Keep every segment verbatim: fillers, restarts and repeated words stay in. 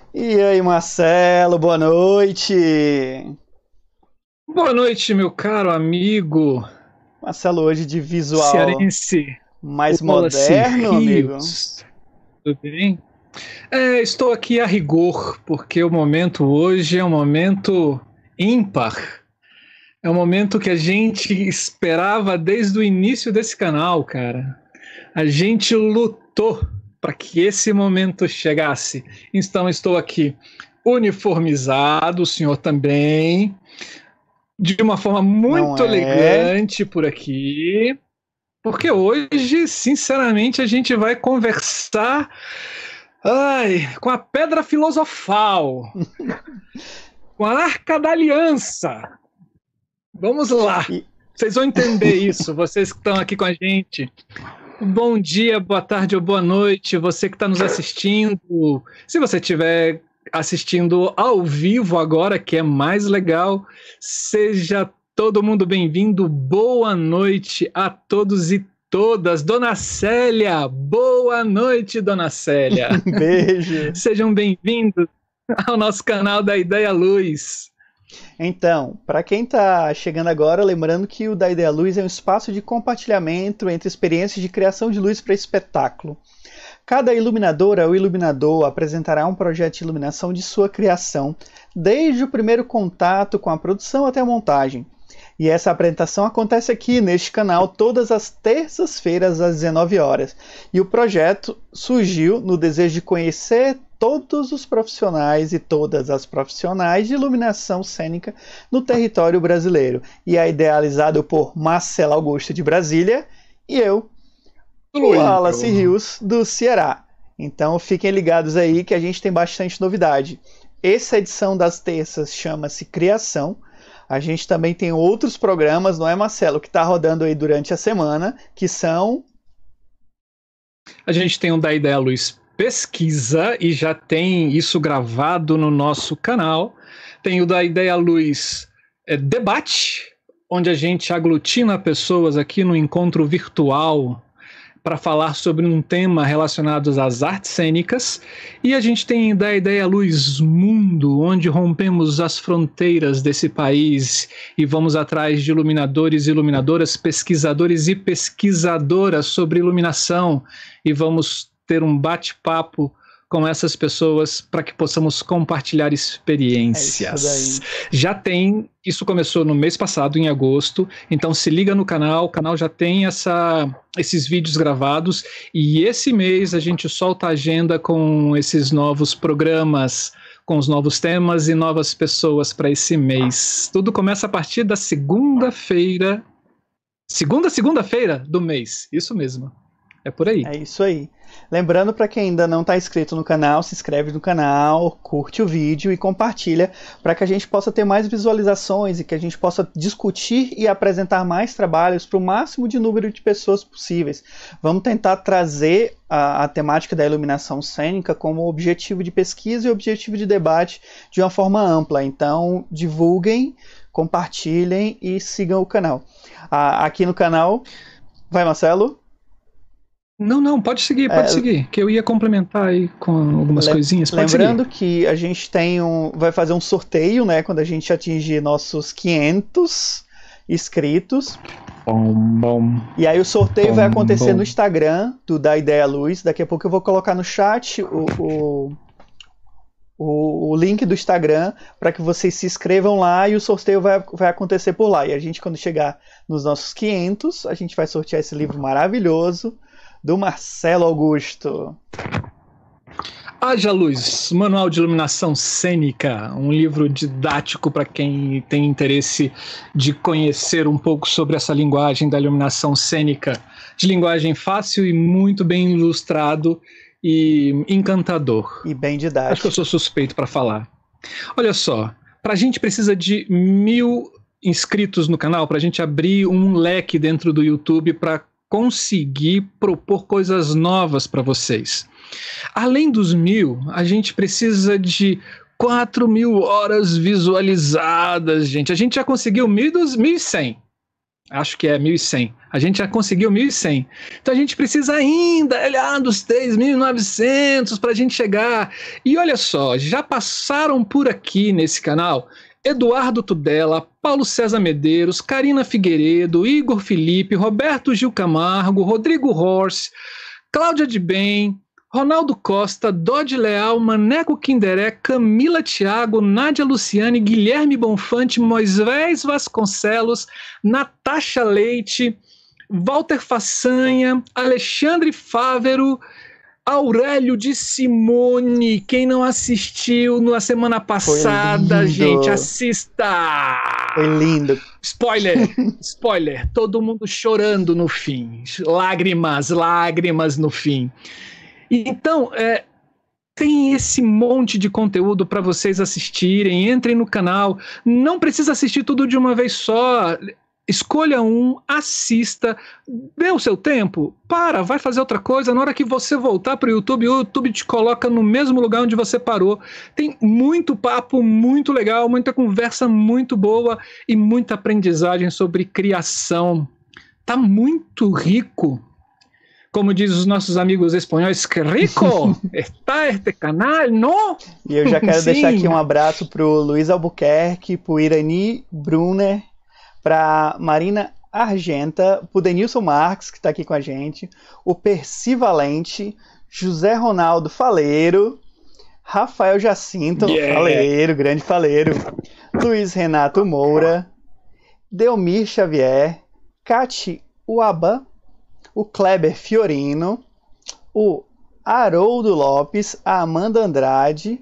E aí, Marcelo, boa noite. Boa noite, meu caro amigo Marcelo, hoje de visual cearense mais Wallace moderno, amigo. Rios. Tudo bem? É, estou aqui a rigor, porque o momento hoje é um momento ímpar. É um momento que a gente esperava desde o início desse canal, cara. A gente lutou para que esse momento chegasse. Então, estou aqui uniformizado, o senhor também, de uma forma Não muito é? elegante por aqui, porque hoje, sinceramente, a gente vai conversar, ai, com a pedra filosofal, com a Arca da Aliança. Vamos lá, E- vocês vão entender isso, vocês que estão aqui com a gente. Bom dia, boa tarde ou boa noite, você que está nos assistindo. Se você estiver assistindo ao vivo agora, que é mais legal, seja todo mundo bem-vindo. Boa noite a todos e todas. Dona Célia, boa noite, Dona Célia. Beijo. Sejam bem-vindos ao nosso canal da Ideia Luz. Então, para quem está chegando agora, lembrando que o Da Ideia Luz é um espaço de compartilhamento entre experiências de criação de luz para espetáculo. Cada iluminadora ou iluminador apresentará um projeto de iluminação de sua criação, desde o primeiro contato com a produção até a montagem. E essa apresentação acontece aqui neste canal todas as terças-feiras às dezenove horas. E o projeto surgiu no desejo de conhecer todos os profissionais e todas as profissionais de iluminação cênica no território brasileiro. E é idealizado por Marcelo Augusto de Brasília e eu, o Wallace Rios do Ceará. Então fiquem ligados aí que a gente tem bastante novidade. Essa edição das terças chama-se Criação. A gente também tem outros programas, não é, Marcelo, que está rodando aí durante a semana, que são... A gente tem um Da Ideia Luz Pesquisa e já tem isso gravado no nosso canal. Tem o Da Ideia Luz é, Debate, onde a gente aglutina pessoas aqui no encontro virtual para falar sobre um tema relacionado às artes cênicas, e a gente tem Da Ideia Luz Mundo, onde rompemos as fronteiras desse país e vamos atrás de iluminadores e iluminadoras, pesquisadores e pesquisadoras sobre iluminação, e vamos ter um bate-papo com essas pessoas para que possamos compartilhar experiências. É isso daí. Já tem, isso começou no mês passado, em agosto, então se liga no canal, o canal já tem essa, esses vídeos gravados, e esse mês a gente solta a agenda com esses novos programas, com os novos temas e novas pessoas para esse mês. Tudo começa a partir da segunda-feira, segunda segunda-feira do mês, isso mesmo. É por aí. É isso aí. Lembrando, para quem ainda não está inscrito no canal, se inscreve no canal, curte o vídeo e compartilha para que a gente possa ter mais visualizações e que a gente possa discutir e apresentar mais trabalhos para o máximo de número de pessoas possíveis. Vamos tentar trazer a, a temática da iluminação cênica como objetivo de pesquisa e objetivo de debate de uma forma ampla. Então, divulguem, compartilhem e sigam o canal. Ah, aqui no canal, vai, Marcelo? Não, não, pode seguir, pode É, seguir, que eu ia complementar aí com algumas le- coisinhas, pode lembrando seguir. que a gente tem um, vai fazer um sorteio, né, quando a gente atingir nossos quinhentos inscritos. Bom, bom. E aí o sorteio Bom, vai acontecer bom. no Instagram do Da Ideia Luz. Daqui a pouco eu vou colocar no chat o, o, o, o link do Instagram para que vocês se inscrevam lá e o sorteio vai, vai acontecer por lá. E a gente, quando chegar nos nossos quinhentos, a gente vai sortear esse livro maravilhoso do Marcelo Augusto. Haja Luz, Manual de Iluminação Cênica, um livro didático para quem tem interesse de conhecer um pouco sobre essa linguagem da iluminação cênica, de linguagem fácil e muito bem ilustrado e encantador. E bem Acho que eu didático. sou suspeito para falar. Olha só, para a gente precisa de mil inscritos no canal, para a gente abrir um leque dentro do YouTube para conseguir propor coisas novas para vocês. Além dos mil, a gente precisa de quatro mil horas visualizadas, gente. A gente já conseguiu mil e cem. Acho que é mil e cem. A gente já conseguiu mil e cem. Então a gente precisa ainda olhar dos três mil e novecentos para a gente chegar. E olha só, já passaram por aqui nesse canal Eduardo Tudela, Paulo César Medeiros, Karina Figueiredo, Igor Felipe, Roberto Gil Camargo, Rodrigo Horst, Cláudia de Bem, Ronaldo Costa, Dodge Leal, Maneco Kinderé, Camila Thiago, Nádia Luciane, Guilherme Bonfante, Moisés Vasconcelos, Natasha Leite, Walter Façanha, Alexandre Fávero, Aurélio de Simone. Quem não assistiu na semana passada, gente, assista! Foi lindo. Spoiler, spoiler, todo mundo chorando no fim, lágrimas, lágrimas no fim. Então, é, tem esse monte de conteúdo para vocês assistirem. Entrem no canal. Não precisa assistir tudo de uma vez só. Escolha um, assista, dê o seu tempo, para, vai fazer outra coisa. Na hora que você voltar para o YouTube, o YouTube te coloca no mesmo lugar onde você parou. Tem muito papo, muito legal, muita conversa muito boa e muita aprendizagem sobre criação. Tá muito rico. Como diz os nossos amigos espanhóis, que rico está este canal, não? E eu já quero deixar aqui um abraço pro Luiz Albuquerque, pro Irani Brunner, pra Marina Argenta, pro Denilson Marques, que está aqui com a gente, o Percy Valente, José Ronaldo Faleiro, Rafael Jacinto, yeah. Faleiro, grande Faleiro, Luiz Renato Moura, Delmir Xavier, Cati Uaba, o Kleber Fiorino, o Haroldo Lopes, a Amanda Andrade,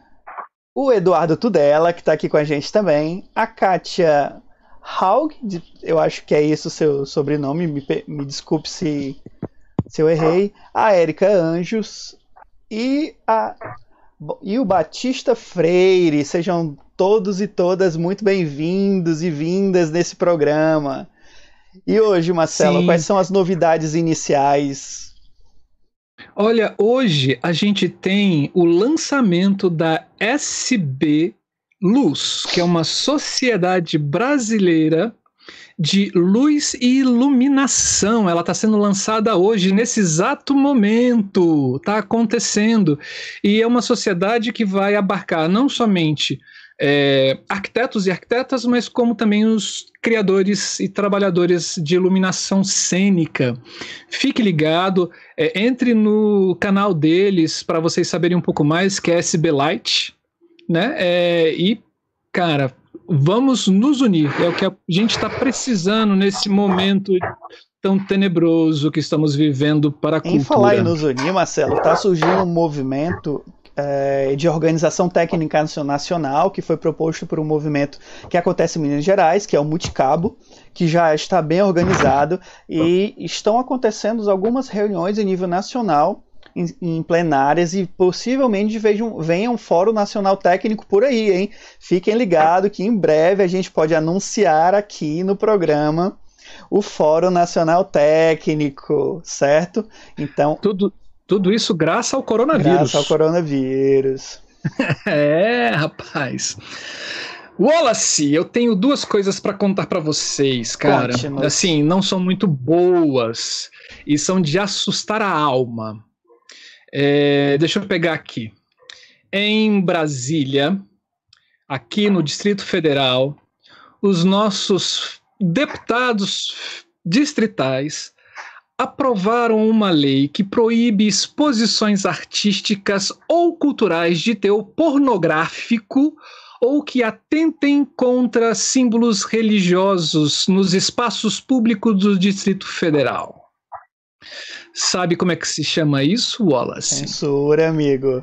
o Eduardo Tudela, que está aqui com a gente também, a Kátia Haug, eu acho que é isso o seu sobrenome, me, me desculpe se, se eu errei, a Érica Anjos e, a, e o Batista Freire. Sejam todos e todas muito bem-vindos e vindas nesse programa. E hoje, Marcelo, Sim. quais são as novidades iniciais? Olha, hoje a gente tem o lançamento da S B Luz, que é uma sociedade brasileira de luz e iluminação. Ela está sendo lançada hoje, nesse exato momento, está acontecendo. E é uma sociedade que vai abarcar não somente É, arquitetos e arquitetas, mas como também os criadores e trabalhadores de iluminação cênica. Fique ligado, é, entre no canal deles para vocês saberem um pouco mais, que é S B Light, né? É, e, cara, vamos nos unir. É o que a gente está precisando nesse momento tão tenebroso que estamos vivendo para a cultura. Em falar em nos unir, Marcelo, está surgindo um movimento de organização técnica nacional, que foi proposto por um movimento que acontece em Minas Gerais, que é o Multicabo, que já está bem organizado, e estão acontecendo algumas reuniões em nível nacional, em, em plenárias, e possivelmente vejam, venha um fórum nacional técnico por aí, hein? Fiquem ligados que em breve a gente pode anunciar aqui no programa o Fórum Nacional Técnico, certo? Então... Tudo... Tudo isso graças ao coronavírus. Graças ao coronavírus. É, rapaz. Wallace, eu tenho duas coisas para contar para vocês, cara. Conte-nos. Assim, não são muito boas e são de assustar a alma. É, deixa eu pegar aqui. Em Brasília, aqui no Distrito Federal, os nossos deputados distritais aprovaram uma lei que proíbe exposições artísticas ou culturais de teor pornográfico ou que atentem contra símbolos religiosos nos espaços públicos do Distrito Federal. Sabe como é que se chama isso, Wallace? Censura, amigo.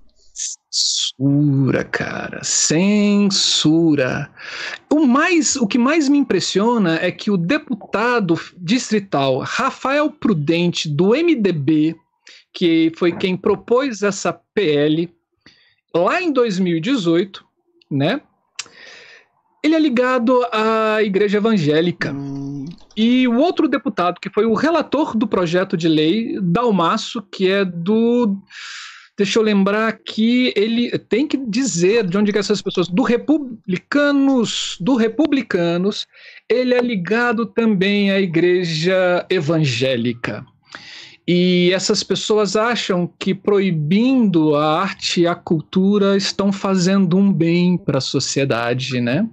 Censura, cara, censura. O, mais, o que mais me impressiona é que o deputado distrital Rafael Prudente, do M D B, que foi quem propôs essa P L lá em dois mil e dezoito, né? Ele é ligado à Igreja Evangélica. Hum. E o outro deputado, que foi o relator do projeto de lei, Dalmaço, que é do... deixa eu lembrar que ele tem que dizer de onde que essas pessoas, do Republicanos, do Republicanos, ele é ligado também à igreja evangélica. E essas pessoas acham que proibindo a arte e a cultura estão fazendo um bem para a sociedade, né?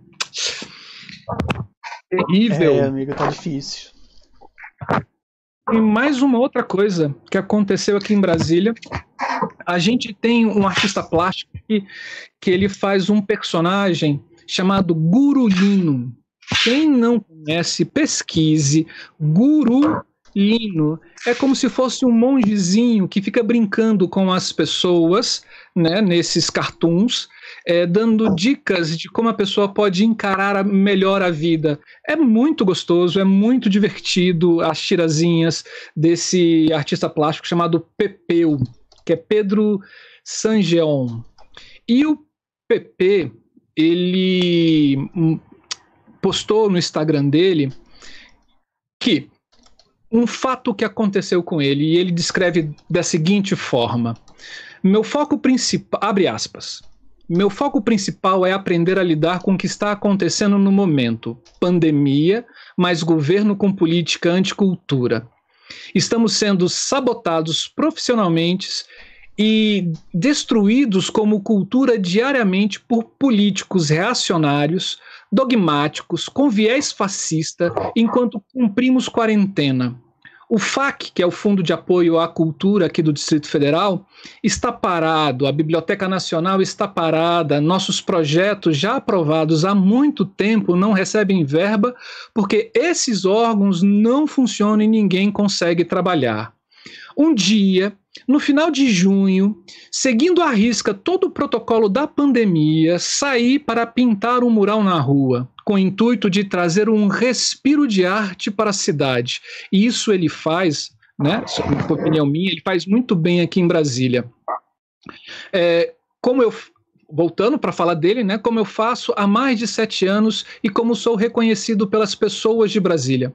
Terrível. É, amigo, tá difícil. E mais uma outra coisa que aconteceu aqui em Brasília. A gente tem um artista plástico que, que ele faz um personagem chamado Gurulino. Quem não conhece, pesquise. Gurulino é como se fosse um mongezinho que fica brincando com as pessoas, né, nesses cartoons, é, dando dicas de como a pessoa pode encarar a, melhor a vida. É muito gostoso, é muito divertido as tirazinhas desse artista plástico chamado Pepeu, que é Pedro Sangeon. E o P P, ele postou no Instagram dele que um fato que aconteceu com ele, e ele descreve da seguinte forma: meu foco principal, abre aspas, meu foco principal é aprender a lidar com o que está acontecendo no momento, pandemia, mais governo com política anticultura. Estamos sendo sabotados profissionalmente e destruídos como cultura diariamente por políticos reacionários, dogmáticos, com viés fascista, enquanto cumprimos quarentena. O F A C, que é o Fundo de Apoio à Cultura aqui do Distrito Federal, está parado, a Biblioteca Nacional está parada, nossos projetos já aprovados há muito tempo não recebem verba porque esses órgãos não funcionam e ninguém consegue trabalhar. Um dia, no final de junho, seguindo à risca todo o protocolo da pandemia, saí para pintar um mural na rua, com o intuito de trazer um respiro de arte para a cidade. E isso ele faz, né, por opinião minha, ele faz muito bem aqui em Brasília. É, como eu, voltando para falar dele, né, como eu faço há mais de sete anos e como sou reconhecido pelas pessoas de Brasília.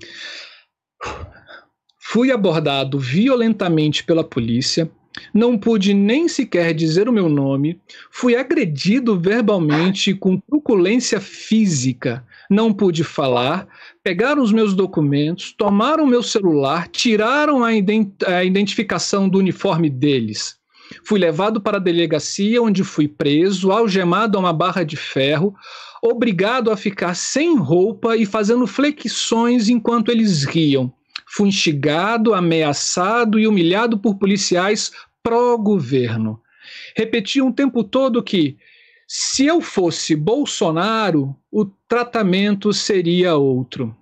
Fui abordado violentamente pela polícia, não pude nem sequer dizer o meu nome, fui agredido verbalmente com truculência física, não pude falar, pegaram os meus documentos, tomaram meu celular, tiraram a, ident- a identificação do uniforme deles. Fui levado para a delegacia, onde fui preso, algemado a uma barra de ferro, obrigado a ficar sem roupa e fazendo flexões enquanto eles riam. Fui instigado, ameaçado e humilhado por policiais pró-governo. Repetiam o tempo todo que, se eu fosse Bolsonaro, o tratamento seria outro.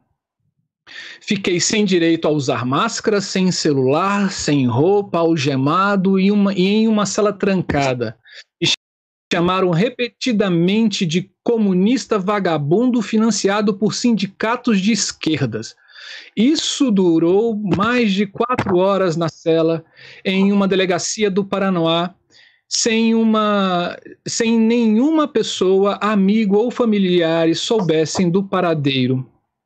Fiquei sem direito a usar máscara, sem celular, sem roupa, algemado e, uma, e em uma sala trancada. Me chamaram repetidamente de comunista vagabundo financiado por sindicatos de esquerdas. Isso durou mais de quatro horas na cela, em uma delegacia do Paranoá, sem, uma, sem nenhuma pessoa, amigo ou familiares soubessem do paradeiro.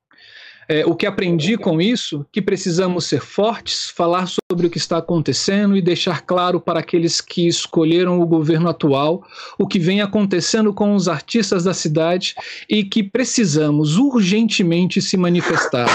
É, o que aprendi com isso, que precisamos ser fortes, falar sobre o que está acontecendo e deixar claro para aqueles que escolheram o governo atual o que vem acontecendo com os artistas da cidade e que precisamos urgentemente se manifestar.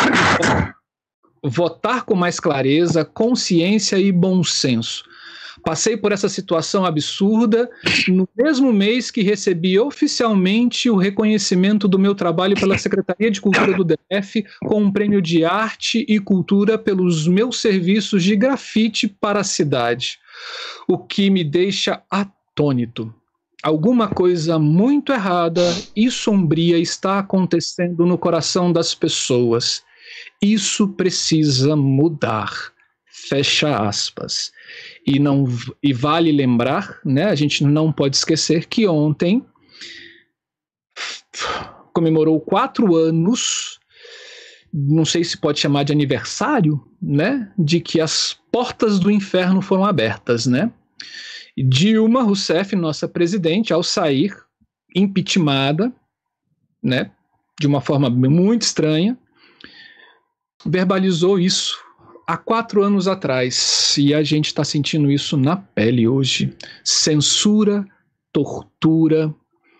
Votar com mais clareza, consciência e bom senso. Passei por essa situação absurda no mesmo mês que recebi oficialmente o reconhecimento do meu trabalho pela Secretaria de Cultura do D F com um prêmio de arte e cultura pelos meus serviços de grafite para a cidade, o que me deixa atônito. Alguma coisa muito errada e sombria está acontecendo no coração das pessoas. Isso precisa mudar. Fecha aspas. E, não, e vale lembrar, né, a gente não pode esquecer que ontem comemorou quatro anos, não sei se pode chamar de aniversário, né, de que as portas do inferno foram abertas, né? Dilma Rousseff, nossa presidente, ao sair impeachmentada, né, de uma forma muito estranha, verbalizou isso. há quatro anos atrás, e a gente está sentindo isso na pele hoje. Censura, tortura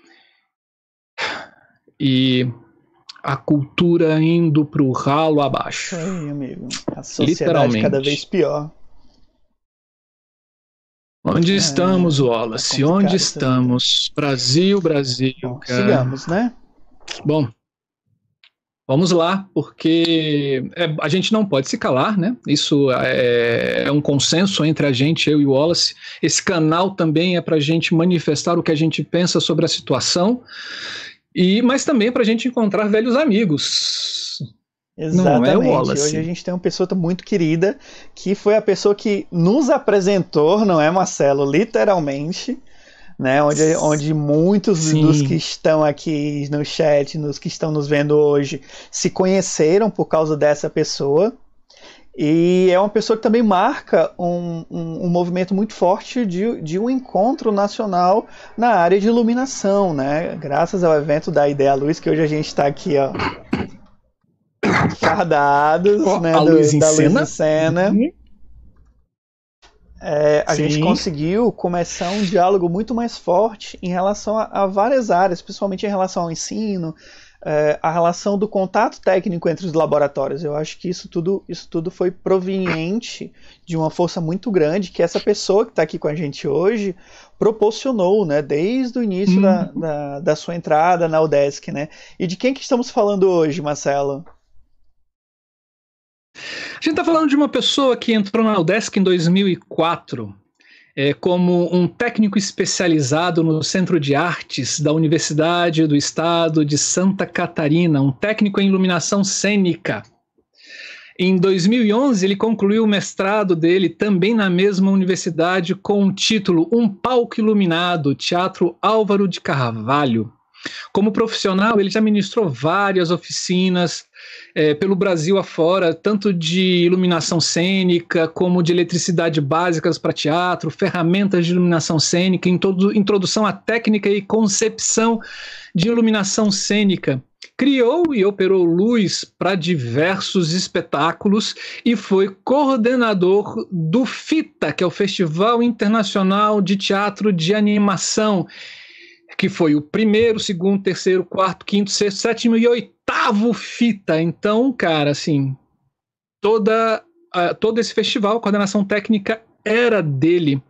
e a cultura indo pro ralo abaixo. Aí, amigo. A sociedade cada vez pior. Onde é, estamos, Wallace? É Onde estamos? Brasil, Brasil. Bom, sigamos, né? Bom, vamos lá, porque é, a gente não pode se calar, né? Isso é, é um consenso entre a gente, eu e o Wallace. Esse canal também é para a gente manifestar o que a gente pensa sobre a situação, e, mas também para a gente encontrar velhos amigos. Exatamente. Não é, Wallace? Hoje a gente tem uma pessoa muito querida, que foi a pessoa que nos apresentou, não é, Marcelo? Literalmente, né? Onde, onde muitos Sim. dos que estão aqui no chat, nos que estão nos vendo hoje, se conheceram por causa dessa pessoa. E é uma pessoa que também marca um, um, um movimento muito forte de, de um encontro nacional na área de iluminação, né? Graças ao evento da Ideia Luz, que hoje a gente está aqui, ó, fardados, oh, né, a do, luz em da cena. luz em cena. Uhum. É, a Sim. gente conseguiu começar um diálogo muito mais forte em relação a, a várias áreas, principalmente em relação ao ensino, é, a relação do contato técnico entre os laboratórios. Eu acho que isso tudo, isso tudo foi proveniente de uma força muito grande que essa pessoa que está aqui com a gente hoje proporcionou, né, desde o início hum. da, da, da sua entrada na UDESC, né? E de quem que estamos falando hoje, Marcelo? A gente está falando de uma pessoa que entrou na UDESC em dois mil e quatro é, como um técnico especializado no Centro de Artes da Universidade do Estado de Santa Catarina, um técnico em iluminação cênica. Em dois mil e onze, ele concluiu o mestrado dele também na mesma universidade com o título Um Palco Iluminado, Teatro Álvaro de Carvalho. Como profissional, ele já ministrou várias oficinas é, pelo Brasil afora, tanto de iluminação cênica, como de eletricidade básicas para teatro, ferramentas de iluminação cênica, introdução à técnica e concepção de iluminação cênica. Criou e operou luz para diversos espetáculos e foi coordenador do FITA, que é o Festival Internacional de Teatro de Animação, que foi o primeiro, segundo, terceiro, quarto, quinto, sexto, sétimo e oitavo FITA. Então, cara, assim, toda, uh, todo esse festival, a coordenação técnica era dele.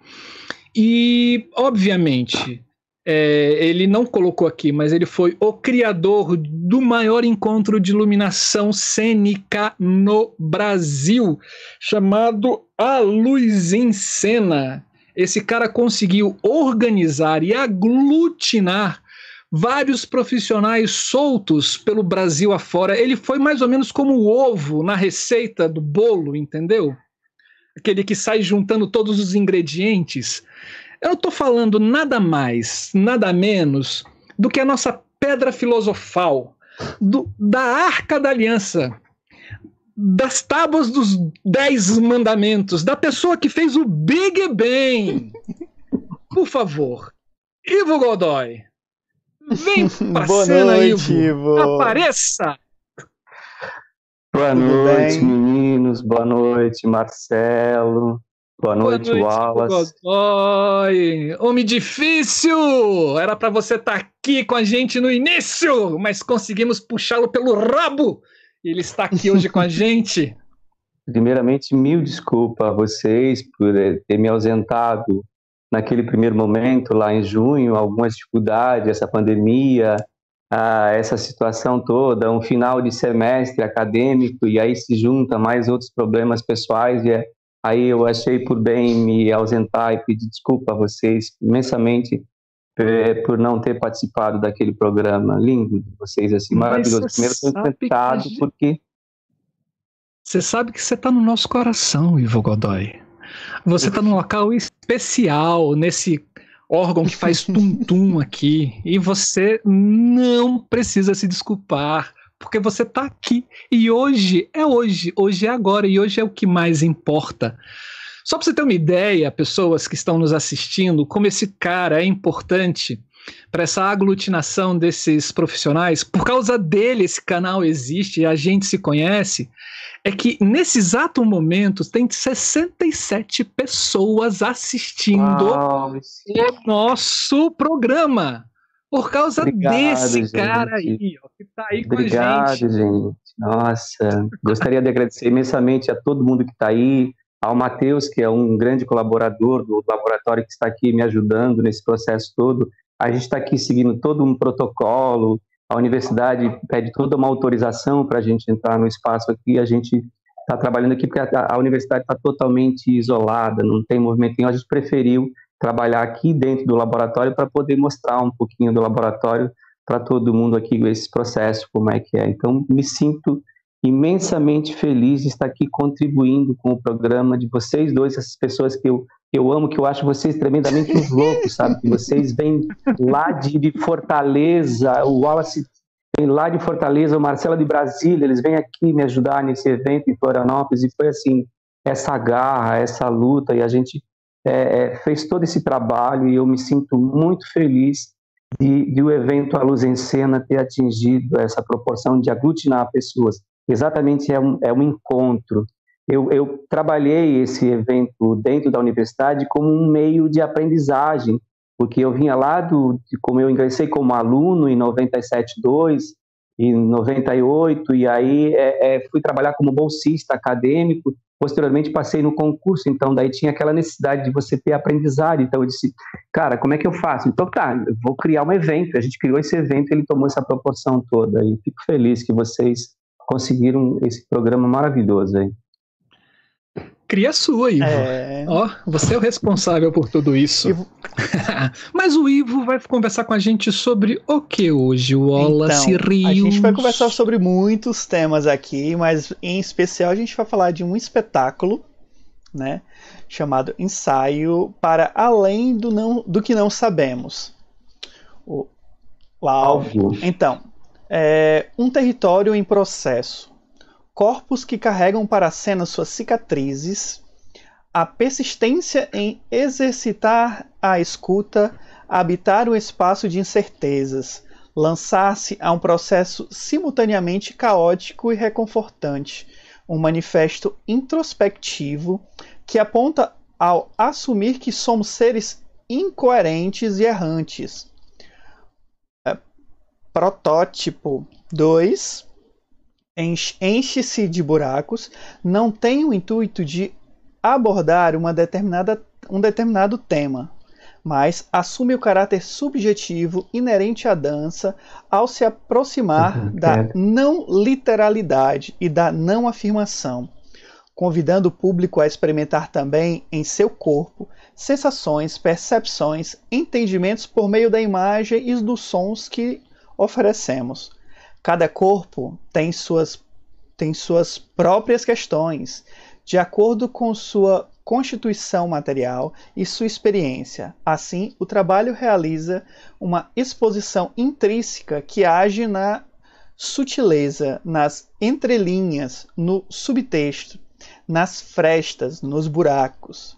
E, obviamente, é, ele não colocou aqui, mas ele foi o criador do maior encontro de iluminação cênica no Brasil, chamado A Luz em Cena. Esse cara conseguiu organizar e aglutinar vários profissionais soltos pelo Brasil afora. Ele foi mais ou menos como o ovo na receita do bolo, entendeu? Aquele que sai juntando todos os ingredientes. Eu não estou falando nada mais, nada menos do que a nossa pedra filosofal, do, da Arca da Aliança, das tábuas dos dez mandamentos, da pessoa que fez o Big Bang. Por favor, Ivo Godoy, vem pra Boa cena, noite, Ivo. Ivo. Apareça. Boa Tudo noite, bem? meninos. Boa noite, Marcelo. Boa noite, Boa noite, Wallace. Godoy. Homem difícil. Era pra você estar aqui com a gente no início, mas conseguimos puxá-lo pelo rabo. Ele está aqui hoje com a gente. Primeiramente, mil desculpas a vocês por ter me ausentado naquele primeiro momento, lá em junho, algumas dificuldades, essa pandemia, ah, essa situação toda, um final de semestre acadêmico, e aí se junta mais outros problemas pessoais, e aí eu achei por bem me ausentar e pedir desculpa a vocês imensamente por não ter participado daquele programa lindo de vocês, assim, Mas maravilhoso. Primeiro, estou encantado, gente... porque... Você sabe que você está no nosso coração, Ivo Godoy. Você está num local especial, nesse órgão que faz tum-tum aqui, e você não precisa se desculpar, porque você está aqui. E hoje é hoje, hoje é agora, e hoje é o que mais importa. Só para você ter uma ideia, pessoas que estão nos assistindo, como esse cara é importante. para essa aglutinação desses profissionais, por causa dele esse canal existe e a gente se conhece, é que nesse exato momento tem sessenta e sete pessoas assistindo Uau, o nosso programa. Por causa obrigado, desse gente. cara aí, ó, que tá aí Obrigado, com a gente. gente. Nossa, gostaria de agradecer imensamente a todo mundo que está aí, ao Matheus, que é um grande colaborador do laboratório que está aqui me ajudando nesse processo todo. A gente está aqui seguindo todo um protocolo, a universidade pede toda uma autorização para a gente entrar no espaço aqui, a gente está trabalhando aqui porque a, a universidade está totalmente isolada, não tem movimento nenhum, a gente preferiu trabalhar aqui dentro do laboratório para poder mostrar um pouquinho do laboratório para todo mundo aqui, esse processo, como é que é. Então, me sinto imensamente feliz de estar aqui contribuindo com o programa de vocês dois, essas pessoas que eu, que eu amo, que eu acho vocês tremendamente uns loucos, sabe? Que vocês vêm lá de, de Fortaleza, o Wallace vem lá de Fortaleza, o Marcelo de Brasília, eles vêm aqui me ajudar nesse evento em Florianópolis, e foi assim, essa garra, essa luta, e a gente é, fez todo esse trabalho, e eu me sinto muito feliz de, de o evento A Luz em Cena ter atingido essa proporção de aglutinar pessoas. Exatamente, é um, é um encontro. Eu, eu trabalhei esse evento dentro da universidade como um meio de aprendizagem, porque eu vinha lá, do, de, como eu ingressei como aluno em noventa e sete, dois, em noventa e oito, e aí é, é, fui trabalhar como bolsista acadêmico, posteriormente passei no concurso, então daí tinha aquela necessidade de você ter aprendizagem, então eu disse, cara, como é que eu faço? Então tá, eu vou criar um evento, a gente criou esse evento, ele tomou essa proporção toda, e fico feliz que vocês conseguiram esse programa maravilhoso aí. Cria sua, Ivo. É... Ó, você é o responsável por tudo isso. Ivo... Mas o Ivo vai conversar com a gente sobre o que hoje, o Wallace então, Rios? A gente vai conversar sobre muitos temas aqui, mas em especial a gente vai falar de um espetáculo, né, chamado Ensaio para Além do, não, do que Não Sabemos. O, o alvo. Então, é um território em processo. Corpos que carregam para a cena suas cicatrizes, a persistência em exercitar a escuta, habitar um espaço de incertezas, lançar-se a um processo simultaneamente caótico e reconfortante, um manifesto introspectivo que aponta ao assumir que somos seres incoerentes e errantes. É, protótipo dois. Enche-se de buracos, não tem o intuito de abordar uma determinada, um determinado tema, mas assume o caráter subjetivo inerente à dança ao se aproximar uhum, da é. não literalidade e da não afirmação, convidando o público a experimentar também em seu corpo sensações, percepções, entendimentos por meio da imagem e dos sons que oferecemos. Cada corpo tem suas, tem suas próprias questões, de acordo com sua constituição material e sua experiência. Assim, o trabalho realiza uma exposição intrínseca que age na sutileza, nas entrelinhas, no subtexto, nas frestas, nos buracos.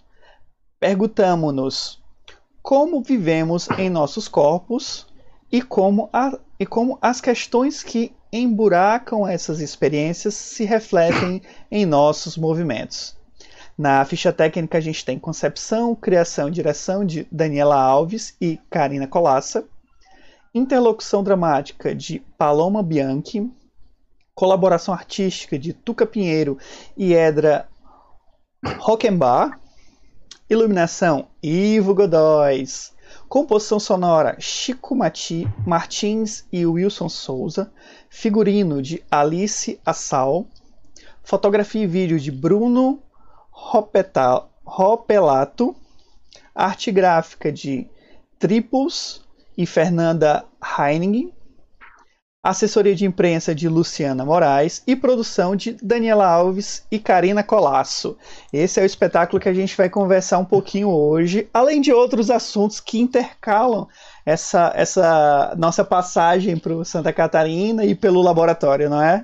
Perguntamo-nos como vivemos em nossos corpos e como, a, e como as questões que emburacam essas experiências se refletem em nossos movimentos. Na ficha técnica a gente tem concepção, criação e direção de Daniela Alves e Karina Colassa, interlocução dramática de Paloma Bianchi, colaboração artística de Tuca Pinheiro e Edra Rockenbach, iluminação Ivo Godóis, composição sonora Chico Mati, Martins e Wilson Souza, figurino de Alice Assal, fotografia e vídeo de Bruno Ropetal, Ropelato, arte gráfica de Triples e Fernanda Heining, assessoria de imprensa de Luciana Moraes e produção de Daniela Alves e Karina Colasso. Esse é o espetáculo que a gente vai conversar um pouquinho hoje, além de outros assuntos que intercalam essa, essa nossa passagem para Santa Catarina e pelo laboratório, não é?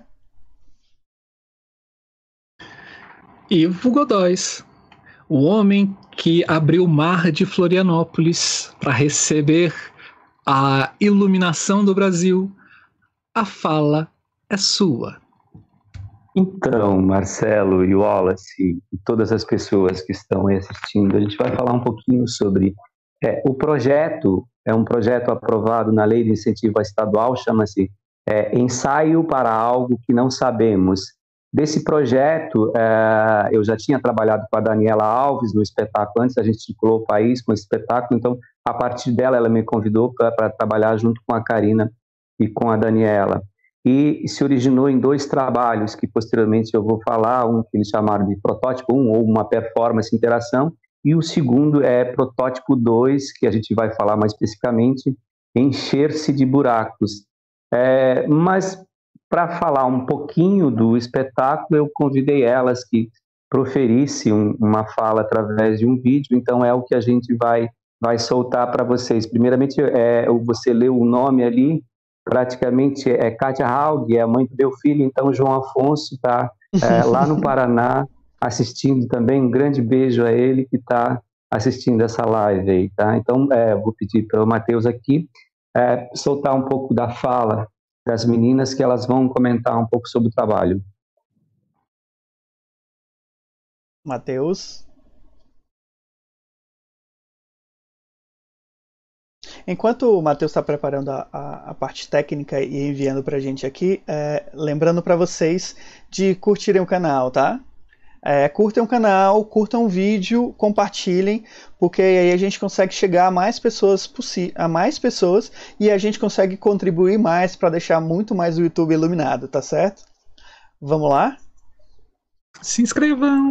Ivo Godóis, o homem que abriu o mar de Florianópolis para receber a iluminação do Brasil. A fala é sua. Então, Marcelo e Wallace e todas as pessoas que estão aí assistindo, a gente vai falar um pouquinho sobre é, o projeto. É um projeto aprovado na Lei de Incentivo Estadual, chama-se é, Ensaio para Algo que Não Sabemos. Desse projeto, é, eu já tinha trabalhado com a Daniela Alves no espetáculo, antes a gente circulou o país com esse espetáculo, então a partir dela ela me convidou para trabalhar junto com a Karina e com a Daniela. E se originou em dois trabalhos que posteriormente eu vou falar, um que eles chamaram de Protótipo um, ou uma performance interação, e o segundo é Protótipo dois, que a gente vai falar mais especificamente, Encher-se de Buracos. É, mas para falar um pouquinho do espetáculo, eu convidei elas que proferissem um, uma fala através de um vídeo, então é o que a gente vai, vai soltar para vocês. Primeiramente, é, você leu o nome ali, praticamente é Kátia Haug, é a mãe do meu filho, então João Afonso está é, lá no Paraná assistindo também, um grande beijo a ele que está assistindo essa live aí, tá? Então, é, vou pedir para o Matheus aqui é, soltar um pouco da fala das meninas, que elas vão comentar um pouco sobre o trabalho. Matheus. Enquanto o Matheus está preparando a, a, a parte técnica e enviando para a gente aqui, é, lembrando para vocês de curtirem o canal, tá? É, curtam o canal, curtam o vídeo, compartilhem, porque aí a gente consegue chegar a mais pessoas, a mais pessoas e a gente consegue contribuir mais para deixar muito mais o YouTube iluminado, tá certo? Vamos lá? Se inscrevam!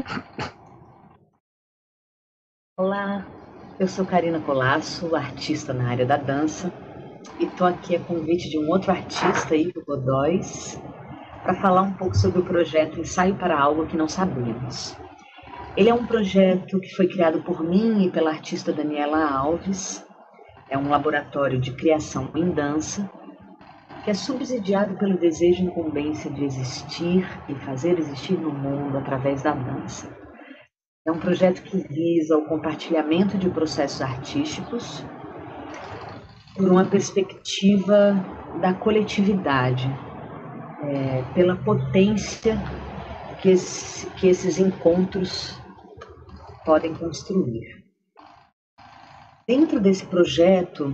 Olá, eu sou Karina Colasso, artista na área da dança, e estou aqui a convite de um outro artista, Ivo Godóis, para falar um pouco sobre o projeto Ensaio para Algo que Não Sabemos. Ele é um projeto que foi criado por mim e pela artista Daniela Alves. É um laboratório de criação em dança, que é subsidiado pelo desejo e incumbência de existir e fazer existir no mundo através da dança. É um projeto que visa o compartilhamento de processos artísticos por uma perspectiva da coletividade, é, pela potência que, esse, que esses encontros podem construir. Dentro desse projeto,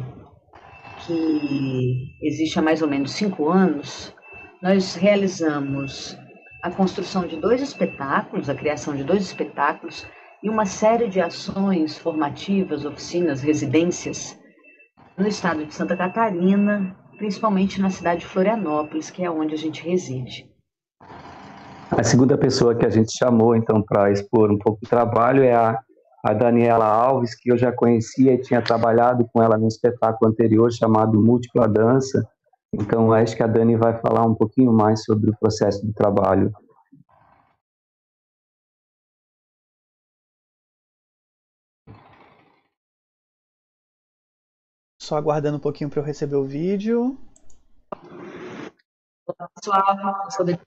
que existe há mais ou menos cinco anos, nós realizamos a construção de dois espetáculos, a criação de dois espetáculos e uma série de ações formativas, oficinas, residências no estado de Santa Catarina, principalmente na cidade de Florianópolis, que é onde a gente reside. A segunda pessoa que a gente chamou, então, para expor um pouco do trabalho é a, a Daniela Alves, que eu já conhecia e tinha trabalhado com ela num espetáculo anterior chamado Múltipla Dança. Então, acho que a Dani vai falar um pouquinho mais sobre o processo do trabalho. Só aguardando um pouquinho para eu receber o vídeo. Olá, pessoal. Eu sou de...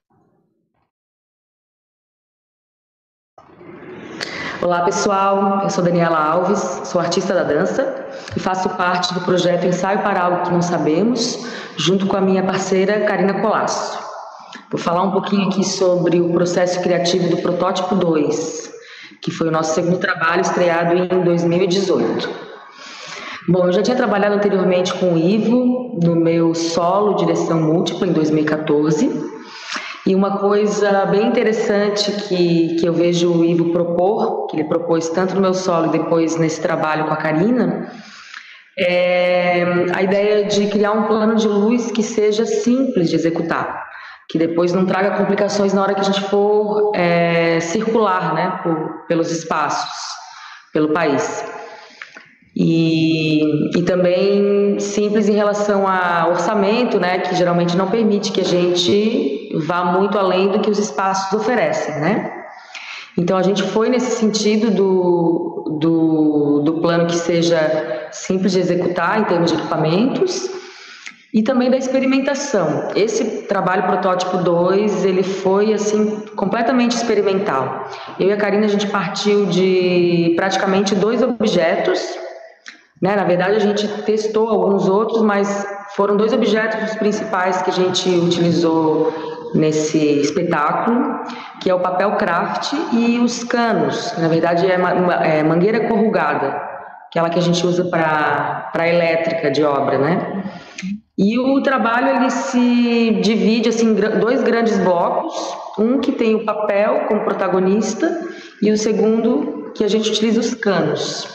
Olá, pessoal. Eu sou Daniela Alves, sou artista da dança e faço parte do projeto Ensaio para Algo que Não Sabemos, junto com a minha parceira Karina Colasso. Vou falar um pouquinho aqui sobre o processo criativo do Protótipo dois, que foi o nosso segundo trabalho, estreado em dois mil e dezoito. Bom, eu já tinha trabalhado anteriormente com o Ivo, no meu solo Direção Múltipla, em dois mil e quatorze, e uma coisa bem interessante que, que eu vejo o Ivo propor, que ele propôs tanto no meu solo e depois nesse trabalho com a Karina, é a ideia de criar um plano de luz que seja simples de executar, que depois não traga complicações na hora que a gente for é, circular, né, por, pelos espaços, pelo país. E, e também simples em relação ao orçamento, né, que geralmente não permite que a gente vá muito além do que os espaços oferecem, né? Então a gente foi nesse sentido do, do, do plano que seja simples de executar em termos de equipamentos e também da experimentação. Esse trabalho Protótipo dois, ele foi assim completamente experimental. Eu e a Karina, a gente partiu de praticamente dois objetos, né? Na verdade, a gente testou alguns outros, mas foram dois objetos os principais que a gente utilizou nesse espetáculo, que é o papel craft e os canos. Na verdade, é, é mangueira corrugada, aquela que a gente usa para para elétrica de obra, né? E o trabalho ele se divide assim, em dois grandes blocos, um que tem o papel como protagonista e o segundo que a gente utiliza os canos.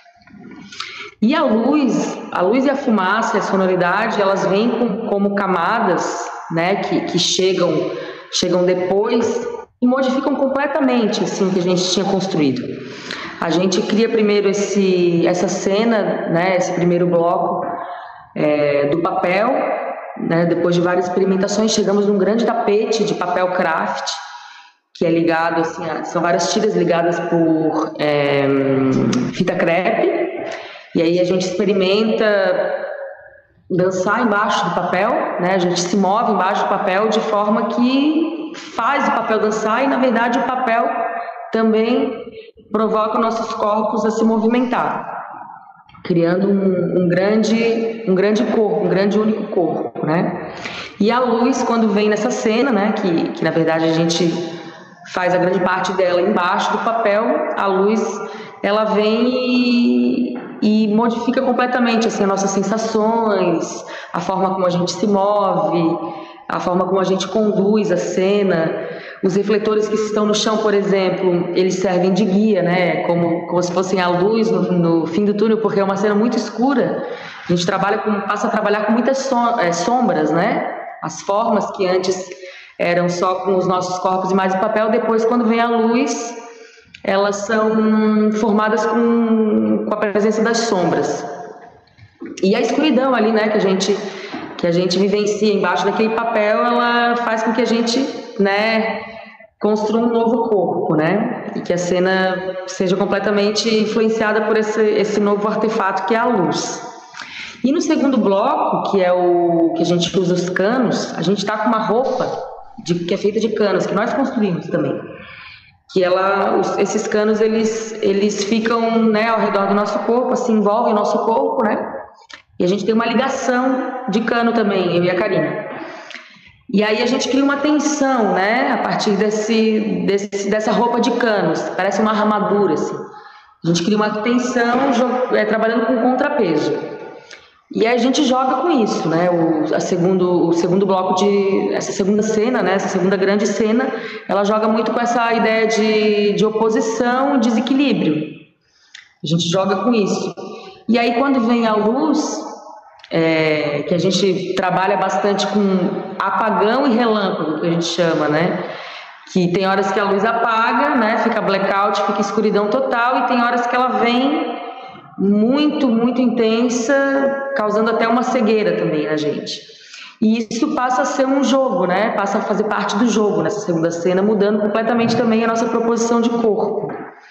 E a luz, a luz e a fumaça, a sonoridade, elas vêm com, como camadas, né, que, que chegam, chegam depois e modificam completamente assim, o que a gente tinha construído. A gente cria primeiro esse, essa cena, né, esse primeiro bloco é, do papel, né, depois de várias experimentações, chegamos num grande tapete de papel craft, que é ligado, assim, a, são várias tiras ligadas por é, fita crepe, e aí a gente experimenta dançar embaixo do papel, né, a gente se move embaixo do papel de forma que faz o papel dançar e, na verdade, o papel também provoca nossos corpos a se movimentar, criando um, um, grande, um grande corpo, um grande único corpo, né? E a luz, quando vem nessa cena, né, que, que na verdade a gente faz a grande parte dela embaixo do papel, a luz, ela vem e, e modifica completamente assim, as nossas sensações, a forma como a gente se move, a forma como a gente conduz a cena. Os refletores que estão no chão, por exemplo, eles servem de guia, né? Como, como se fossem a luz no, no fim do túnel, porque é uma cena muito escura. A gente trabalha com, passa a trabalhar com muitas som, é, sombras, né? As formas que antes eram só com os nossos corpos e mais o papel, depois, quando vem a luz, elas são formadas com, com a presença das sombras. E a escuridão ali, né? Que a gente, que a gente vivencia embaixo daquele papel, ela faz com que a gente, né, construa um novo corpo, né? E que a cena seja completamente influenciada por esse, esse novo artefato que é a luz. E no segundo bloco, que é o que a gente usa os canos, a gente está com uma roupa de, que é feita de canos, que nós construímos também. Que ela, os, esses canos, eles, eles ficam, né, ao redor do nosso corpo, assim, envolvem o nosso corpo, né? E a gente tem uma ligação de cano também, eu e a Karina. E aí a gente cria uma tensão, né, a partir desse, desse, dessa roupa de canos, parece uma armadura, assim. A gente cria uma tensão é, trabalhando com contrapeso. E aí a gente joga com isso, né, o, a segundo, o segundo bloco de, essa segunda cena, né, essa segunda grande cena, ela joga muito com essa ideia de, de oposição e desequilíbrio. A gente joga com isso. E aí quando vem a luz, é, que a gente trabalha bastante com apagão e relâmpago, que a gente chama, né? Que tem horas que a luz apaga, né? Fica blackout, fica escuridão total, e tem horas que ela vem muito, muito intensa, causando até uma cegueira também na gente. E isso passa a ser um jogo, né? Passa a fazer parte do jogo nessa segunda cena, mudando completamente também a nossa proposição de corpo,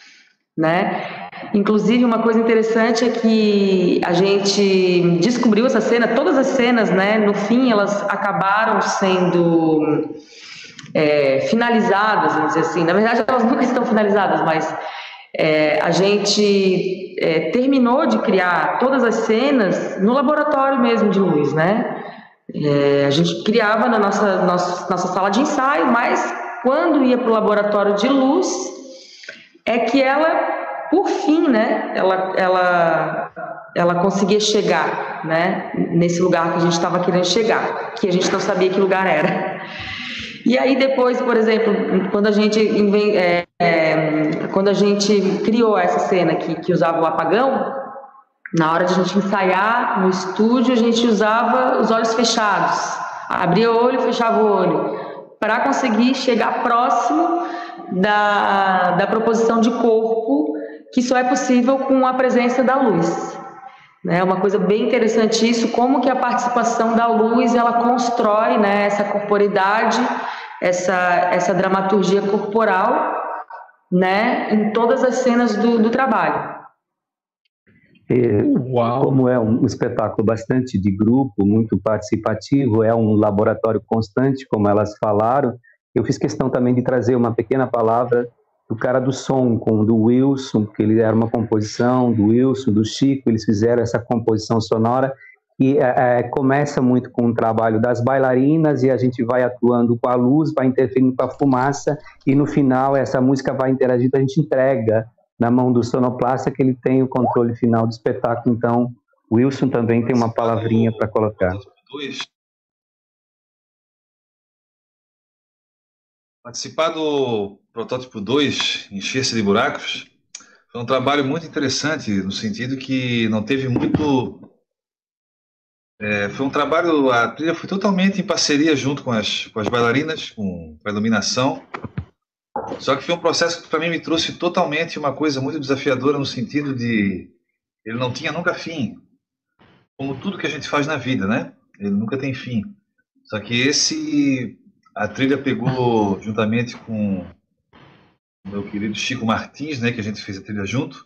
né? Inclusive, uma coisa interessante é que a gente descobriu essa cena, todas as cenas, né, no fim, elas acabaram sendo é, finalizadas, vamos dizer assim. Na verdade, elas nunca estão finalizadas, mas é, a gente é, terminou de criar todas as cenas no laboratório mesmo de luz, né? É, a gente criava na nossa, nossa, nossa sala de ensaio, mas quando ia para o laboratório de luz, é que ela... Por fim, né, ela, ela, ela conseguia chegar, né, nesse lugar que a gente estava querendo chegar, que a gente não sabia que lugar era. E aí depois, por exemplo, quando a gente, é, é, quando a gente criou essa cena que, que usava o apagão, na hora de a gente ensaiar no estúdio, a gente usava os olhos fechados, abria o olho e fechava o olho, para conseguir chegar próximo da, da proposição de corpo, que só é possível com a presença da luz. É uma coisa bem interessante isso, como que a participação da luz, ela constrói, né, essa corporidade, essa, essa dramaturgia corporal, né, em todas as cenas do, do trabalho. É, como é um espetáculo bastante de grupo, muito participativo, é um laboratório constante, como elas falaram, eu fiz questão também de trazer uma pequena palavra do cara do som, com do Wilson, que ele era uma composição do Wilson, do Chico, eles fizeram essa composição sonora, e é, começa muito com o trabalho das bailarinas, e a gente vai atuando com a luz, vai interferindo com a fumaça, e no final essa música vai interagindo, a gente entrega na mão do sonoplasta, que ele tem o controle final do espetáculo. Então o Wilson também tem uma palavrinha para colocar. Participar do Protótipo dois, Encher-se de Buracos, foi um trabalho muito interessante, no sentido que não teve muito... É, foi um trabalho, a trilha foi totalmente em parceria junto com as, com as bailarinas, com a iluminação, só que foi um processo que para mim me trouxe totalmente uma coisa muito desafiadora, no sentido de... ele não tinha nunca fim, como tudo que a gente faz na vida, né? Ele nunca tem fim. Só que esse... a trilha pegou, juntamente com o meu querido Chico Martins, né, que a gente fez a trilha junto,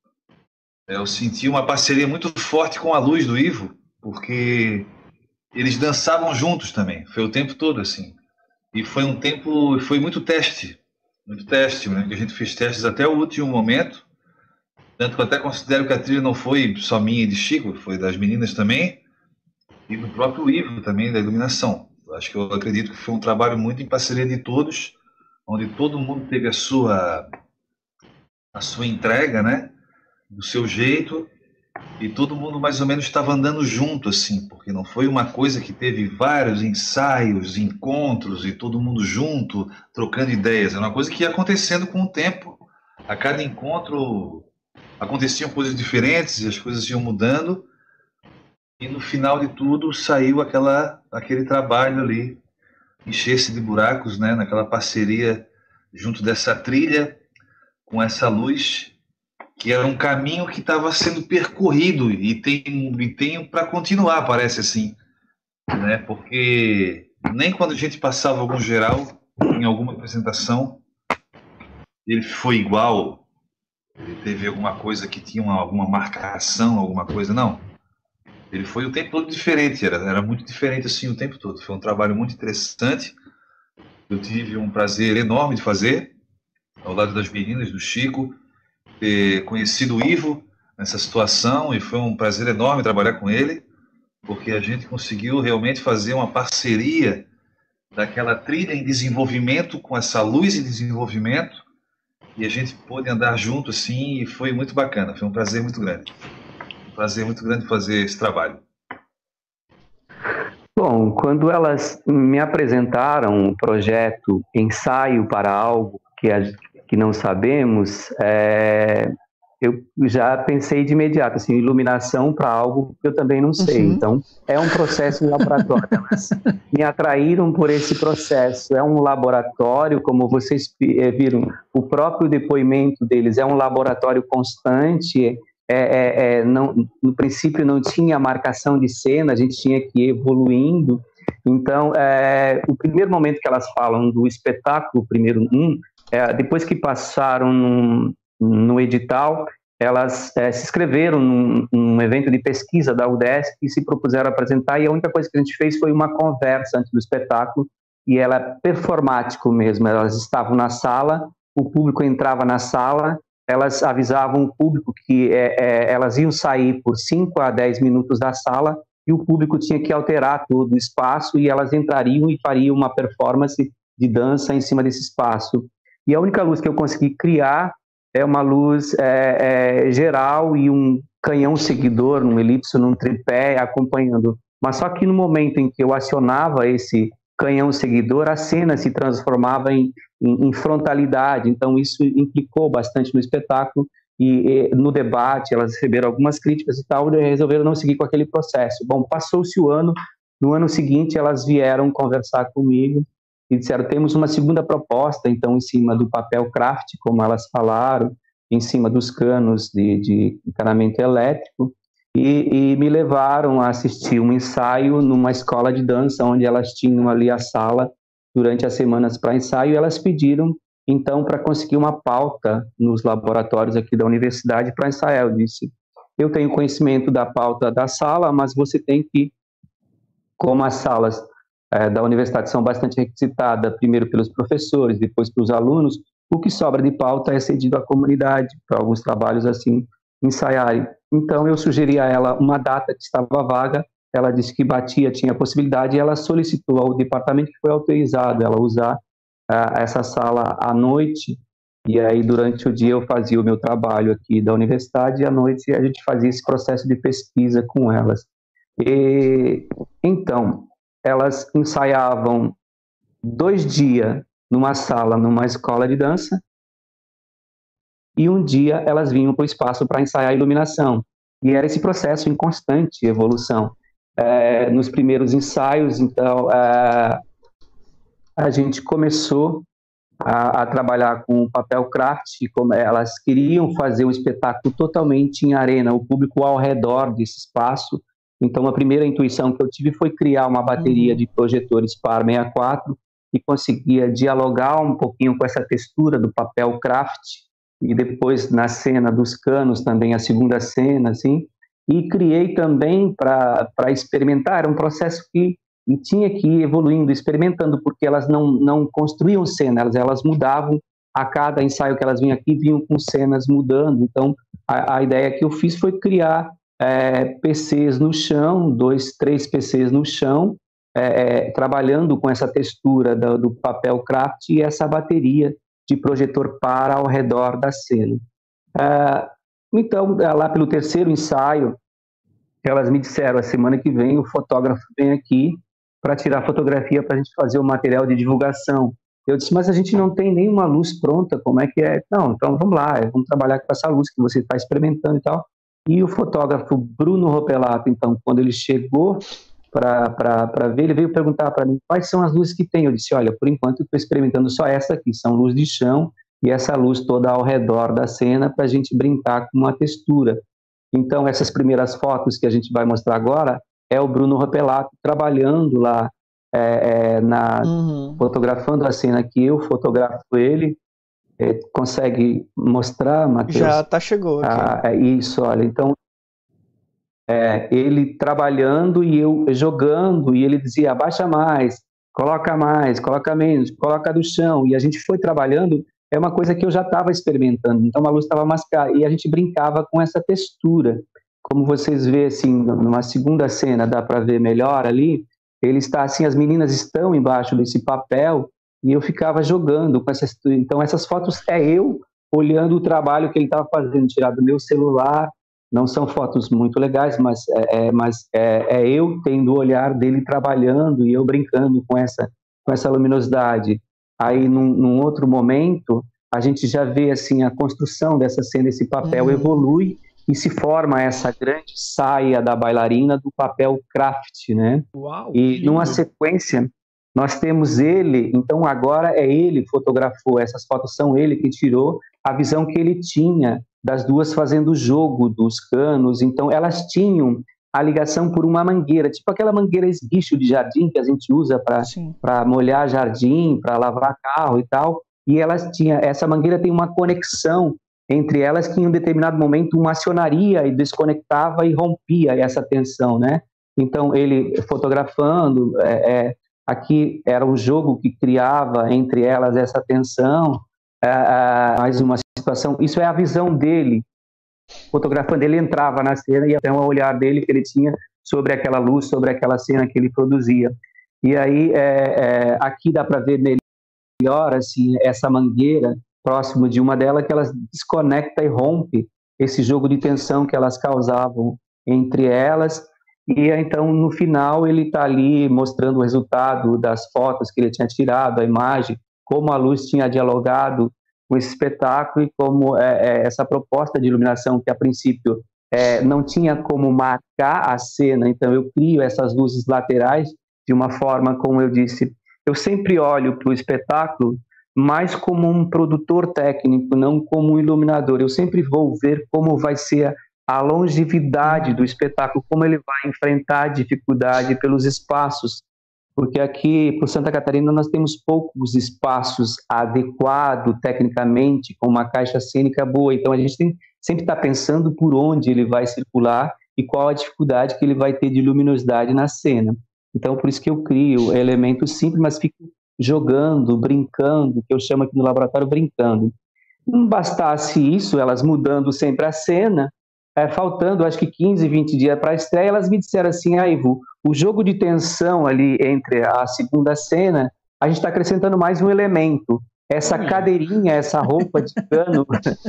eu senti uma parceria muito forte com a luz do Ivo, porque eles dançavam juntos também, foi o tempo todo assim. E foi um tempo, foi muito teste, muito teste, né, que a gente fez testes até o último momento, tanto que eu até considero que a trilha não foi só minha e de Chico, foi das meninas também, e do próprio Ivo também, da iluminação. Acho que eu acredito que foi um trabalho muito em parceria de todos, onde todo mundo teve a sua, a sua entrega, né, do seu jeito, e todo mundo mais ou menos estava andando junto, assim, porque não foi uma coisa que teve vários ensaios, encontros, e todo mundo junto, trocando ideias. Era uma coisa que ia acontecendo com o tempo. A cada encontro aconteciam coisas diferentes, e as coisas iam mudando, e no final de tudo saiu aquela, aquele trabalho ali, encher-se de buracos, né, naquela parceria junto dessa trilha, com essa luz, que era um caminho que estava sendo percorrido e tem, e tem para continuar, parece assim, né, porque nem quando a gente passava algum geral em alguma apresentação, ele foi igual, ele teve alguma coisa que tinha uma, alguma marcação, alguma coisa, não. Ele foi o tempo todo diferente, era, era muito diferente assim o tempo todo. Foi um trabalho muito interessante. Eu tive um prazer enorme de fazer, ao lado das meninas, do Chico, ter conhecido o Ivo nessa situação, e foi um prazer enorme trabalhar com ele, porque a gente conseguiu realmente fazer uma parceria daquela trilha em desenvolvimento com essa luz em desenvolvimento, e a gente pôde andar junto assim, e foi muito bacana, foi um prazer muito grande. Prazer muito grande fazer esse trabalho. Bom, quando elas me apresentaram o projeto Ensaio para Algo que, a, que Não Sabemos, é, eu já pensei de imediato, assim, iluminação para algo que eu também não sei. Uhum. Então, é um processo em laboratório. Elas me atraíram por esse processo. É um laboratório, como vocês viram, o próprio depoimento deles é um laboratório constante. É, é, é, não, no princípio não tinha marcação de cena, a gente tinha que ir evoluindo. Então, é, o primeiro momento que elas falam do espetáculo, o primeiro um, é, depois que passaram no, no edital, elas é, se inscreveram num, num evento de pesquisa da U D E S C e se propuseram a apresentar, e a única coisa que a gente fez foi uma conversa antes do espetáculo, e ela é performático mesmo. Elas estavam na sala, o público entrava na sala, elas avisavam o público que é, é, elas iam sair por cinco a dez minutos da sala, e o público tinha que alterar todo o espaço, e elas entrariam e fariam uma performance de dança em cima desse espaço. E a única luz que eu consegui criar é uma luz é, é, geral e um canhão seguidor, num elipso, num tripé, acompanhando. Mas só que no momento em que eu acionava esse canhão seguidor, a cena se transformava em, em, em frontalidade. Então isso implicou bastante no espetáculo, e, e no debate elas receberam algumas críticas e tal, e resolveram não seguir com aquele processo. Bom, passou-se o ano, no ano seguinte elas vieram conversar comigo e disseram: temos uma segunda proposta, então, em cima do papel craft, como elas falaram, em cima dos canos de, de encanamento elétrico, e, e me levaram a assistir um ensaio numa escola de dança, onde elas tinham ali a sala durante as semanas para ensaio, e elas pediram, então, para conseguir uma pauta nos laboratórios aqui da universidade para ensaiar. Eu disse: eu tenho conhecimento da pauta da sala, mas você tem que, como as salas é, da universidade são bastante requisitadas, primeiro pelos professores, depois pelos alunos, o que sobra de pauta é cedido à comunidade, para alguns trabalhos assim ensaiarem. Então eu sugeri a ela uma data que estava vaga, ela disse que batia, tinha possibilidade, e ela solicitou ao departamento que foi autorizado ela usar uh, essa sala à noite, e aí durante o dia eu fazia o meu trabalho aqui da universidade, e à noite a gente fazia esse processo de pesquisa com elas. E, então, elas ensaiavam dois dias numa sala, numa escola de dança, e um dia elas vinham para o espaço para ensaiar a iluminação. E era esse processo em constante evolução. É, nos primeiros ensaios, então, é, a gente começou a, a trabalhar com o papel craft, como elas queriam fazer um espetáculo totalmente em arena, o público ao redor desse espaço. Então, a primeira intuição que eu tive foi criar uma bateria uhum. de projetores par sessenta e quatro, que conseguia dialogar um pouquinho com essa textura do papel craft, e depois na cena dos canos também, a segunda cena, assim, e criei também para experimentar, era um processo que e tinha que ir evoluindo, experimentando, porque elas não, não construíam cenas, elas, elas mudavam a cada ensaio que elas vinham aqui, vinham com cenas mudando. Então, a, a ideia que eu fiz foi criar é, P Cs no chão, dois, três P Cs no chão, é, trabalhando com essa textura do, do papel craft e essa bateria de projetor par ao redor da cena. É, então, lá pelo terceiro ensaio, elas me disseram, a semana que vem o fotógrafo vem aqui para tirar fotografia para a gente fazer o material de divulgação. Eu disse, mas a gente não tem nenhuma luz pronta, como é que é? Não, então vamos lá, vamos trabalhar com essa luz que você está experimentando e tal. E o fotógrafo Bruno Ropelato, então, quando ele chegou para ver, ele veio perguntar para mim quais são as luzes que tem. Eu disse, olha, por enquanto eu estou experimentando só essa aqui, são luz de chão e essa luz toda ao redor da cena para a gente brincar com uma textura. Então, essas primeiras fotos que a gente vai mostrar agora é o Bruno Ropelato trabalhando lá, é, é, na, uhum. fotografando a cena que eu fotografo ele. É, consegue mostrar, Matheus? Já tá, chegou aqui. Ah, é isso, olha, então é, ele trabalhando e eu jogando, e ele dizia, abaixa mais, coloca mais, coloca menos, coloca do chão, e a gente foi trabalhando, é uma coisa que eu já estava experimentando, então a luz estava mais clara, e a gente brincava com essa textura, como vocês veem, assim, numa segunda cena, dá para ver melhor ali, ele está assim, as meninas estão embaixo desse papel, e eu ficava jogando com essas... Então, essas fotos é eu olhando o trabalho que ele estava fazendo, tirado do meu celular. Não são fotos muito legais, mas, é, é, mas é, é eu tendo o olhar dele trabalhando e eu brincando com essa, com essa luminosidade. Aí, num, num outro momento, a gente já vê assim, a construção dessa cena, esse papel uhum. evolui e se forma essa grande saia da bailarina do papel craft, né? Uau, e numa sequência... Nós temos ele, então agora é ele fotografou, essas fotos são ele que tirou, a visão que ele tinha das duas fazendo o jogo dos canos, então elas tinham a ligação por uma mangueira, tipo aquela mangueira esguicho de jardim que a gente usa para molhar jardim, para lavar carro e tal, e elas tinham, essa mangueira tem uma conexão entre elas que em um determinado momento uma acionaria e desconectava e rompia essa tensão, né? Então ele fotografando, é, é, aqui era um jogo que criava entre elas essa tensão, é, é, mais uma situação. Isso é a visão dele, fotografando. Ele entrava na cena e até o olhar dele que ele tinha sobre aquela luz, sobre aquela cena que ele produzia. E aí, é, é, aqui dá para ver melhor assim, essa mangueira, próximo de uma delas, que elas desconecta e rompe esse jogo de tensão que elas causavam entre elas. E então, no final, ele está ali mostrando o resultado das fotos que ele tinha tirado, a imagem, como a luz tinha dialogado com esse espetáculo e como é, é, essa proposta de iluminação que, a princípio, é, não tinha como marcar a cena. Então, eu crio essas luzes laterais de uma forma, como eu disse, eu sempre olho para o espetáculo mais como um produtor técnico, não como um iluminador. Eu sempre vou ver como vai ser a a longevidade do espetáculo, como ele vai enfrentar a dificuldade pelos espaços, porque aqui, por Santa Catarina, nós temos poucos espaços adequados tecnicamente, com uma caixa cênica boa, então a gente tem, sempre está pensando por onde ele vai circular e qual a dificuldade que ele vai ter de luminosidade na cena. Então, por isso que eu crio elementos simples, mas fico jogando, brincando, que eu chamo aqui no laboratório brincando. Não bastasse isso, elas mudando sempre a cena, é, faltando acho que quinze, vinte dias para a estreia, elas me disseram assim, ah, Ivo, o jogo de tensão ali entre a segunda cena, a gente está acrescentando mais um elemento, essa cadeirinha, essa roupa de cano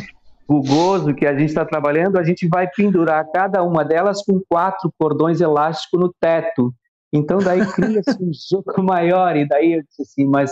rugoso que a gente está trabalhando, a gente vai pendurar cada uma delas com quatro cordões elásticos no teto. Então daí cria-se um jogo maior, e daí eu disse assim, mas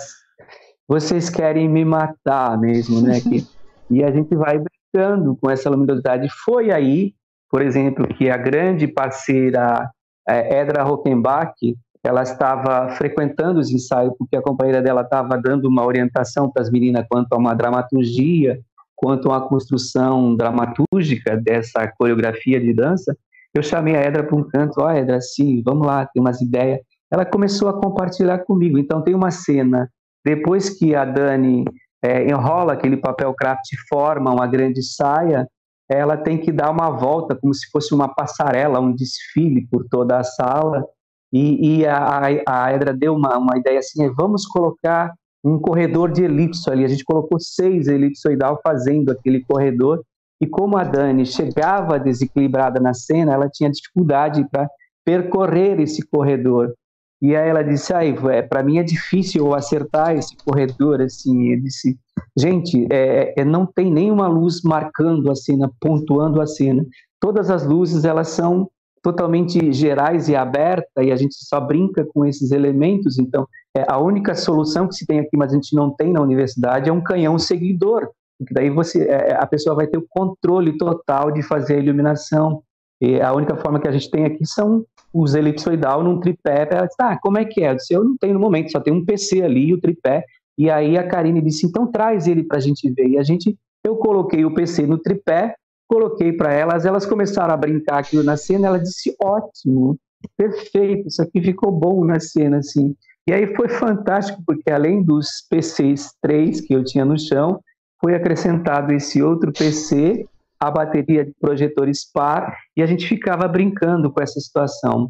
vocês querem me matar mesmo, né? E a gente vai brincando com essa luminosidade. Foi aí, por exemplo, que a grande parceira é, Edra Rockenbach, ela estava frequentando os ensaios, porque a companheira dela estava dando uma orientação para as meninas quanto a uma dramaturgia, quanto a uma construção dramatúrgica dessa coreografia de dança. Eu chamei a Edra para um canto, ó, oh, Edra, sim, vamos lá, tem umas ideias. Ela começou a compartilhar comigo. Então tem uma cena, depois que a Dani é, enrola aquele papel craft e forma uma grande saia, ela tem que dar uma volta, como se fosse uma passarela, um desfile por toda a sala. E, e a, a Edra deu uma, uma ideia assim, vamos colocar um corredor de elipso ali. A gente colocou seis elipsoidal fazendo aquele corredor. E como a Dani chegava desequilibrada na cena, ela tinha dificuldade para percorrer esse corredor. E aí ela disse, ah, é, para mim é difícil eu acertar esse corredor, assim. Eu disse, gente, é, é, não tem nenhuma luz marcando a cena, pontuando a cena. Todas as luzes, elas são totalmente gerais e abertas, e a gente só brinca com esses elementos. Então, é, a única solução que se tem aqui, mas a gente não tem na universidade, é um canhão seguidor, porque daí você, é, a pessoa vai ter o controle total de fazer a iluminação. E a única forma que a gente tem aqui são os elipsoidal num tripé. Ela disse, ah, como é que é? Eu disse, eu não tenho no momento, só tem um P C ali, o tripé. E aí a Karine disse, então traz ele para a gente ver. E a gente, eu coloquei o P C no tripé, coloquei para elas, elas começaram a brincar aquilo na cena, ela disse, ótimo, perfeito, isso aqui ficou bom na cena, assim. E aí foi fantástico, porque além dos P Cs três que eu tinha no chão, foi acrescentado esse outro P C, a bateria de projetores par, e a gente ficava brincando com essa situação.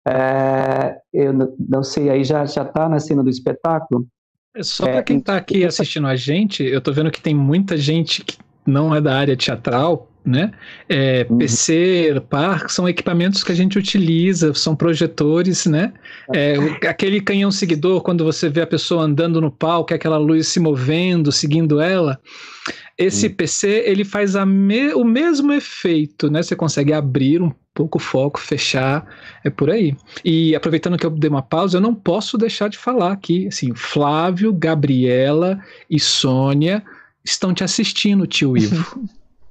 É, eu não sei, aí já já está na cena do espetáculo? Só para quem está aqui assistindo a gente, eu estou vendo que tem muita gente que não é da área teatral, né? É, uhum. P C, par, são equipamentos que a gente utiliza, são projetores, né? É, aquele canhão seguidor, quando você vê a pessoa andando no palco, aquela luz se movendo, seguindo ela, esse uhum. P C, ele faz a me, o mesmo efeito, né? Você consegue abrir um pouco o foco, fechar, é por aí. E aproveitando que eu dei uma pausa, eu não posso deixar de falar aqui, assim, Flávio, Gabriela e Sônia estão te assistindo, tio Ivo.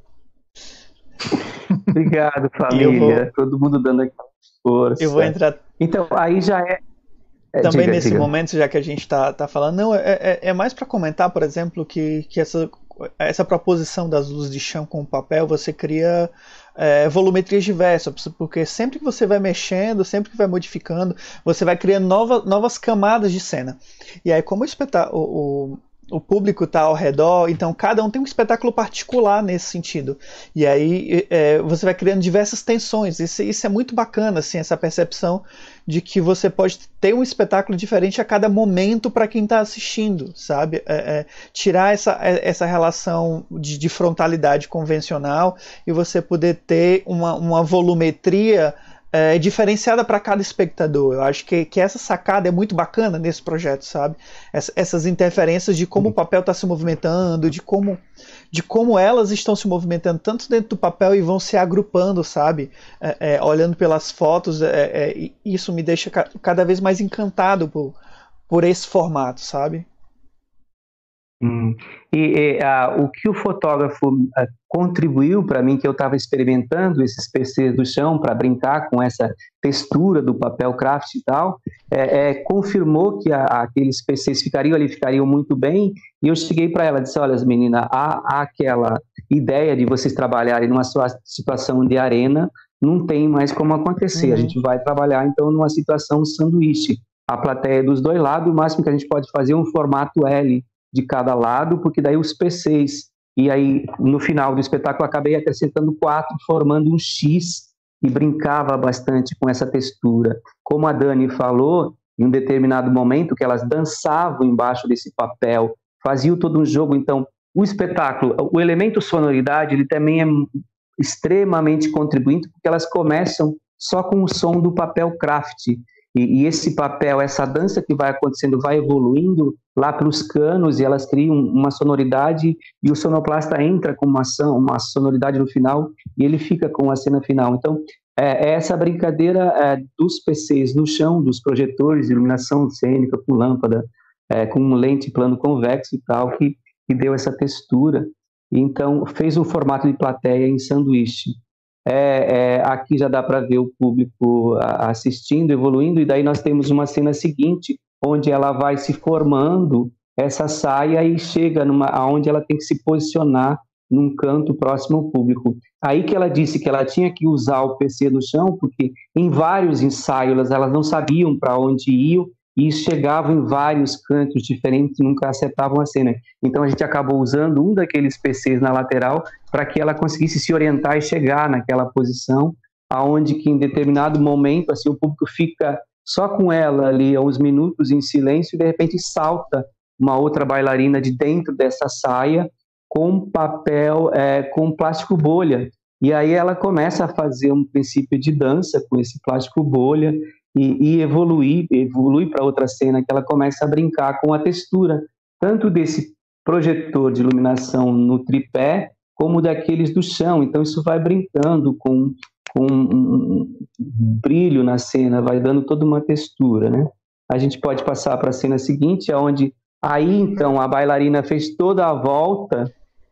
Obrigado, família. Vou... Todo mundo dando aqui força. Eu vou entrar. Então, aí já é. é Também diga, nesse diga. momento, já que a gente está tá falando, não, é, é, é mais para comentar, por exemplo, que, que essa, essa proposição das luzes de chão com o papel, você cria é, volumetrias diversas, porque sempre que você vai mexendo, sempre que vai modificando, você vai criando nova, novas camadas de cena. E aí, como o espetáculo. O, o público está ao redor, então cada um tem um espetáculo particular nesse sentido. E aí é, você vai criando diversas tensões. Isso, isso é muito bacana, assim, essa percepção de que você pode ter um espetáculo diferente a cada momento para quem está assistindo, sabe? É, é, tirar essa, essa relação de, de frontalidade convencional e você poder ter uma, uma volumetria É, diferenciada para cada espectador. Eu acho que, que essa sacada é muito bacana nesse projeto, sabe? Essa, essas interferências de como o papel está se movimentando, de como, de como elas estão se movimentando tanto dentro do papel e vão se agrupando, sabe? É, é, olhando pelas fotos, é, é, isso me deixa ca cada vez mais encantado por, por esse formato, sabe? Hum. E, e uh, o que o fotógrafo uh, contribuiu para mim, que eu estava experimentando esses P Cs do chão para brincar com essa textura do papel craft e tal, é, é, confirmou que a, aqueles P Cs ficariam ali, ficariam muito bem, e eu cheguei para ela e disse, olha, menina, há, há aquela ideia de vocês trabalharem numa situação de arena, não tem mais como acontecer, uhum. A gente vai trabalhar então numa situação sanduíche, a plateia dos dois lados, o máximo que a gente pode fazer é um formato L, de cada lado, porque daí os P Cs, e aí no final do espetáculo acabei acrescentando quatro, formando um X, e brincava bastante com essa textura. Como a Dani falou, em um determinado momento, que elas dançavam embaixo desse papel, faziam todo um jogo. Então, o espetáculo, o elemento sonoridade, ele também é extremamente contribuinte, porque elas começam só com o som do papel craft, e, e esse papel, essa dança que vai acontecendo, vai evoluindo lá pelos canos, e elas criam uma sonoridade, e o sonoplasta entra com uma, ação, uma sonoridade no final, e ele fica com a cena final. Então, é, é essa brincadeira é, dos P Cs no chão, dos projetores, iluminação cênica com lâmpada, é, com lente plano convexo e tal, que, que deu essa textura. Então, fez um formato de plateia em sanduíche. É, é, aqui já dá para ver o público assistindo, evoluindo, e daí nós temos uma cena seguinte, onde ela vai se formando, essa saia, e chega numa, onde ela tem que se posicionar num canto próximo ao público. Aí que ela disse que ela tinha que usar o P C no chão, porque em vários ensaios elas não sabiam para onde iam, e chegavam em vários cantos diferentes, nunca acertavam a cena. Então a gente acabou usando um daqueles P Cs na lateral para que ela conseguisse se orientar e chegar naquela posição, aonde que em determinado momento assim, o público fica só com ela ali há uns minutos em silêncio, e de repente salta uma outra bailarina de dentro dessa saia com papel, é, com plástico bolha. E aí ela começa a fazer um princípio de dança com esse plástico bolha, e, e evoluir, evolui para outra cena, que ela começa a brincar com a textura, tanto desse projetor de iluminação no tripé, como daqueles do chão. Então isso vai brincando com, com um brilho na cena, vai dando toda uma textura, né? A gente pode passar para a cena seguinte, onde aí então a bailarina fez toda a volta,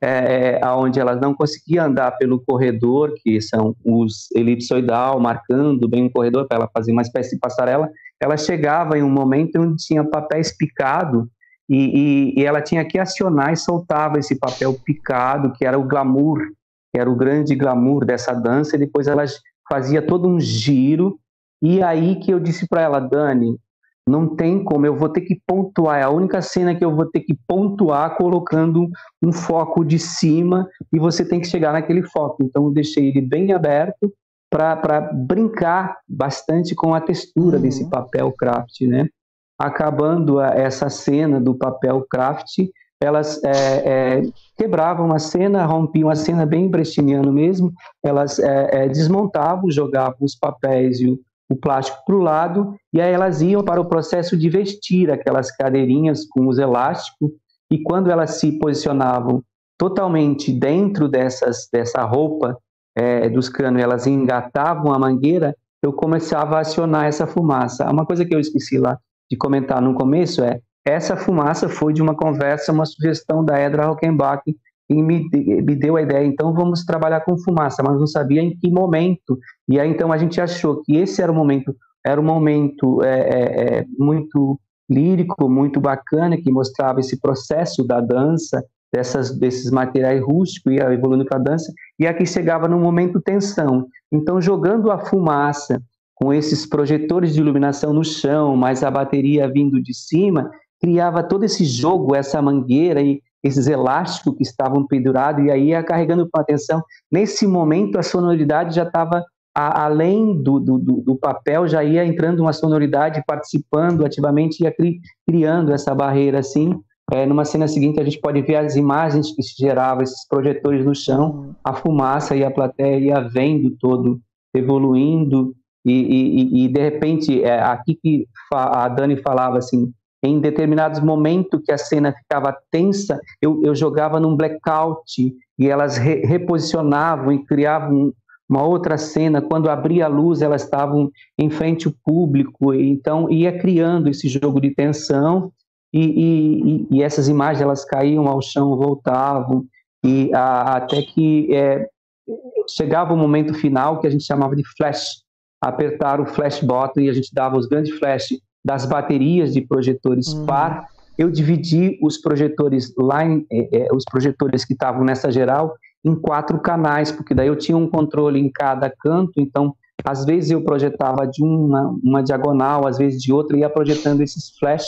É, onde elas não conseguiam andar pelo corredor, que são os elipsoidal, marcando bem o corredor para ela fazer uma espécie de passarela. Ela chegava em um momento onde tinha papéis picados, e, e, e ela tinha que acionar e soltava esse papel picado, que era o glamour, que era o grande glamour dessa dança, e depois ela fazia todo um giro, e aí que eu disse para ela, Dani, não tem como, eu vou ter que pontuar, é a única cena que eu vou ter que pontuar colocando um foco de cima, e você tem que chegar naquele foco. Então eu deixei ele bem aberto para brincar bastante com a textura uhum. desse papel craft, né? Acabando a, essa cena do papel craft, elas é, é, quebravam a cena, rompiam a cena bem brechtiano mesmo, elas é, é, desmontavam, jogavam os papéis e o o plástico para o lado, e aí elas iam para o processo de vestir aquelas cadeirinhas com os elásticos, e quando elas se posicionavam totalmente dentro dessas, dessa roupa é, dos canos, elas engatavam a mangueira, eu começava a acionar essa fumaça. Uma coisa que eu esqueci lá de comentar no começo é, essa fumaça foi de uma conversa, uma sugestão da Edra Rockenbach, e me, me deu a ideia, então vamos trabalhar com fumaça, mas não sabia em que momento. E aí então a gente achou que esse era o momento, era um momento é, é, muito lírico, muito bacana, que mostrava esse processo da dança, dessas, desses materiais rústicos, ia evoluindo para a dança, e aqui chegava no momento tensão. Então, jogando a fumaça com esses projetores de iluminação no chão, mais a bateria vindo de cima, criava todo esse jogo, essa mangueira e esses elásticos que estavam pendurados, e aí ia carregando com atenção. Nesse momento, a sonoridade já estava além do, do, do papel, já ia entrando uma sonoridade, participando ativamente, ia cri, criando essa barreira assim. É, numa cena seguinte, a gente pode ver as imagens que se geravam, esses projetores no chão, a fumaça e a plateia ia vendo todo, evoluindo, e, e, e de repente, é, aqui que a Dani falava assim, em determinados momentos que a cena ficava tensa, eu, eu jogava num blackout, e elas re, reposicionavam e criavam uma outra cena. Quando abria a luz, elas estavam em frente ao público, então ia criando esse jogo de tensão, e, e, e essas imagens elas caíam ao chão, voltavam, e a, até que é, chegava o momento final que a gente chamava de flash, apertar o flash button, e a gente dava os grandes flash das baterias de projetores uhum. par. Eu dividi os projetores lá, em, é, os projetores que estavam nessa geral, em quatro canais, porque daí eu tinha um controle em cada canto, então às vezes eu projetava de uma, uma diagonal, às vezes de outra, e ia projetando esses flash,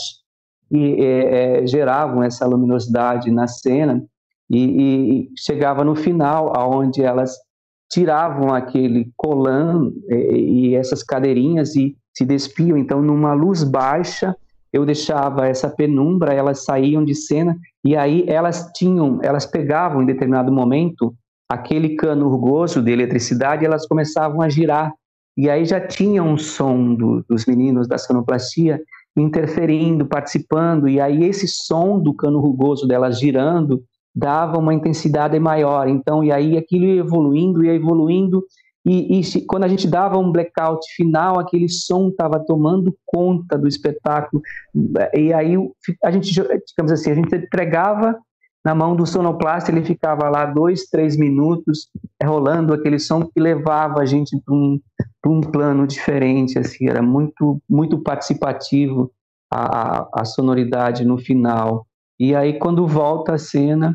e é, é, geravam essa luminosidade na cena, e, e chegava no final, onde elas tiravam aquele colã e, e essas cadeirinhas, e se despiam. Então, numa luz baixa, eu deixava essa penumbra, elas saíam de cena, e aí elas tinham, elas pegavam em determinado momento aquele cano rugoso de eletricidade e elas começavam a girar. E aí já tinha um som do, dos meninos da sonoplastia interferindo, participando, e aí esse som do cano rugoso delas girando dava uma intensidade maior. Então, e aí aquilo ia evoluindo, ia evoluindo, e, e quando a gente dava um blackout final, aquele som estava tomando conta do espetáculo, e aí a gente, digamos assim, a gente entregava na mão do sonoplasta, ele ficava lá dois, três minutos rolando aquele som que levava a gente para um, para um plano diferente, assim, era muito, muito participativo a, a sonoridade no final. E aí, quando volta a cena,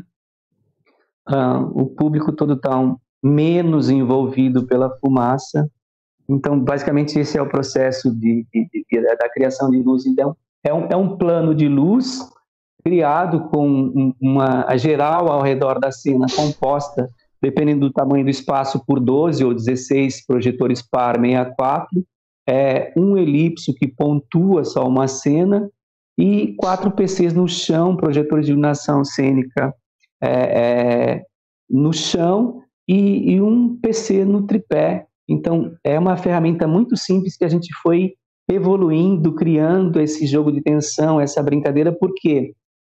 uh, o público todo está um, menos envolvido pela fumaça. Então, basicamente, esse é o processo de, de, de, da criação de luz. Então, é um, é um plano de luz criado com uma a geral ao redor da cena, composta, dependendo do tamanho do espaço, por doze ou dezesseis projetores par sessenta e quatro, é, um elipso que pontua só uma cena e quatro P Cs no chão, projetores de iluminação cênica é, é, no chão e, e um P C no tripé. Então, é uma ferramenta muito simples que a gente foi evoluindo, criando esse jogo de tensão, essa brincadeira, porque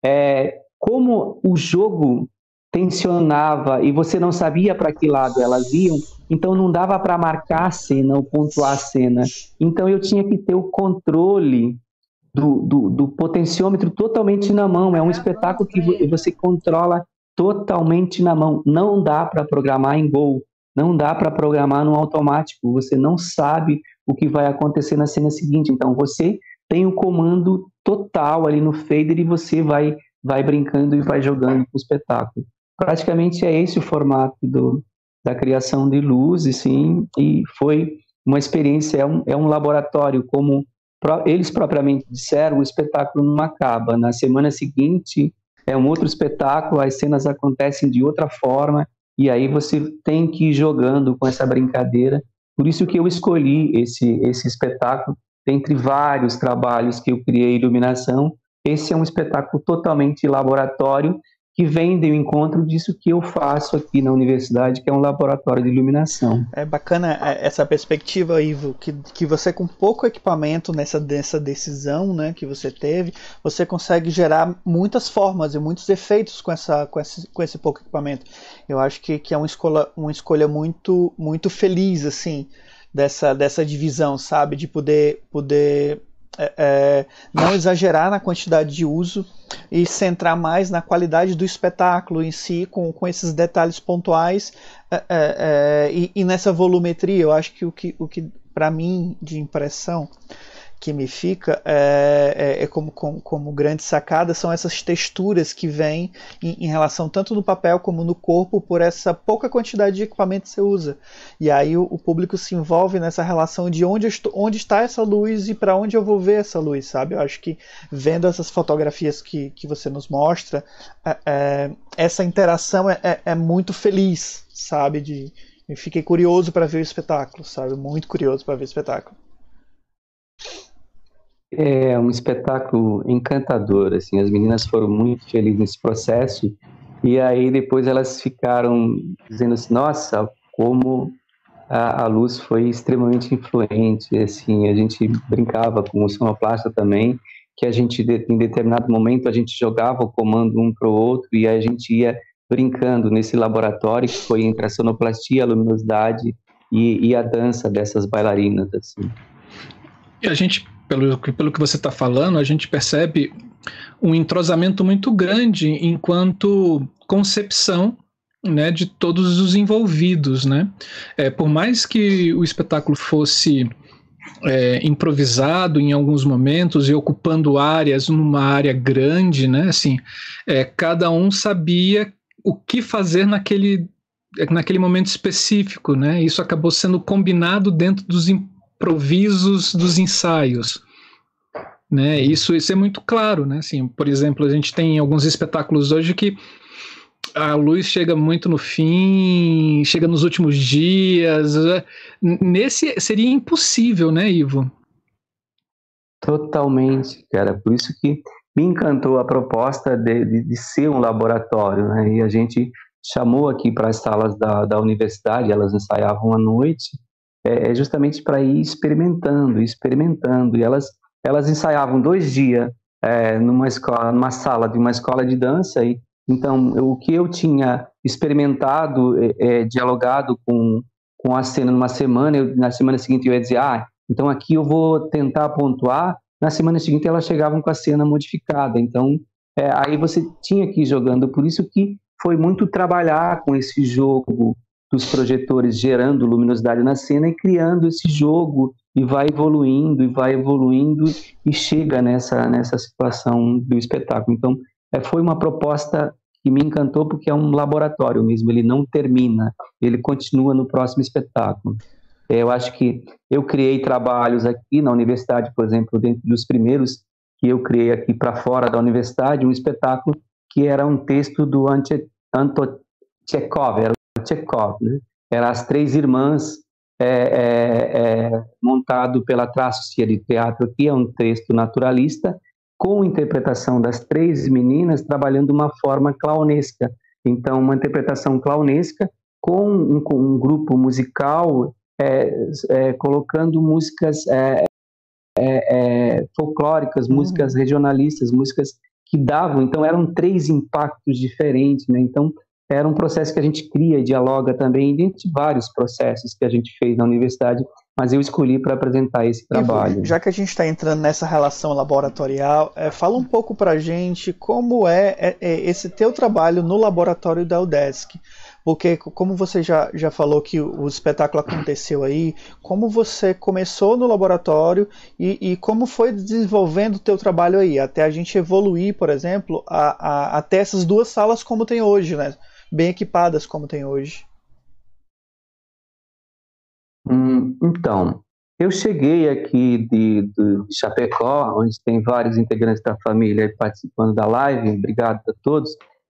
é, como o jogo tensionava e você não sabia para que lado elas iam, então não dava para marcar a cena ou pontuar a cena. Então eu tinha que ter o controle do, do, do potenciômetro totalmente na mão. É um espetáculo que você controla totalmente na mão. Não dá para programar em Go, não dá para programar no automático. Você não sabe o que vai acontecer na cena seguinte. Então você tem o comando total ali no fader e você vai, vai brincando e vai jogando com o espetáculo. Praticamente é esse o formato do, da criação de luz, sim, e foi uma experiência, é um, é um laboratório, como pro, eles propriamente disseram, o espetáculo não acaba. Na semana seguinte é um outro espetáculo, as cenas acontecem de outra forma, e aí você tem que ir jogando com essa brincadeira. Por isso que eu escolhi esse, esse espetáculo. Dentre vários trabalhos que eu criei iluminação, esse é um espetáculo totalmente laboratório, que vem de encontro disso que eu faço aqui na universidade, que é um laboratório de iluminação. É bacana essa perspectiva, Ivo, que, que você com pouco equipamento nessa, nessa decisão, né, que você teve, você consegue gerar muitas formas e muitos efeitos com, essa, com, esse, com esse pouco equipamento. Eu acho que, que é uma escolha, uma escolha muito, muito feliz, assim, dessa, dessa divisão, sabe, de poder... poder É, é, não exagerar na quantidade de uso e centrar mais na qualidade do espetáculo em si, com, com esses detalhes pontuais é, é, é, e, e nessa volumetria. Eu acho que o que, o que para mim, de impressão que me fica é, é, é como, como, como grande sacada, são essas texturas que vêm em, em relação tanto no papel como no corpo, por essa pouca quantidade de equipamento que você usa. E aí o, o público se envolve nessa relação de onde, estou, onde está essa luz e para onde eu vou ver essa luz, sabe? Eu acho que vendo essas fotografias que, que você nos mostra, é, é, essa interação é, é, é muito feliz, sabe? De, eu fiquei curioso para ver o espetáculo, sabe? Muito curioso para ver o espetáculo. É um espetáculo encantador, assim, as meninas foram muito felizes nesse processo, e aí depois elas ficaram dizendo assim, nossa, como a, a luz foi extremamente influente, assim, a gente brincava com o sonoplasta também, que a gente, em determinado momento, a gente jogava o comando um para o outro, e a gente ia brincando nesse laboratório que foi entre a sonoplastia, a luminosidade e, e a dança dessas bailarinas, assim. E a gente... Pelo, pelo que você está falando, a gente percebe um entrosamento muito grande enquanto concepção, né, de todos os envolvidos, né? É, por mais que o espetáculo fosse é, improvisado em alguns momentos e ocupando áreas numa área grande, né, assim, é, cada um sabia o que fazer naquele, naquele momento específico, né? Isso acabou sendo combinado dentro dos improvisos dos ensaios, né? Isso, isso é muito claro, né? Assim, por exemplo, a gente tem alguns espetáculos hoje que a luz chega muito no fim, chega nos últimos dias. Nesse seria impossível, né, Ivo? Totalmente, cara. Por isso que me encantou a proposta de, de, de ser um laboratório, né? E a gente chamou aqui para as salas da, da universidade, elas ensaiavam à noite, é, é justamente para ir experimentando, experimentando. E elas, elas ensaiavam dois dias é, numa escola, numa sala de uma escola de dança. E então eu, o que eu tinha experimentado, é, é, dialogado com, com a cena numa semana, eu, na semana seguinte eu ia dizer, ah, então aqui eu vou tentar pontuar. Na semana seguinte elas chegavam com a cena modificada. Então é, aí você tinha que ir jogando. Por isso que foi muito trabalhar com esse jogo dos projetores gerando luminosidade na cena e criando esse jogo, e vai evoluindo, e vai evoluindo, e chega nessa, nessa situação do espetáculo. Então, é, foi uma proposta que me encantou, porque é um laboratório mesmo, ele não termina, ele continua no próximo espetáculo. É, eu acho que eu criei trabalhos aqui na universidade, por exemplo, dentro dos primeiros que eu criei aqui para fora da universidade, um espetáculo que era um texto do Ante Anton Chekhov, era o Chekhov, né? Era As Três Irmãs, é, é, é, montado pela Traços de Teatro, que é um texto naturalista, com interpretação das três meninas, trabalhando uma forma clownesca. Então, uma interpretação clownesca com um, com um grupo musical, é, é, colocando músicas é, é, é, folclóricas, uhum. músicas regionalistas, músicas que davam, então eram três impactos diferentes, né? Então era um processo que a gente cria e dialoga também, dentre vários processos que a gente fez na universidade, mas eu escolhi para apresentar esse trabalho. E, já que a gente está entrando nessa relação laboratorial, é, fala um pouco para a gente como é, é, é esse teu trabalho no laboratório da UDESC. Porque, como você já, já falou que o espetáculo aconteceu aí, como você começou no laboratório e, e como foi desenvolvendo o teu trabalho aí, até a gente evoluir, por exemplo, a, a, até essas duas salas como tem hoje, né? Bem equipadas como tem hoje. Hum, então, eu cheguei aqui de, de Chapecó, onde tem vários integrantes da família participando da live, obrigado a todos.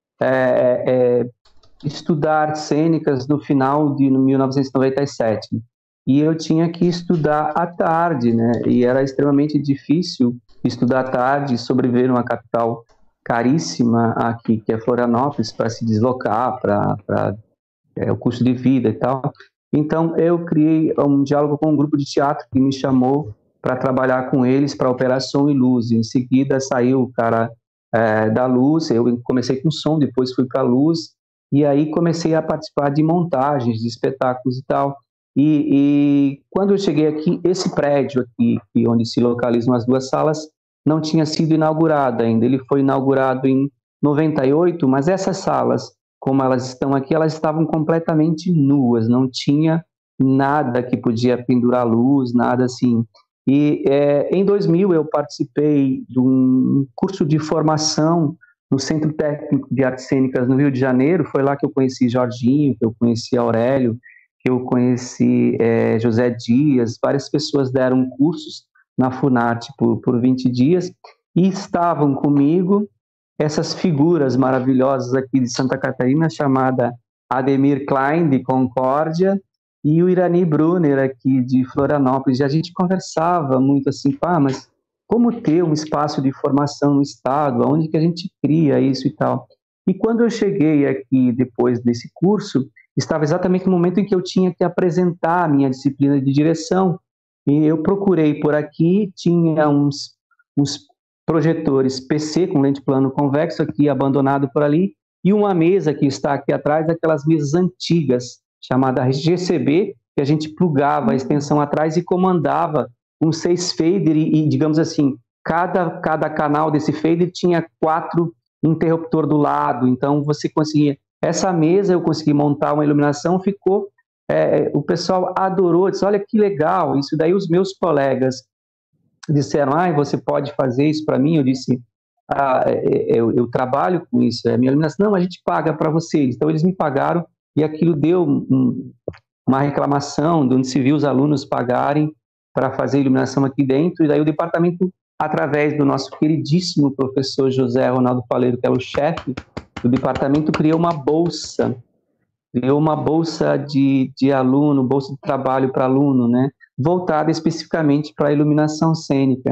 É, é, estudar artes cênicas no final de mil novecentos e noventa e sete. E eu tinha que estudar à tarde, né? E era extremamente difícil estudar à tarde, sobreviver numa capital caríssima aqui, que é Florianópolis, para se deslocar, para é, o custo de vida e tal. Então, eu criei um diálogo com um grupo de teatro que me chamou para trabalhar com eles para operação e luz. Em seguida, saiu o cara é, da luz, eu comecei com som, depois fui para a luz, e aí comecei a participar de montagens, de espetáculos e tal. E, e quando eu cheguei aqui, esse prédio aqui, onde se localizam as duas salas, não tinha sido inaugurado ainda. Ele foi inaugurado em noventa e oito, mas essas salas, como elas estão aqui, elas estavam completamente nuas, não tinha nada que podia pendurar luz, nada assim. E é, em dois mil eu participei de um curso de formação no Centro Técnico de Artes Cênicas no Rio de Janeiro. Foi lá que eu conheci Jorginho, que eu conheci Aurélio, que eu conheci é, José Dias. Várias pessoas deram cursos na Funarte por, por vinte dias, e estavam comigo essas figuras maravilhosas aqui de Santa Catarina, chamada Ademir Klein, de Concórdia, e o Irani Brunner, aqui de Florianópolis. E a gente conversava muito assim, pá, mas como ter um espaço de formação no Estado, onde que a gente cria isso e tal. E quando eu cheguei aqui, depois desse curso, estava exatamente no momento em que eu tinha que apresentar a minha disciplina de direção. E eu procurei por aqui, tinha uns, uns projetores P C com lente plano convexo aqui, abandonado por ali, e uma mesa que está aqui atrás, aquelas mesas antigas, chamada G C B, que a gente plugava a extensão atrás e comandava um seis fader, e, digamos assim, cada, cada canal desse fader tinha quatro interruptor do lado, então você conseguia... Essa mesa eu consegui montar uma iluminação, ficou... É, o pessoal adorou, disse, olha que legal, isso daí os meus colegas disseram, ah, você pode fazer isso para mim? Eu disse, ah, eu, eu trabalho com isso, é minha iluminação. Não, a gente paga para vocês. Então eles me pagaram e aquilo deu um, uma reclamação de onde se viu os alunos pagarem para fazer iluminação aqui dentro, e daí o departamento, através do nosso queridíssimo professor José Ronaldo Faleiro, que é o chefe do departamento, criou uma bolsa, criou uma bolsa de, de aluno, bolsa de trabalho para aluno, né, voltada especificamente para a iluminação cênica.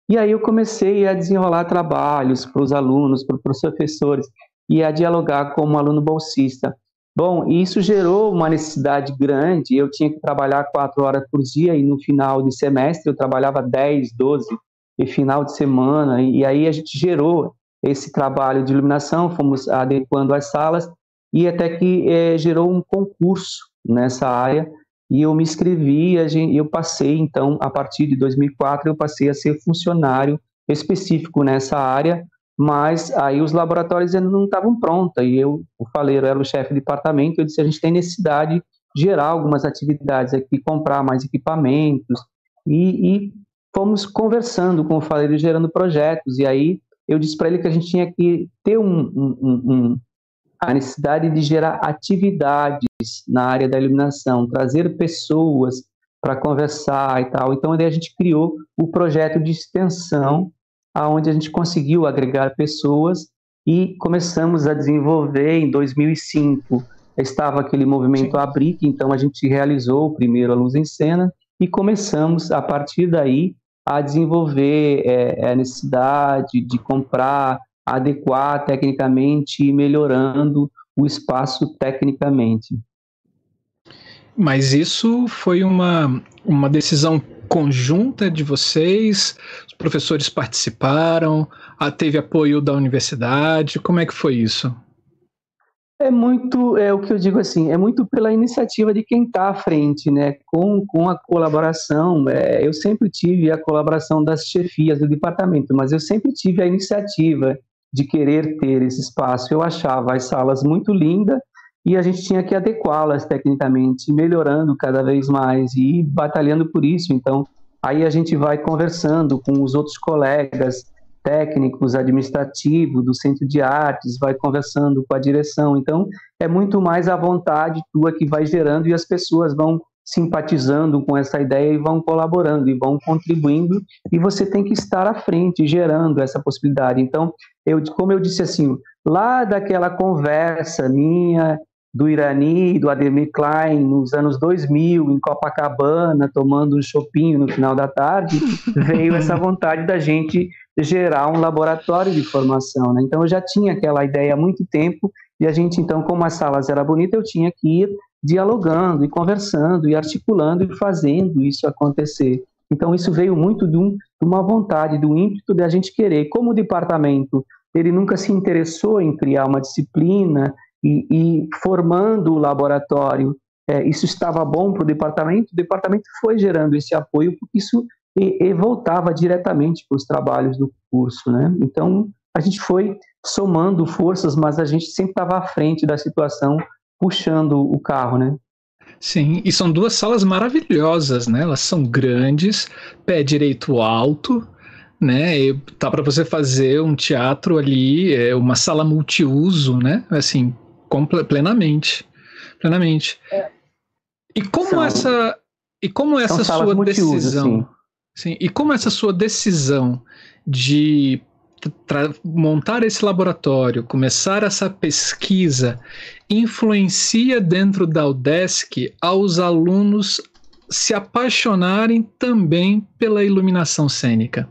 E aí eu comecei a desenrolar trabalhos para os alunos, para os professores, e a dialogar como aluno bolsista. Bom, isso gerou uma necessidade grande, eu tinha que trabalhar quatro horas por dia, e no final de semestre eu trabalhava dez, doze, e final de semana, e aí a gente gerou esse trabalho de iluminação, fomos adequando as salas, e até que é, gerou um concurso nessa área, e eu me inscrevi, e eu passei, então, a partir de dois mil e quatro, eu passei a ser funcionário específico nessa área, mas aí os laboratórios ainda não estavam prontos, e eu, o Faleiro era o chefe de departamento, eu disse, a gente tem necessidade de gerar algumas atividades aqui, comprar mais equipamentos, e, e fomos conversando com o Faleiro, gerando projetos, e aí eu disse para ele que a gente tinha que ter um, um, um, a necessidade de gerar atividades na área da iluminação, trazer pessoas para conversar e tal. Então, daí a gente criou o projeto de extensão, onde a gente conseguiu agregar pessoas e começamos a desenvolver em dois mil e cinco. Estava aquele movimento Abric, então a gente realizou primeiro a Luz em Cena e começamos, a partir daí, a desenvolver é, a necessidade de comprar, adequar tecnicamente e melhorando o espaço tecnicamente. Mas isso foi uma, uma decisão conjunta de vocês? Os professores participaram? Teve apoio da universidade? Como é que foi isso? É muito, é o que eu digo assim, é muito pela iniciativa de quem está à frente, né? Com, com a colaboração, é, eu sempre tive a colaboração das chefias do departamento, mas eu sempre tive a iniciativa de querer ter esse espaço. Eu achava as salas muito lindas e a gente tinha que adequá-las tecnicamente, melhorando cada vez mais e batalhando por isso. Então, aí a gente vai conversando com os outros colegas técnicos, administrativos do Centro de Artes, vai conversando com a direção. Então, é muito mais a vontade tua que vai gerando e as pessoas vão simpatizando com essa ideia e vão colaborando e vão contribuindo, e você tem que estar à frente, gerando essa possibilidade. Então, eu, como eu disse assim, lá daquela conversa minha, do Irani, do Ademir Klein, nos anos dois mil, em Copacabana, tomando um chopinho no final da tarde, veio essa vontade da gente gerar um laboratório de formação, né? Então, eu já tinha aquela ideia há muito tempo, e a gente, então, como as salas eram bonitas, eu tinha que ir dialogando e conversando e articulando e fazendo isso acontecer. Então, isso veio muito de, um, de uma vontade, do ímpeto de a gente querer. Como o departamento, ele nunca se interessou em criar uma disciplina e, e formando o laboratório, é, isso estava bom para o departamento, o departamento foi gerando esse apoio, porque isso e, e voltava diretamente para os trabalhos do curso, né? Então, a gente foi somando forças, mas a gente sempre estava à frente da situação, puxando o carro, né? Sim, e são duas salas maravilhosas, né? Elas são grandes, pé direito alto, né? E tá para você fazer um teatro ali, é uma sala multiuso, né? Assim, comple- plenamente, plenamente. É. E como são, essa, e como essa sua decisão, sim, e como essa sua decisão de montar esse laboratório, começar essa pesquisa, influencia dentro da UDESC aos alunos se apaixonarem também pela iluminação cênica?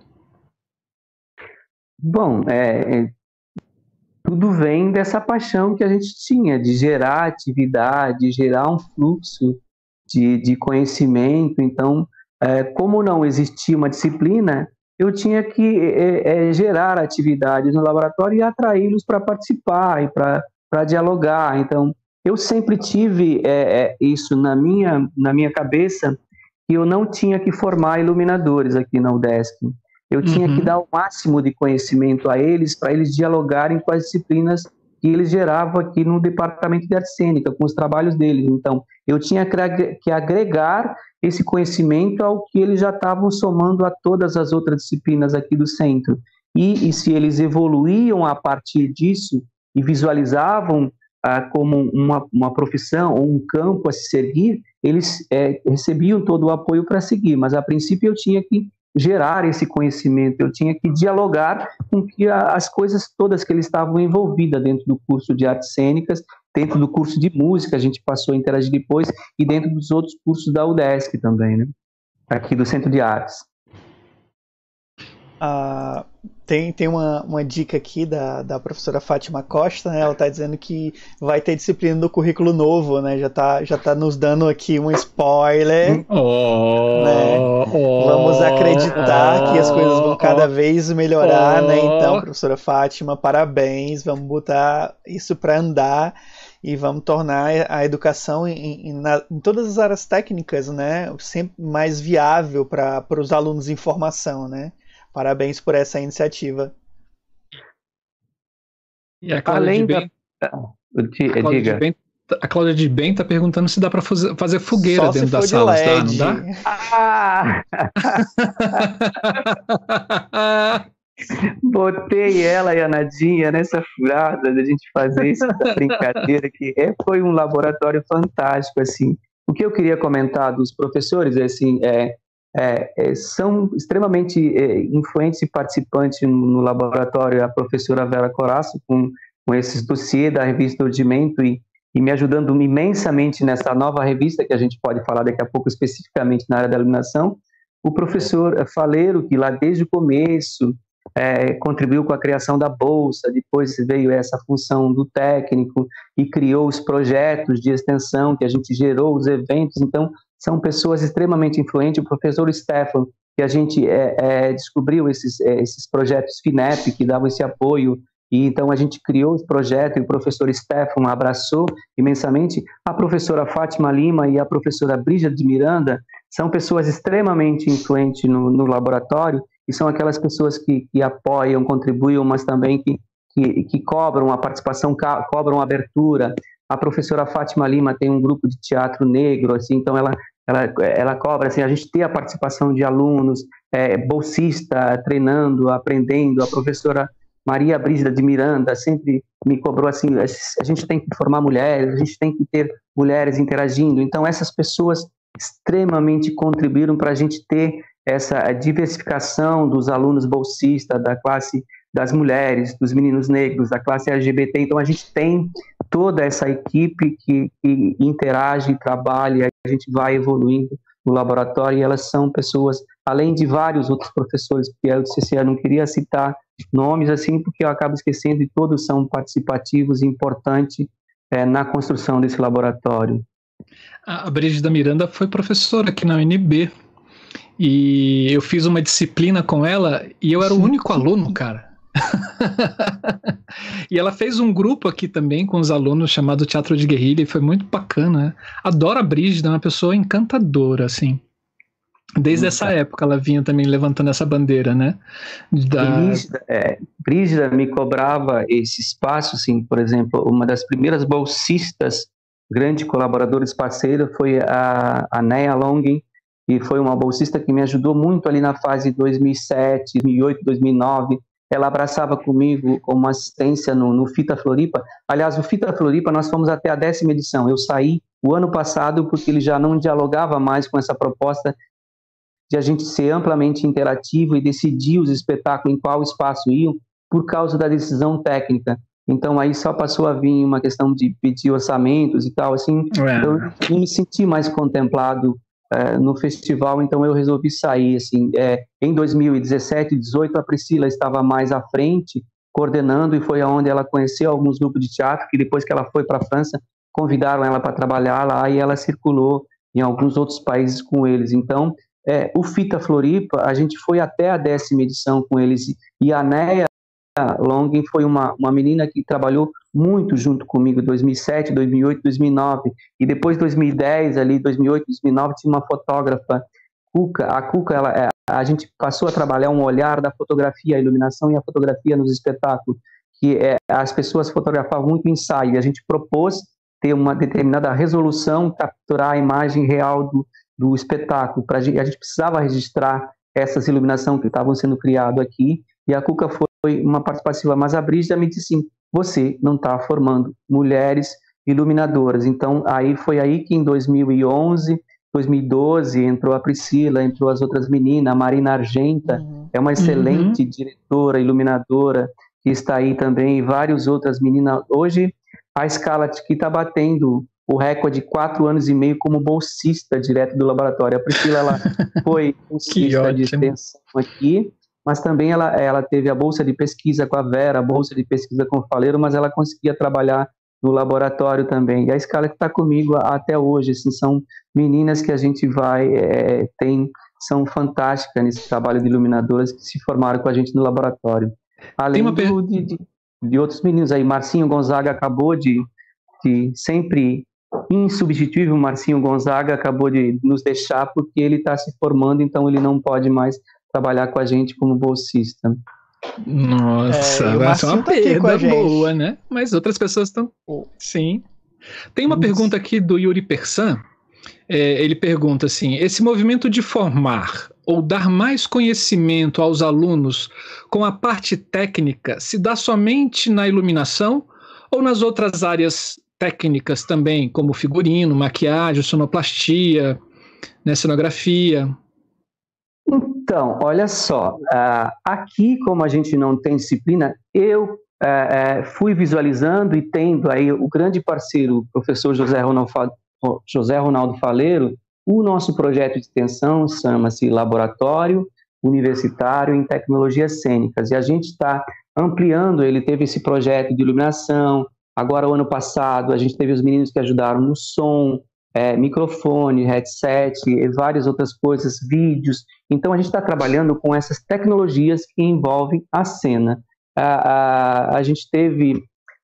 Bom, é, é, tudo vem dessa paixão que a gente tinha de gerar atividade, gerar um fluxo de, de conhecimento. Então, é, como não existia uma disciplina, eu tinha que é, é, gerar atividades no laboratório e atraí-los para participar e para dialogar. Então, eu sempre tive é, é, isso na minha, na minha cabeça, que eu não tinha que formar iluminadores aqui na UDESC. Eu uhum. tinha que dar o máximo de conhecimento a eles, para eles dialogarem com as disciplinas que eles geravam aqui no Departamento de Arte Cênica, com os trabalhos deles. Então, eu tinha que agregar esse conhecimento ao que eles já estavam somando a todas as outras disciplinas aqui do centro. E, e se eles evoluíam a partir disso e visualizavam ah, como uma, uma profissão ou um campo a se seguir, eles é, recebiam todo o apoio para seguir. Mas, a princípio, eu tinha que gerar esse conhecimento, eu tinha que dialogar com que a, as coisas todas que eles estavam envolvidas dentro do curso de artes cênicas, dentro do curso de música, a gente passou a interagir depois, e dentro dos outros cursos da UDESC também, né? Aqui do Centro de Artes. a, tem, tem uma, uma dica aqui da, da professora Fátima Costa, né? Ela está dizendo que vai ter disciplina do currículo novo, né? Já está já tá nos dando aqui um spoiler. Oh, né? oh, Vamos acreditar oh, que as coisas vão cada oh, vez melhorar, oh. né? Então, professora Fátima, parabéns. Vamos botar isso para andar e vamos tornar a educação em, em, na, em todas as áreas técnicas, né? Sempre mais viável para os alunos em formação, né? Parabéns por essa iniciativa. E a Cláudia Além de Bem, da... a Cláudia Diga. de Bem, a Cláudia de Bem está perguntando se dá para fazer fogueira Só dentro se da for de sala, L E D. dá, não dá? Ah! Botei ela e a Nadinha nessa furada da gente fazer essa brincadeira que é, foi um laboratório fantástico, assim. O que eu queria comentar dos professores é assim, é, é, é, são extremamente é, influentes e participantes no, no laboratório, a professora Vera Coraço, com, com esses dossiês da revista Ordimento e, e me ajudando imensamente nessa nova revista, que a gente pode falar daqui a pouco especificamente na área da iluminação. O professor Faleiro, que lá desde o começo é, contribuiu com a criação da bolsa, depois veio essa função do técnico e criou os projetos de extensão que a gente gerou, os eventos. Então, são pessoas extremamente influentes. O professor Stefan, que a gente é, é, descobriu esses, é, esses projetos FINEP, que davam esse apoio, e então a gente criou os projetos, e o professor Stefan abraçou imensamente. A professora Fátima Lima e a professora Brígida de Miranda são pessoas extremamente influentes no, no laboratório, e são aquelas pessoas que, que apoiam, contribuem, mas também que, que, que cobram a participação, cobram a abertura. A professora Fátima Lima tem um grupo de teatro negro, assim, então ela, ela, ela cobra, assim, a gente tem a participação de alunos, é, bolsista, treinando, aprendendo. A professora Maria Brígida de Miranda sempre me cobrou assim, a gente tem que formar mulheres, a gente tem que ter mulheres interagindo. Então, essas pessoas extremamente contribuíram para a gente ter essa diversificação dos alunos bolsistas, da classe das mulheres, dos meninos negros, da classe L G B T. Então, a gente tem toda essa equipe que, que interage, trabalha, a gente vai evoluindo no laboratório, e elas são pessoas, além de vários outros professores, porque eu disse assim, eu não queria citar nomes assim, porque eu acabo esquecendo, e todos são participativos e importantes é, na construção desse laboratório. A Brígida Miranda foi professora aqui na U N B, e eu fiz uma disciplina com ela, e eu era o único aluno, cara. E ela fez um grupo aqui também com os alunos chamado Teatro de Guerrilha, e foi muito bacana, né? Adoro a Brígida, é uma pessoa encantadora, assim. Desde essa época ela vinha também levantando essa bandeira, né? Da... Brígida, é, Brígida me cobrava esse espaço, assim, por exemplo, uma das primeiras bolsistas, grande colaboradores parceira, foi a, a Neia Longin, e foi uma bolsista que me ajudou muito ali na fase dois mil e sete, dois mil e oito, dois mil e nove. Ela abraçava comigo como assistência no, no Fita Floripa. Aliás, o Fita Floripa nós fomos até a décima edição. Eu saí o ano passado porque ele já não dialogava mais com essa proposta de a gente ser amplamente interativo e decidir os espetáculos em qual espaço iam por causa da decisão técnica. Então aí só passou a vir uma questão de pedir orçamentos e tal, assim, é. Eu não me senti mais contemplado é, no festival, então eu resolvi sair, assim, é, em dois mil e dezessete, dezoito, a Priscila estava mais à frente, coordenando, e foi aonde ela conheceu alguns grupos de teatro, que depois que ela foi para a França, convidaram ela para trabalhar lá, e ela circulou em alguns outros países com eles. Então, é, o Fita Floripa, a gente foi até a décima edição com eles, e a Neia Longin foi uma, uma menina que trabalhou muito junto comigo em dois mil e sete, dois mil e oito, dois mil e nove, e depois dois mil e dez, ali, dois mil e oito, dois mil e nove, tinha uma fotógrafa, Cuca. A Cuca, ela, a gente passou a trabalhar um olhar da fotografia, a iluminação e a fotografia nos espetáculos, que é, as pessoas fotografavam muito ensaio, e a gente propôs ter uma determinada resolução, capturar a imagem real do, do espetáculo, pra gente, a gente precisava registrar essas iluminações que estavam sendo criadas aqui, e a Cuca foi uma participativa, mas a Brígida me disse assim, você não está formando mulheres iluminadoras. Então, aí foi aí que em dois mil e onze, dois mil e doze, entrou a Priscila, entrou as outras meninas, a Marina Argenta, uhum. é uma excelente uhum. diretora, iluminadora, que está aí também, e várias outras meninas. Hoje, a Escala que está batendo o recorde de quatro anos e meio como bolsista direto do laboratório. A Priscila, ela foi bolsista de extensão aqui, mas também ela, ela teve a bolsa de pesquisa com a Vera, a bolsa de pesquisa com o Faleiro, mas ela conseguia trabalhar no laboratório também. E a Scarlett está comigo até hoje, assim, são meninas que a gente vai, é, tem, são fantásticas nesse trabalho de iluminadoras que se formaram com a gente no laboratório. Além per... do, de, de, de outros meninos aí, Marcinho Gonzaga acabou de, de sempre insubstituível, Marcinho Gonzaga acabou de nos deixar porque ele está se formando, então ele não pode mais trabalhar com a gente como bolsista. Nossa, é, vai ser uma perda boa, né? Mas outras pessoas estão... Oh. Sim. Tem uma Isso. pergunta aqui do Yuri Persan. É, ele pergunta assim, esse movimento de formar ou dar mais conhecimento aos alunos com a parte técnica se dá somente na iluminação ou nas outras áreas técnicas também, como figurino, maquiagem, sonoplastia, né, cenografia? Então, olha só, uh, aqui como a gente não tem disciplina, eu uh, uh, fui visualizando e tendo aí o grande parceiro, o professor José Ronaldo, José Ronaldo Faleiro, o nosso projeto de extensão chama-se Laboratório Universitário em Tecnologias Cênicas, e a gente está ampliando, ele teve esse projeto de iluminação, agora o ano passado a gente teve os meninos que ajudaram no som, É, microfone, headset, e várias outras coisas, vídeos. Então, a gente está trabalhando com essas tecnologias que envolvem a cena. A, a, a gente teve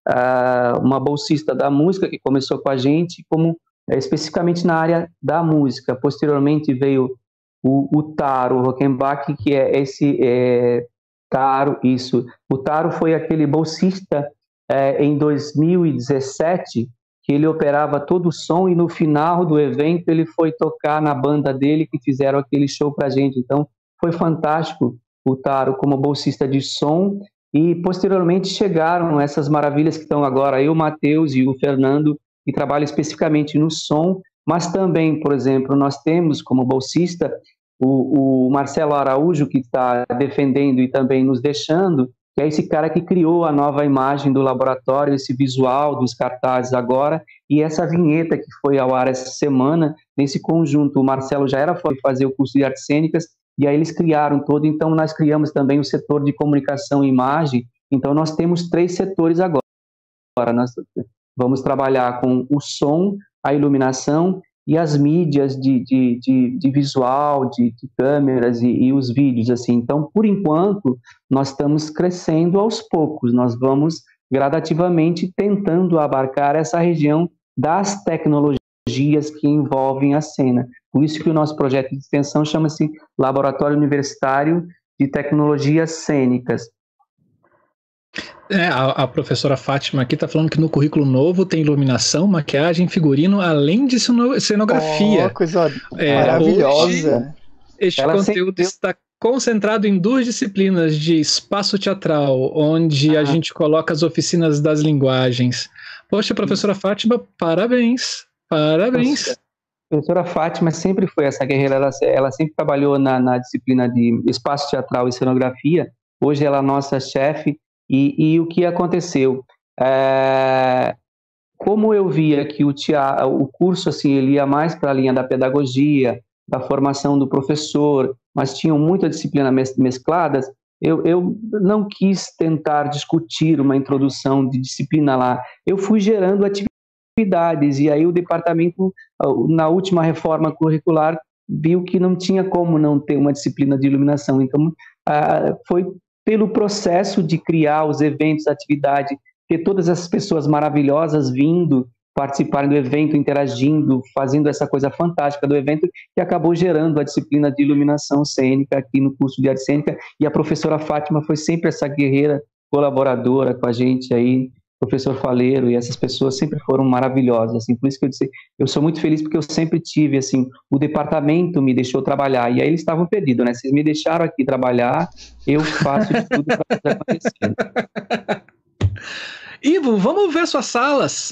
a, uma bolsista da música que começou com a gente, como é, especificamente na área da música. Posteriormente veio o, o Taro Rockenbach, que é esse é, Taro, isso. O Taro foi aquele bolsista é, em dois mil e dezessete, que ele operava todo o som e no final do evento ele foi tocar na banda dele que fizeram aquele show pra gente. Então foi fantástico o Taro como bolsista de som e posteriormente chegaram essas maravilhas que estão agora aí, o Matheus e o Fernando, que trabalham especificamente no som, mas também, por exemplo, nós temos como bolsista o, o Marcelo Araújo, que está defendendo e também nos deixando, que é esse cara que criou a nova imagem do laboratório, esse visual dos cartazes agora, e essa vinheta que foi ao ar essa semana, nesse conjunto. O Marcelo já era foi fazer o curso de artes cênicas, e aí eles criaram todo, então nós criamos também o setor de comunicação e imagem, então nós temos três setores agora. Agora nós vamos trabalhar com o som, a iluminação e as mídias de, de, de, de visual, de, de câmeras e, e os vídeos, assim. Então, por enquanto, nós estamos crescendo aos poucos, nós vamos gradativamente tentando abarcar essa região das tecnologias que envolvem a cena. Por isso que o nosso projeto de extensão chama-se Laboratório Universitário de Tecnologias Cênicas. É, a, a professora Fátima aqui está falando que no currículo novo tem iluminação, maquiagem, figurino, além de cenografia. Oh, coisa é, maravilhosa. Hoje, este Ela conteúdo sempre... está concentrado em duas disciplinas de espaço teatral, onde ah. a gente coloca as oficinas das linguagens. Poxa, professora Fátima, parabéns, parabéns. A professora Fátima sempre foi essa guerreira, ela, ela sempre trabalhou na, na disciplina de espaço teatral e cenografia, hoje ela é a nossa chefe. E, e o que aconteceu? É, como eu via que o, teatro, o curso assim, ele ia mais para a linha da pedagogia, da formação do professor, mas tinham muitas disciplinas mescladas, eu, eu não quis tentar discutir uma introdução de disciplina lá. Eu fui gerando atividades, e aí o departamento, na última reforma curricular, viu que não tinha como não ter uma disciplina de iluminação. Então, ah, foi pelo processo de criar os eventos, atividade, ter todas essas pessoas maravilhosas vindo participarem do evento, interagindo, fazendo essa coisa fantástica do evento, que acabou gerando a disciplina de iluminação cênica aqui no curso de arte cênica, e a professora Fátima foi sempre essa guerreira colaboradora com a gente aí, professor Faleiro, e essas pessoas sempre foram maravilhosas, assim, por isso que eu disse, eu sou muito feliz porque eu sempre tive, assim, o departamento me deixou trabalhar, e aí eles estavam perdidos, né, vocês me deixaram aqui trabalhar, eu faço de tudo para fazer acontecer. Ivo, vamos ver suas salas.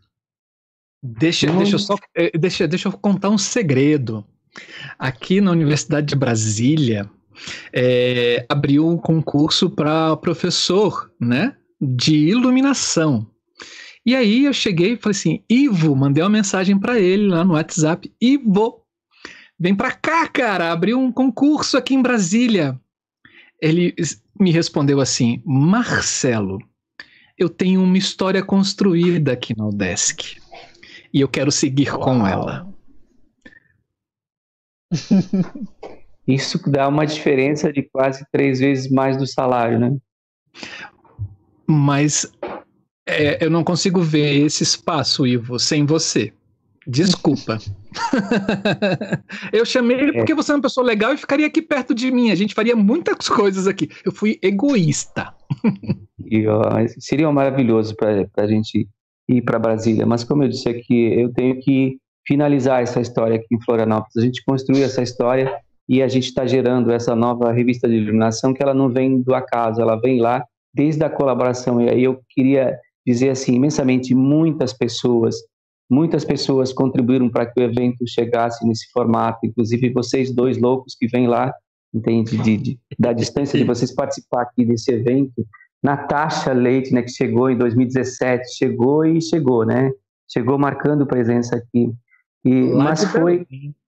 Deixa, deixa, eu só, deixa, deixa eu contar um segredo. Aqui na Universidade de Brasília, é, abriu um concurso para professor, né, de iluminação. E aí eu cheguei e falei assim, Ivo, mandei uma mensagem para ele lá no WhatsApp, Ivo, vem para cá, cara, abriu um concurso aqui em Brasília. ele me respondeu assim: Marcelo, eu tenho uma história construída aqui na Udesc e eu quero seguir Uau. com ela. Isso dá uma diferença de quase três vezes mais do salário, né? Mas é, eu não consigo ver esse espaço, Ivo, sem você. Desculpa. Eu chamei ele porque você é uma pessoa legal e ficaria aqui perto de mim. A gente faria muitas coisas aqui. Eu fui egoísta. E, ó, seria maravilhoso para a gente ir para Brasília, mas como eu disse aqui, eu tenho que finalizar essa história aqui em Florianópolis. A gente construiu essa história e a gente está gerando essa nova revista de iluminação, que ela não vem do acaso, ela vem lá desde a colaboração. E aí eu queria dizer assim, imensamente, muitas pessoas, muitas pessoas contribuíram para que o evento chegasse nesse formato, inclusive vocês dois loucos que vêm lá, entende, de, de, da distância de vocês participar aqui desse evento. Natasha Leite, né, que chegou em dois mil e dezessete, chegou e chegou, né? Chegou marcando presença aqui. E, mas foi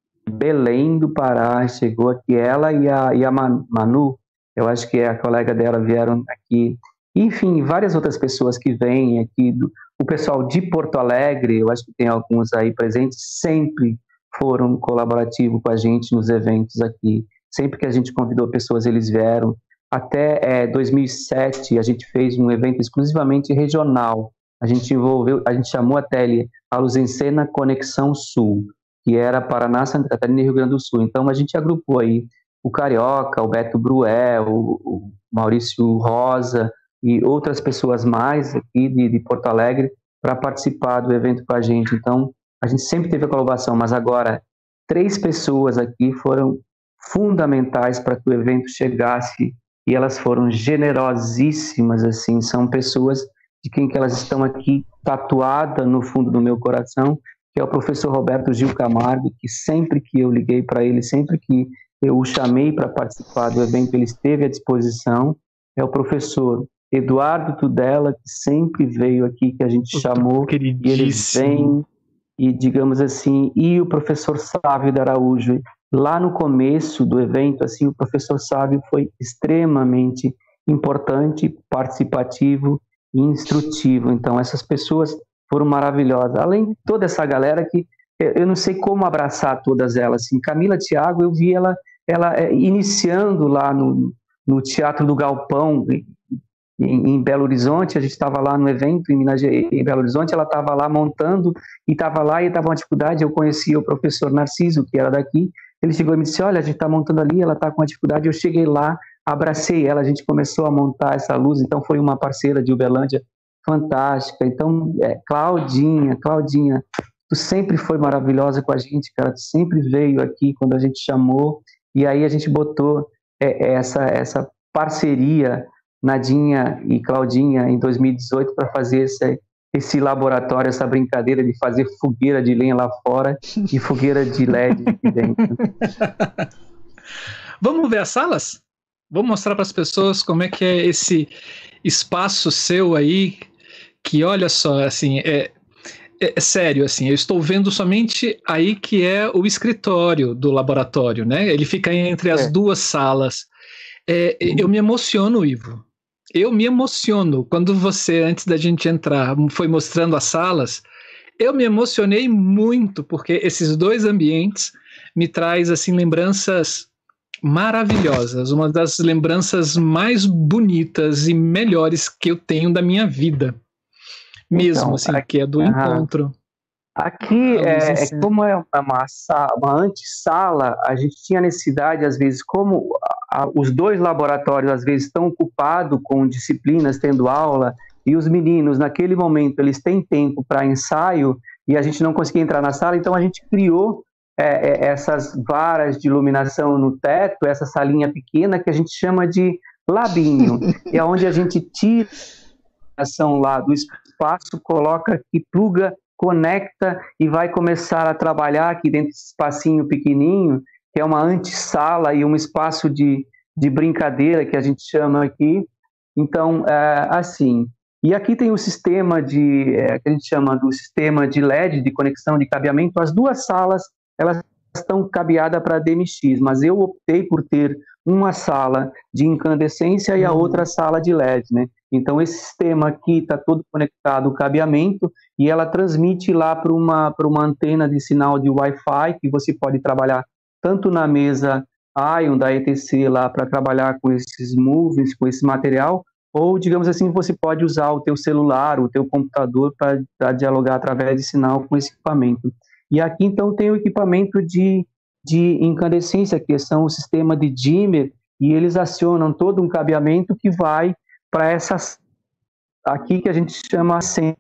Belém do Pará, chegou aqui ela e a, e a Manu, eu acho que é a colega dela, vieram aqui. Enfim, várias outras pessoas que vêm aqui, do, o pessoal de Porto Alegre, eu acho que tem alguns aí presentes, sempre foram colaborativos com a gente nos eventos aqui. Sempre que a gente convidou pessoas, eles vieram. Até é, dois mil e sete, a gente fez um evento exclusivamente regional. A gente envolveu, a gente chamou até ele a Luzencena Conexão Sul, que era Paraná, Santa Catarina e Rio Grande do Sul. Então a gente agrupou aí o Carioca, o Beto Brué, o, o Maurício Rosa e outras pessoas mais aqui de, de Porto Alegre para participar do evento com a gente. Então a gente sempre teve a colaboração, mas agora três pessoas aqui foram fundamentais para que o evento chegasse e elas foram generosíssimas, assim, são pessoas de quem que elas estão aqui tatuadas no fundo do meu coração, que é o professor Roberto Gil Camargo, que sempre que eu liguei para ele, sempre que eu o chamei para participar do evento, ele esteve à disposição. É o professor Eduardo Tudela, que sempre veio aqui, que a gente chamou, e ele vem, e digamos assim, e o professor Sávio de Araújo. Lá no começo do evento, assim, o professor Sávio foi extremamente importante, participativo e instrutivo. Então, essas pessoas foram maravilhosas. Além de toda essa galera que eu não sei como abraçar todas elas. Assim, Camila Thiago, eu vi ela, ela é, iniciando lá no, no Teatro do Galpão, em, em Belo Horizonte. A gente estava lá no evento em, Minas, em Belo Horizonte, ela estava lá montando e estava lá e estava uma dificuldade. Eu conhecia o professor Narciso, que era daqui. Ele chegou e me disse, olha, a gente está montando ali, ela está com uma dificuldade. Eu cheguei lá, abracei ela, a gente começou a montar essa luz. Então foi uma parceira de Uberlândia fantástica. Então, é, Claudinha, Claudinha, tu sempre foi maravilhosa com a gente, cara, tu sempre veio aqui quando a gente chamou, e aí a gente botou é, essa, essa parceria, Nadinha e Claudinha, em dois mil e dezoito, para fazer esse, esse laboratório, essa brincadeira de fazer fogueira de lenha lá fora e fogueira de L E D aqui dentro. Vamos ver as salas? Vamos mostrar para as pessoas como é que é esse espaço seu aí, que olha só, assim, é, é, é sério, assim, eu estou vendo somente aí que é o escritório do laboratório, né? Ele fica entre as é. duas salas. É, uhum. Eu me emociono, Ivo. Eu me emociono. Quando você, antes da gente entrar, foi mostrando as salas, eu me emocionei muito, porque esses dois ambientes me traz, assim, lembranças maravilhosas, uma das lembranças mais bonitas e melhores que eu tenho da minha vida. Mesmo, então, assim, aqui, que é do uh-huh. encontro. Aqui, é, é como é uma, sala, uma antessala, a gente tinha necessidade, às vezes, como a, a, os dois laboratórios, às vezes, estão ocupados com disciplinas, tendo aula, e os meninos, naquele momento, eles têm tempo para ensaio, e a gente não conseguia entrar na sala, então a gente criou é, é, essas varas de iluminação no teto, essa salinha pequena, que a gente chama de labinho, é onde a gente tira a ação lá do espaço, coloca aqui, pluga, conecta e vai começar a trabalhar aqui dentro desse espacinho pequenininho, que é uma antessala e um espaço de, de brincadeira que a gente chama aqui. Então, é, assim, e aqui tem o sistema de, é, que a gente chama do sistema de L E D, de conexão de cabeamento. As duas salas, elas estão cabeadas para D M X, mas eu optei por ter uma sala de incandescência e a outra sala de L E D, né? Então esse sistema aqui está todo conectado ao cabeamento e ela transmite lá para uma, para uma antena de sinal de Wi-Fi, que você pode trabalhar tanto na mesa Ion da E T C lá para trabalhar com esses movies, com esse material, ou, digamos assim, você pode usar o teu celular, o teu computador para dialogar através de sinal com esse equipamento. E aqui, então, tem o equipamento de, de incandescência, que são o sistema de dimmer, e eles acionam todo um cabeamento que vai para essas aqui que a gente chama assim.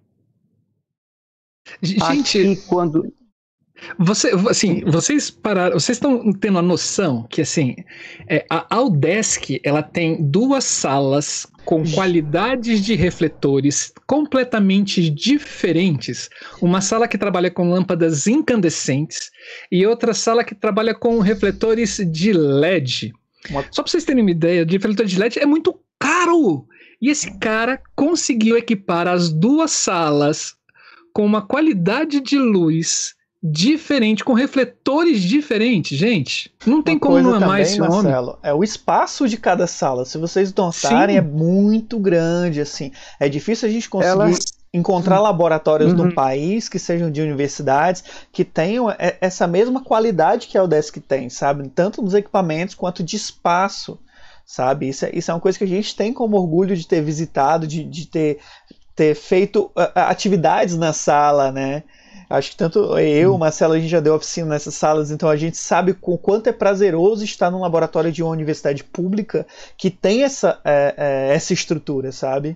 Gente, aqui, quando... Você, assim, vocês pararam, vocês estão tendo a noção que, assim, é, a Audesc, ela tem duas salas com qualidades de refletores completamente diferentes. Uma sala que trabalha com lâmpadas incandescentes e outra sala que trabalha com refletores de L E D. Uma... Só para vocês terem uma ideia, de refletor de L E D é muito caro! E esse cara conseguiu equipar as duas salas com uma qualidade de luz diferente, com refletores diferentes, gente. Não tem Uma como coisa não amar também, esse Marcelo, homem. é o espaço de cada sala. Se vocês notarem, Sim. é muito grande, assim. É difícil a gente conseguir Elas... encontrar laboratórios Uhum. no país que sejam de universidades que tenham essa mesma qualidade que a Audesc tem, sabe? Tanto nos equipamentos quanto de espaço, sabe? Isso é, isso é uma coisa que a gente tem como orgulho de ter visitado, de, de ter, ter feito uh, atividades na sala, né? Acho que tanto eu, o Marcelo, a gente já deu oficina nessas salas, então a gente sabe o quanto é prazeroso estar num laboratório de uma universidade pública que tem essa, é, é, essa estrutura, sabe?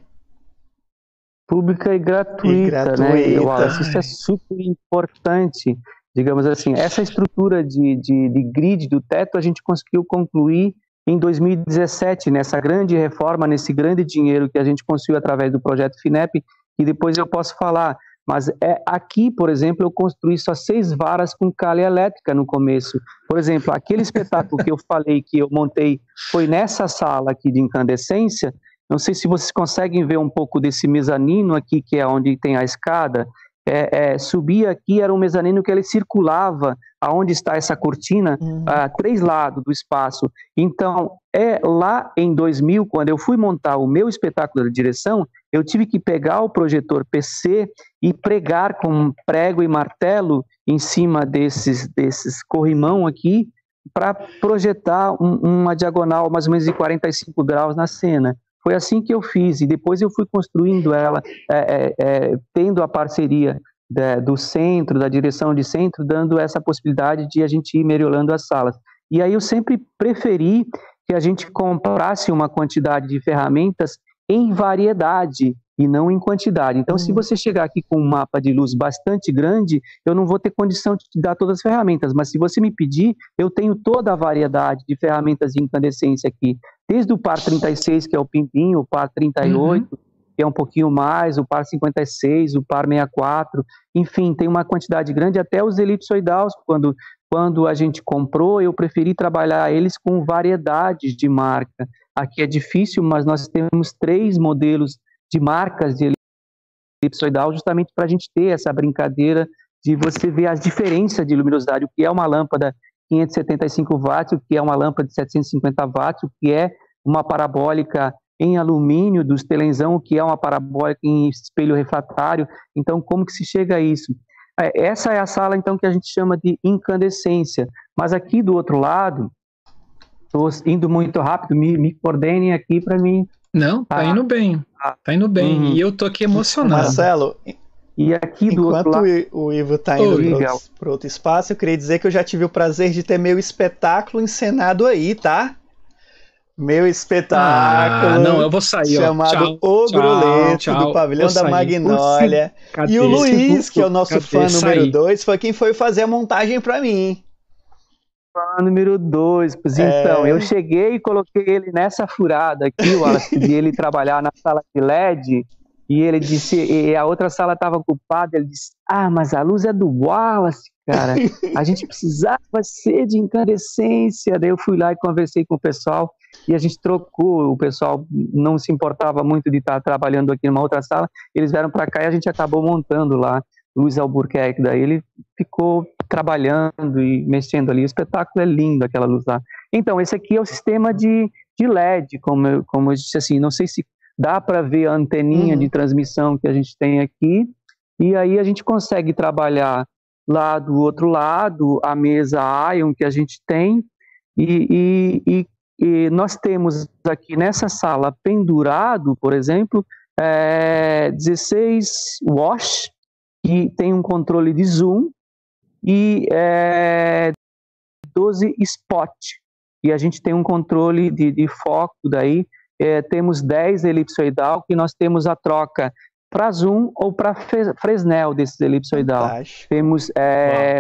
Pública e gratuita, E gratuita. né? Eu acho isso é super importante. Digamos assim, essa estrutura de, de, de grid do teto a gente conseguiu concluir em dois mil e dezessete, nessa grande reforma, nesse grande dinheiro que a gente conseguiu através do projeto FINEP, que depois eu posso falar. Mas é, aqui, por exemplo, eu construí só seis varas com calha elétrica no começo. Por exemplo, aquele espetáculo que eu falei que eu montei foi nessa sala aqui de incandescência. Não sei se vocês conseguem ver um pouco desse mezanino aqui, que é onde tem a escada. É, é, subia aqui, era um mezanino que ele circulava aonde está essa cortina, Uhum. a três lados do espaço. Então, é lá em dois mil, quando eu fui montar o meu espetáculo de direção, eu tive que pegar o projetor P C e pregar com prego e martelo em cima desses, desses corrimão aqui para projetar um, uma diagonal mais ou menos de quarenta e cinco graus na cena. Foi assim que eu fiz, e depois eu fui construindo ela, é, é, é, tendo a parceria da, do centro, da direção de centro, dando essa possibilidade de a gente ir melhorando as salas. E aí eu sempre preferi que a gente comprasse uma quantidade de ferramentas em variedade e não em quantidade. Então, uhum. se você chegar aqui com um mapa de luz bastante grande, eu não vou ter condição de te dar todas as ferramentas, mas se você me pedir, eu tenho toda a variedade de ferramentas de incandescência aqui, desde o par trinta e seis, que é o pimpinho, o par trinta e oito, uhum. que é um pouquinho mais, o par cinquenta e seis, o par sessenta e quatro, enfim, tem uma quantidade grande, até os elipsoidaus, quando, quando a gente comprou, eu preferi trabalhar eles com variedades de marca. Aqui é difícil, mas nós temos três modelos de marcas de elipsoidal, justamente para a gente ter essa brincadeira de você ver as diferenças de luminosidade, o que é uma lâmpada quinhentos e setenta e cinco watts, o que é uma lâmpada de setecentos e cinquenta watts, o que é uma parabólica em alumínio dos telenzão, o que é uma parabólica em espelho refratário. Então, como que se chega a isso? Essa é a sala, então, que a gente chama de incandescência. Mas aqui do outro lado, estou indo muito rápido, me, me coordenem aqui para mim. Não, tá ah, indo bem, tá indo bem, uhum. E eu tô aqui emocionado. Marcelo, e aqui do enquanto outro lado... o Ivo tá indo para outro, outro espaço, eu queria dizer que eu já tive o prazer de ter meu espetáculo encenado aí, tá? Meu espetáculo. Ah, não, eu vou sair, chamado ó. O Gruleto, do Pavilhão da Magnólia. E o Luiz, que é o nosso Cadê? fã número dois, foi quem foi fazer a montagem para mim. Fã número dois, pois é... então, eu cheguei e coloquei ele nessa furada aqui, o Wallace, de ele trabalhar na sala de L E D, e ele disse, e a outra sala estava ocupada, ele disse, ah, mas a luz é do Wallace, cara, a gente precisava ser de incandescência. Daí eu fui lá e conversei com o pessoal, e a gente trocou, o pessoal não se importava muito de estar trabalhando aqui numa outra sala, eles vieram para cá e a gente acabou montando lá, Luiz Albuquerque, daí ele ficou trabalhando e mexendo ali. O espetáculo é lindo, aquela luz lá. Então, esse aqui é o sistema de, de L E D, como eu, como eu disse assim, não sei se dá para ver a anteninha uhum. de transmissão que a gente tem aqui, e aí a gente consegue trabalhar lá do outro lado, a mesa Ion que a gente tem, e, e, e, e nós temos aqui nessa sala pendurado, por exemplo, é, dezesseis wash, que tem um controle de zoom, e é, doze spot, e a gente tem um controle de, de foco daí, é, temos dez elipsoidal, que nós temos a troca para zoom ou para Fresnel desses elipsoidal. Fantástico. Temos é,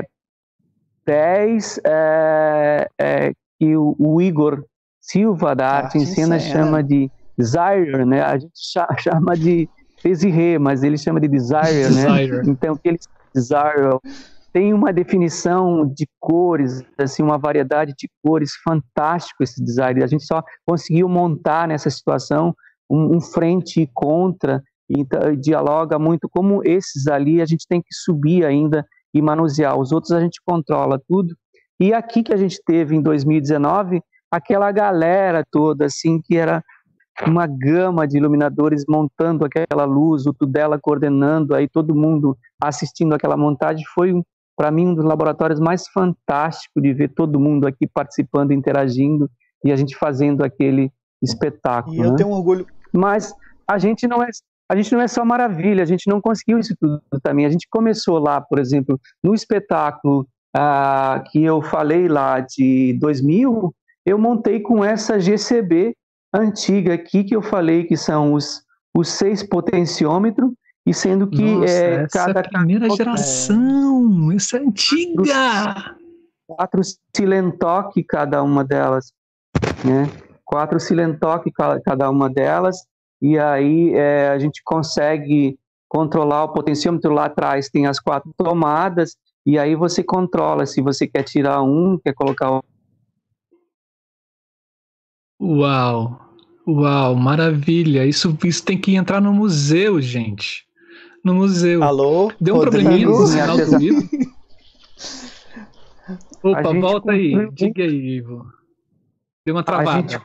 dez é, é, que o, o Igor Silva da Arte, Arte em Cena, cena chama de Desire, né? A gente chama de Desirê, mas ele chama de Desire, né? Então, o que ele Desire tem uma definição de cores, assim, uma variedade de cores fantástico esse design. A gente só conseguiu montar nessa situação um, um frente e contra, e dialoga muito. Como esses ali, a gente tem que subir ainda e manusear. Os outros a gente controla tudo. E aqui que a gente teve em dois mil e dezenove, aquela galera toda, assim, que era uma gama de iluminadores montando aquela luz, o Tudela coordenando, aí todo mundo assistindo aquela montagem. Foi, para mim, um dos laboratórios mais fantásticos de ver todo mundo aqui participando, interagindo e a gente fazendo aquele espetáculo. E eu né? tenho um orgulho. Mas a gente não é a gente não é só maravilha, a gente não conseguiu isso tudo também. A gente começou lá, por exemplo, no espetáculo ah, que eu falei lá de dois mil, eu montei com essa G C B antiga aqui, que eu falei que são os, os seis potenciômetros, e sendo que Nossa, é, essa cada... é a primeira geração, é. Essa é antiga! Quatro silentoque cada uma delas, né? Quatro silentoque cada uma delas, e aí é, a gente consegue controlar o potenciômetro. Lá atrás tem as quatro tomadas, e aí você controla se você quer tirar um, quer colocar o... Uau, uau, maravilha, isso, isso tem que entrar no museu, gente, no museu. Alô, deu um Rodrigo? probleminha no sinal do Ivo? Opa, volta aí, construiu... diga aí, Ivo. Deu uma travada. Gente...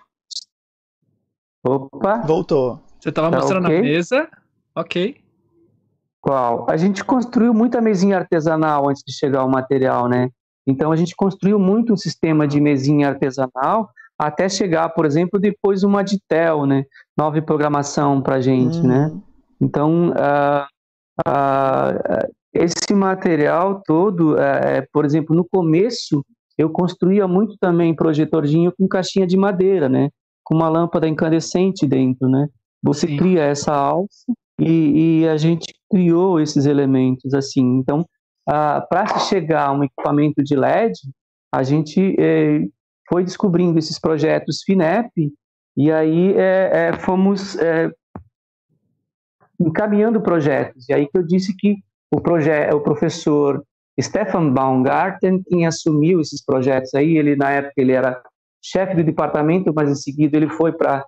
Opa. Voltou. Você estava tá mostrando okay. a mesa, ok. Qual? A gente construiu muita mesinha artesanal antes de chegar ao material, né? Então a gente construiu muito um sistema de mesinha artesanal, até chegar, por exemplo, depois uma Ditel, né? Nova programação para a gente, uhum. né? Então, uh, uh, esse material todo, uh, por exemplo, no começo, eu construía muito também projetorzinho com caixinha de madeira, né? Com uma lâmpada incandescente dentro, né? Você Sim. cria essa alça e, e a gente criou esses elementos, assim. Então, uh, para se chegar a um equipamento de L E D, a gente... Eh, foi descobrindo esses projetos FINEP, e aí é, é, fomos é, encaminhando projetos. E aí que eu disse que o, proje- o professor Stefan Baumgarten, quem assumiu esses projetos aí, ele na época ele era chefe do departamento, mas em seguida ele foi para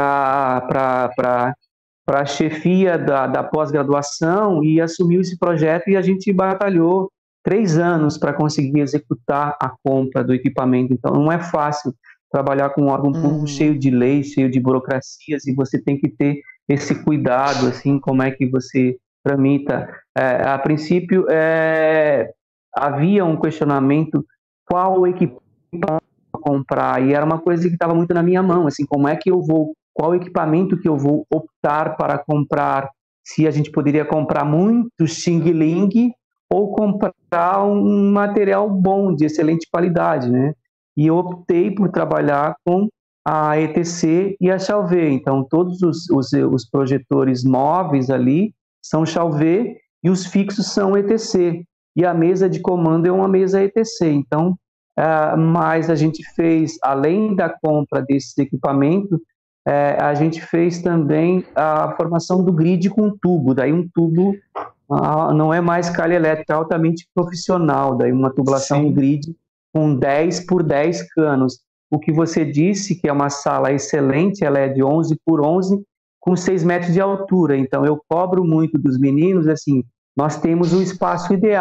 a chefia da, da pós-graduação e assumiu esse projeto, e a gente batalhou três anos para conseguir executar a compra do equipamento. Então, não é fácil trabalhar com um órgão público uhum. cheio de leis, cheio de burocracias, e você tem que ter esse cuidado, assim, como é que você tramita. É, a princípio, é, havia um questionamento qual equipamento comprar, e era uma coisa que estava muito na minha mão, assim, como é que eu vou, qual equipamento que eu vou optar para comprar, se a gente poderia comprar muito Xing-Ling, ou comprar um material bom, de excelente qualidade, né? E eu optei por trabalhar com a E T C e a Chalvet. Então, todos os, os, os projetores móveis ali são Chalvet e os fixos são E T C. E a mesa de comando é uma mesa E T C. Então, uh, mas a gente fez, além da compra desses equipamentos, uh, a gente fez também a formação do grid com tubo. Daí um tubo... Ah, não é mais calha elétrica, é altamente profissional, daí uma tubulação Sim. grid com dez por dez canos. O que você disse, que é uma sala excelente, ela é de onze por onze, com seis metros de altura. Então, eu cobro muito dos meninos, assim, nós temos um espaço ideal,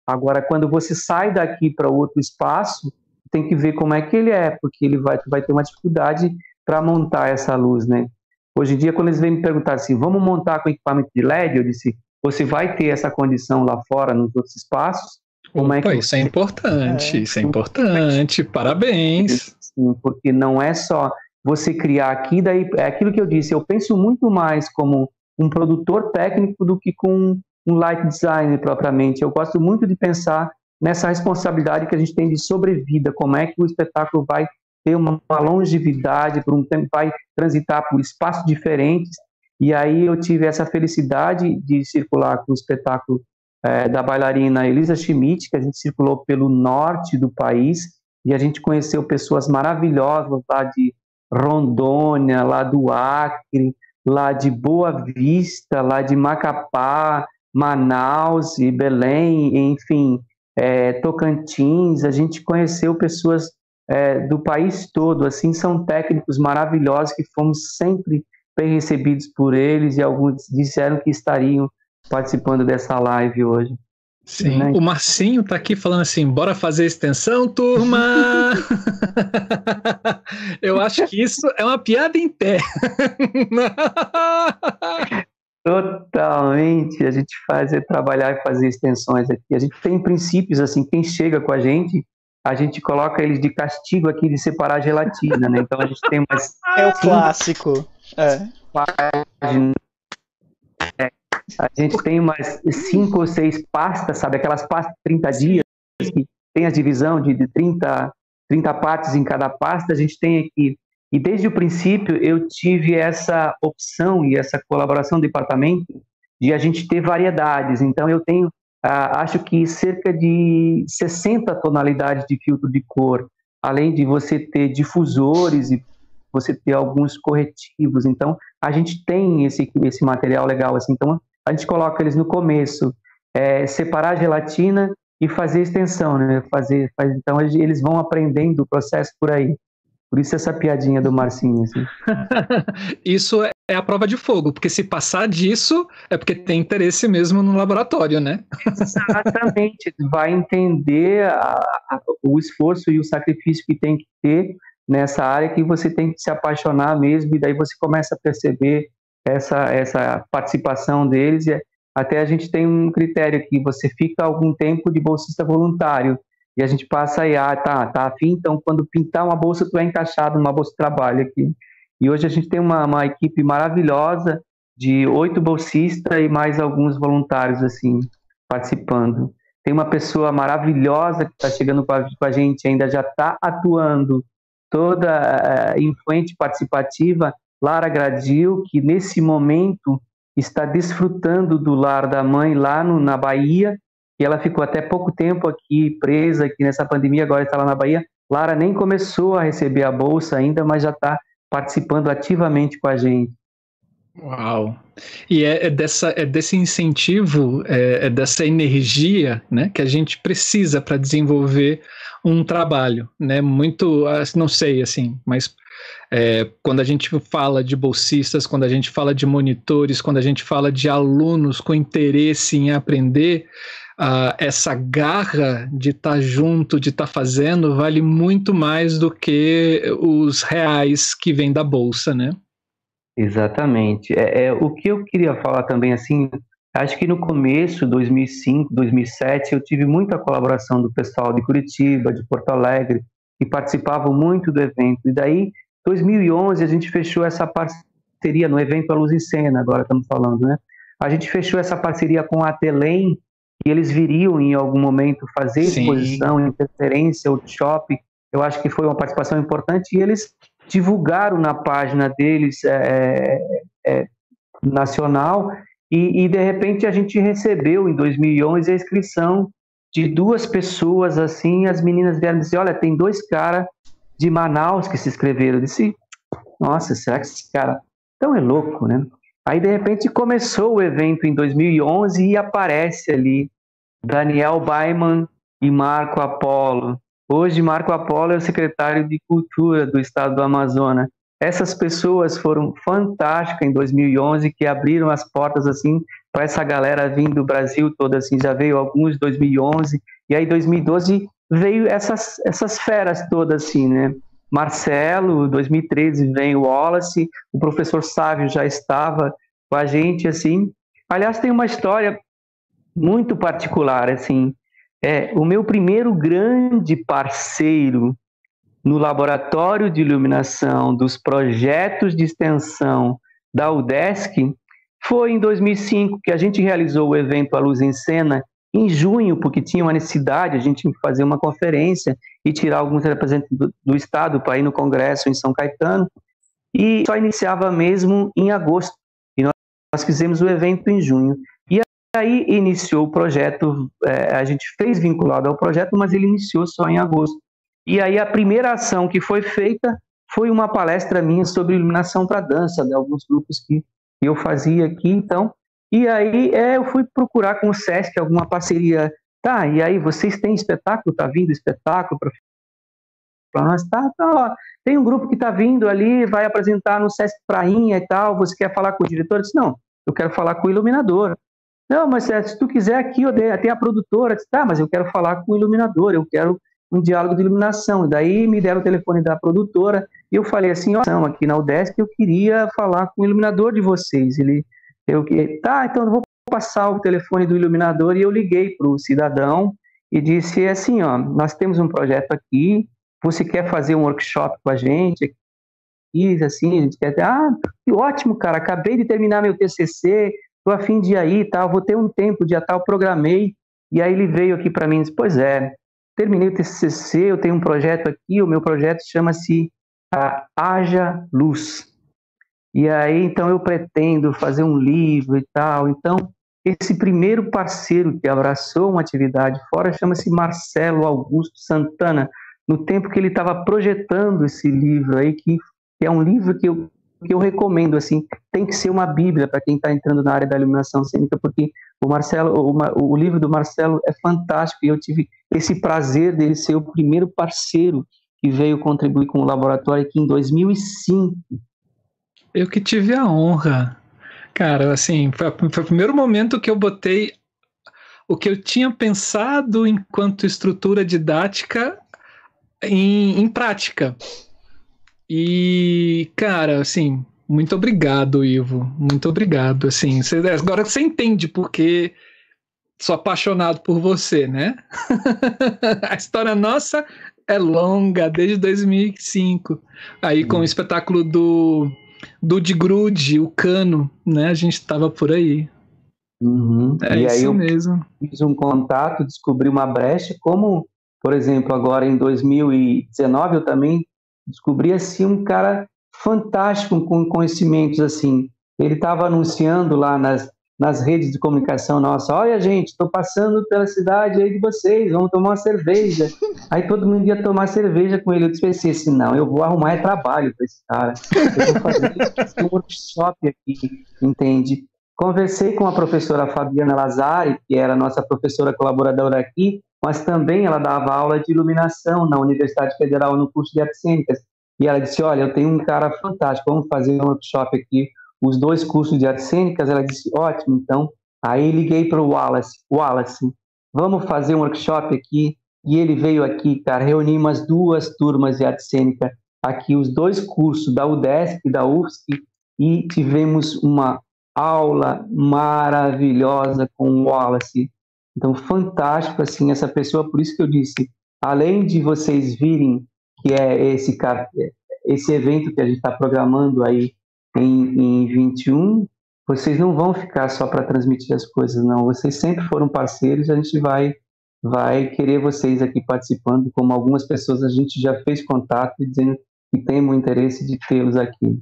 Agora, quando você sai daqui para outro espaço, tem que ver como é que ele é, porque ele vai, vai ter uma dificuldade para montar essa luz, né? Hoje em dia, quando eles vêm me perguntar assim, vamos montar com equipamento de L E D, eu disse, você vai ter essa condição lá fora, nos outros espaços? Como Opa, é que isso você... é importante, é. isso é importante, parabéns. Sim, porque não é só você criar aqui, daí é aquilo que eu disse, eu penso muito mais como um produtor técnico do que com um light designer propriamente. Eu gosto muito de pensar nessa responsabilidade que a gente tem de sobrevida, como é que o espetáculo vai ter uma longevidade, por um tempo, vai transitar por espaços diferentes, e aí eu tive essa felicidade de circular com o espetáculo é, da bailarina Elisa Schmidt, que a gente circulou pelo norte do país, e a gente conheceu pessoas maravilhosas lá de Rondônia, lá do Acre, lá de Boa Vista, lá de Macapá, Manaus e Belém, enfim, é, Tocantins. A gente conheceu pessoas é, do país todo, assim, são técnicos maravilhosos que fomos sempre bem recebidos por eles, e alguns disseram que estariam participando dessa live hoje. Sim, né? O Marcinho tá aqui falando assim, bora fazer extensão, turma! Eu acho que isso é uma piada interna. Totalmente, a gente faz é trabalhar e fazer extensões aqui. A gente tem princípios, assim, quem chega com a gente, a gente coloca eles de castigo aqui de separar a gelatina, né? Então a gente tem umas... É o clássico. É. Páginas, é. A gente tem umas cinco ou seis pastas, sabe? Aquelas pastas de trinta dias, que tem a divisão de, de trinta, trinta partes em cada pasta, a gente tem aqui. E desde o princípio eu tive essa opção e essa colaboração do departamento de a gente ter variedades. Então eu tenho, ah, acho que cerca de sessenta tonalidades de filtro de cor, além de você ter difusores e você ter alguns corretivos. Então a gente tem esse, esse material legal, assim. Então a gente coloca eles no começo, é, separar a gelatina e fazer extensão, né? Fazer, faz, então eles vão aprendendo o processo por aí. Por isso essa piadinha do Marcinho. Assim. Isso é a prova de fogo, porque se passar disso é porque tem interesse mesmo no laboratório, né? Exatamente. Vai entender a, a, o esforço e o sacrifício que tem que ter nessa área, que você tem que se apaixonar mesmo, e daí você começa a perceber essa, essa participação deles. E até a gente tem um critério que você fica algum tempo de bolsista voluntário, e a gente passa aí, ah, tá, tá afim, então quando pintar uma bolsa, tu é encaixado numa bolsa de trabalho aqui. E hoje a gente tem uma, uma equipe maravilhosa de oito bolsistas e mais alguns voluntários, assim, participando. Tem uma pessoa maravilhosa que está chegando com a, com a gente, ainda já está atuando, toda uh, influente participativa, Lara Gradil, que nesse momento está desfrutando do lar da mãe lá no, na Bahia, e ela ficou até pouco tempo aqui, presa aqui nessa pandemia, agora está lá na Bahia. Lara nem começou a receber a bolsa ainda, mas já está participando ativamente com a gente. Uau! E é, é, dessa, é desse incentivo, é, é dessa energia, né, que a gente precisa para desenvolver um trabalho, né, muito, não sei, assim, mas é, quando a gente fala de bolsistas, quando a gente fala de monitores, quando a gente fala de alunos com interesse em aprender, Uh, essa garra de estar tá junto, de estar tá fazendo, vale muito mais do que os reais que vêm da bolsa, né? Exatamente. É, é, o que eu queria falar também, assim, acho que no começo, dois mil e cinco, dois mil e sete, eu tive muita colaboração do pessoal de Curitiba, de Porto Alegre, que participavam muito do evento. E daí, dois mil e onze, a gente fechou essa parceria no evento A Luz em Cena, agora estamos falando, né? A gente fechou essa parceria com a Atelém, e eles viriam em algum momento fazer exposição, interferência, workshop. Eu acho que foi uma participação importante, e eles divulgaram na página deles é, é, nacional, e, e de repente a gente recebeu em dois mil e onze a inscrição de duas pessoas, assim, as meninas vieram dizer, olha, tem dois caras de Manaus que se inscreveram. Eu disse, nossa, será que esse cara então é louco, né? Aí, de repente, começou o evento em dois mil e onze e aparece ali Daniel Baiman e Marco Apolo. Hoje, Marco Apolo é o secretário de Cultura do estado do Amazonas. Essas pessoas foram fantásticas em dois mil e onze, que abriram as portas assim para essa galera vindo do Brasil todo, assim, já veio alguns em dois mil e onze, e aí em dois mil e doze veio essas, essas feras todas, assim, né? Marcelo, em dois mil e treze vem o Wallace, o professor Sávio já estava com a gente, assim. Aliás, tem uma história muito particular, assim, é, o meu primeiro grande parceiro no laboratório de iluminação dos projetos de extensão da UDESC foi em dois mil e cinco, que a gente realizou o evento A Luz em Cena em junho, porque tinha uma necessidade, a gente tinha que fazer uma conferência e tirar alguns representantes do, do Estado para ir no Congresso em São Caetano, e só iniciava mesmo em agosto, e nós, nós fizemos o evento em junho. E aí iniciou o projeto, é, a gente fez vinculado ao projeto, mas ele iniciou só em agosto. E aí a primeira ação que foi feita foi uma palestra minha sobre iluminação para dança, de alguns grupos que eu fazia aqui, então, e aí é, eu fui procurar com o SESC alguma parceria. Tá, e aí vocês têm espetáculo? Tá vindo espetáculo para nós? Tá, tá, ó, tem um grupo que tá vindo ali, vai apresentar no SESC Prainha e tal, você quer falar com o diretor? Eu disse, não, eu quero falar com o iluminador. Não, mas se tu quiser aqui, tem a produtora. Eu disse, tá, mas eu quero falar com o iluminador, eu quero um diálogo de iluminação. E daí me deram o telefone da produtora e eu falei assim, ó, aqui na UDESC eu queria falar com o iluminador de vocês. Ele, eu, tá, então eu vou passar o telefone do iluminador, e eu liguei para o cidadão e disse assim, ó, nós temos um projeto aqui, você quer fazer um workshop com a gente? E assim, a gente quer, ah, que ótimo, cara, acabei de terminar meu T C C, estou a fim de ir aí, tal, vou ter um tempo, dia tal, programei. E aí ele veio aqui para mim e disse, pois é, terminei o T C C, eu tenho um projeto aqui, o meu projeto chama-se uh, Haja Luz. E aí, então, eu pretendo fazer um livro e tal. Então, esse primeiro parceiro que abraçou uma atividade fora chama-se Marcelo Augusto Santana, no tempo que ele estava projetando esse livro aí, que, que é um livro que eu, que eu recomendo, assim, tem que ser uma bíblia para quem está entrando na área da iluminação cênica, porque o Marcelo, o, o livro do Marcelo é fantástico, e eu tive esse prazer dele ser o primeiro parceiro que veio contribuir com o laboratório aqui em dois mil e cinco. Eu que tive a honra. Cara, assim, foi, foi o primeiro momento que eu botei o que eu tinha pensado enquanto estrutura didática em, em prática. E, cara, assim, muito obrigado, Ivo. Muito obrigado. Assim, você, agora você entende porque sou apaixonado por você, né? A história nossa é longa, desde dois mil e cinco. Aí, com o espetáculo do... do de Grude, o Cano, né? A gente estava por aí. Uhum. É e isso aí eu mesmo. Fiz um contato, descobri uma brecha, como, por exemplo, agora em dois mil e dezenove eu também descobri assim um cara fantástico com conhecimentos assim. Ele estava anunciando lá nas, nas redes de comunicação nossa, olha gente, estou passando pela cidade aí de vocês, vamos tomar uma cerveja. Aí todo mundo ia tomar cerveja com ele. Eu disse assim, não, eu vou arrumar trabalho para esse cara. Eu vou fazer um workshop aqui, entende? Conversei com a professora Fabiana Lazari, que era a nossa professora colaboradora aqui, mas também ela dava aula de iluminação na Universidade Federal no curso de Artes Cênicas. E ela disse, olha, eu tenho um cara fantástico, vamos fazer um workshop aqui, os dois cursos de Artes Cênicas. Ela disse, ótimo, então. Aí liguei para o Wallace, Wallace, vamos fazer um workshop aqui. E ele veio aqui, cara, reunimos as duas turmas de arte cênica aqui, os dois cursos da UDESC e da U F S C, e tivemos uma aula maravilhosa com o Wallace. Então, fantástico, assim, essa pessoa, por isso que eu disse, além de vocês virem, que é esse, esse evento que a gente está programando aí em, em vinte e um, vocês não vão ficar só para transmitir as coisas, não. Vocês sempre foram parceiros, a gente vai... vai querer vocês aqui participando, como algumas pessoas a gente já fez contato dizendo que tem muito interesse de tê-los aqui.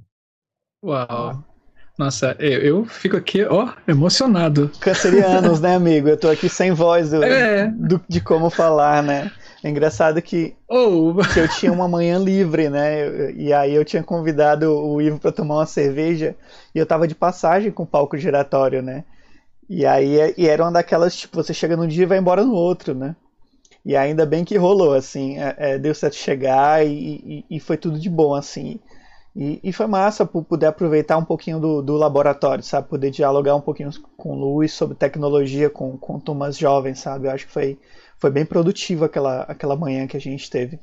Uau! Nossa, eu, eu fico aqui, ó, emocionado. Cancerianos, né, amigo? Eu tô aqui sem voz do, é. do, de como falar, né? É engraçado que, oh. que eu tinha uma manhã livre, né? E aí eu tinha convidado o Ivo para tomar uma cerveja e eu tava de passagem com o palco giratório, né? E aí e era uma daquelas, tipo, você chega num dia e vai embora no outro, né? E ainda bem que rolou, assim, é, é, deu certo chegar e, e, e foi tudo de bom, assim. E, e foi massa por poder aproveitar um pouquinho do, do laboratório, sabe? Poder dialogar um pouquinho com o Luiz sobre tecnologia, com, com turmas jovens, sabe? Eu acho que foi, foi bem produtivo aquela, aquela manhã que a gente teve.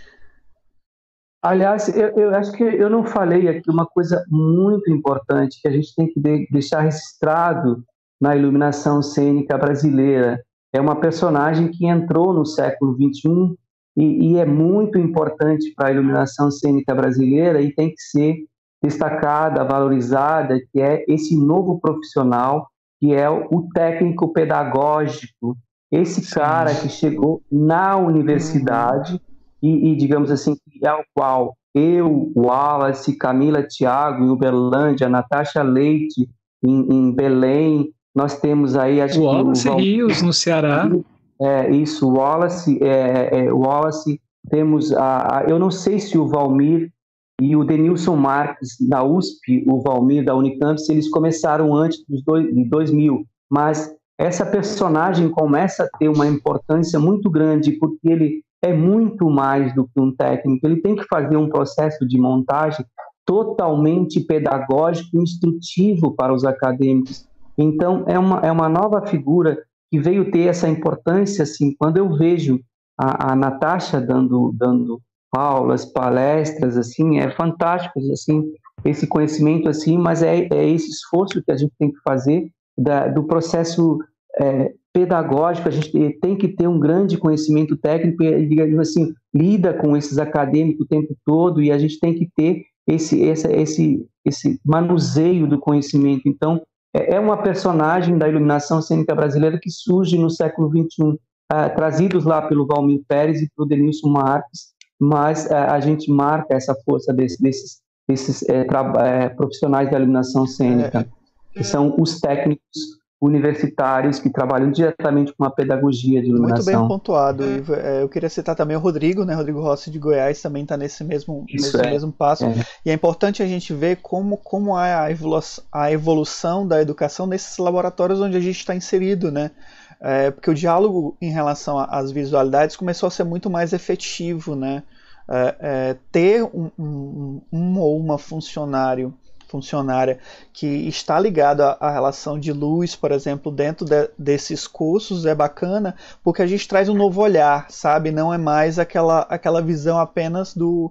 Aliás, eu, eu acho que eu não falei aqui uma coisa muito importante que a gente tem que de, deixar registrado na iluminação cênica brasileira. É uma personagem que entrou no século vinte e um e, e é muito importante para a iluminação cênica brasileira e tem que ser destacada, valorizada, que é esse novo profissional, que é o técnico pedagógico, esse Sim. cara que chegou na universidade uhum. e, e, digamos assim, ao qual eu, Wallace, Camila Thiago em Uberlândia, Natasha Leite em, em Belém, nós temos aí... Acho Wallace que o Rios, no Ceará. É, isso, Wallace, é, é, Wallace, temos a, a... Eu não sei se o Valmir e o Denilson Marques, da U S P, o Valmir da Unicamp, se eles começaram antes dos dois, de dois mil, mas essa personagem começa a ter uma importância muito grande, porque ele é muito mais do que um técnico, ele tem que fazer um processo de montagem totalmente pedagógico e instrutivo para os acadêmicos. Então, é uma, é uma nova figura que veio ter essa importância, assim, quando eu vejo a, a Natasha dando, dando aulas, palestras, assim, é fantástico, assim, esse conhecimento, assim, mas é, é esse esforço que a gente tem que fazer da, do processo é, pedagógico, a gente tem que ter um grande conhecimento técnico e, digamos assim, lida com esses acadêmicos o tempo todo e a gente tem que ter esse, esse, esse, esse manuseio do conhecimento. Então, é uma personagem da iluminação cênica brasileira que surge no século vinte e um, uh, trazidos lá pelo Valmir Pérez e pelo Denilson Marques, mas uh, a gente marca essa força desse, desses, desses uh, uh, profissionais da iluminação cênica, é. que são os técnicos universitários que trabalham diretamente com a pedagogia de iluminação. Muito bem pontuado, Ivo. Eu queria citar também o Rodrigo, né? Rodrigo Rossi de Goiás também está nesse mesmo, nesse é. mesmo passo. É. E é importante a gente ver como, como é a evolução, a evolução da educação nesses laboratórios onde a gente está inserido, né? É, porque o diálogo em relação às visualidades começou a ser muito mais efetivo, né? É, é, ter um, um, um ou uma funcionário funcionária que está ligada à relação de luz, por exemplo, dentro de, desses cursos é bacana, porque a gente traz um novo olhar, sabe? Não é mais aquela, aquela visão apenas do,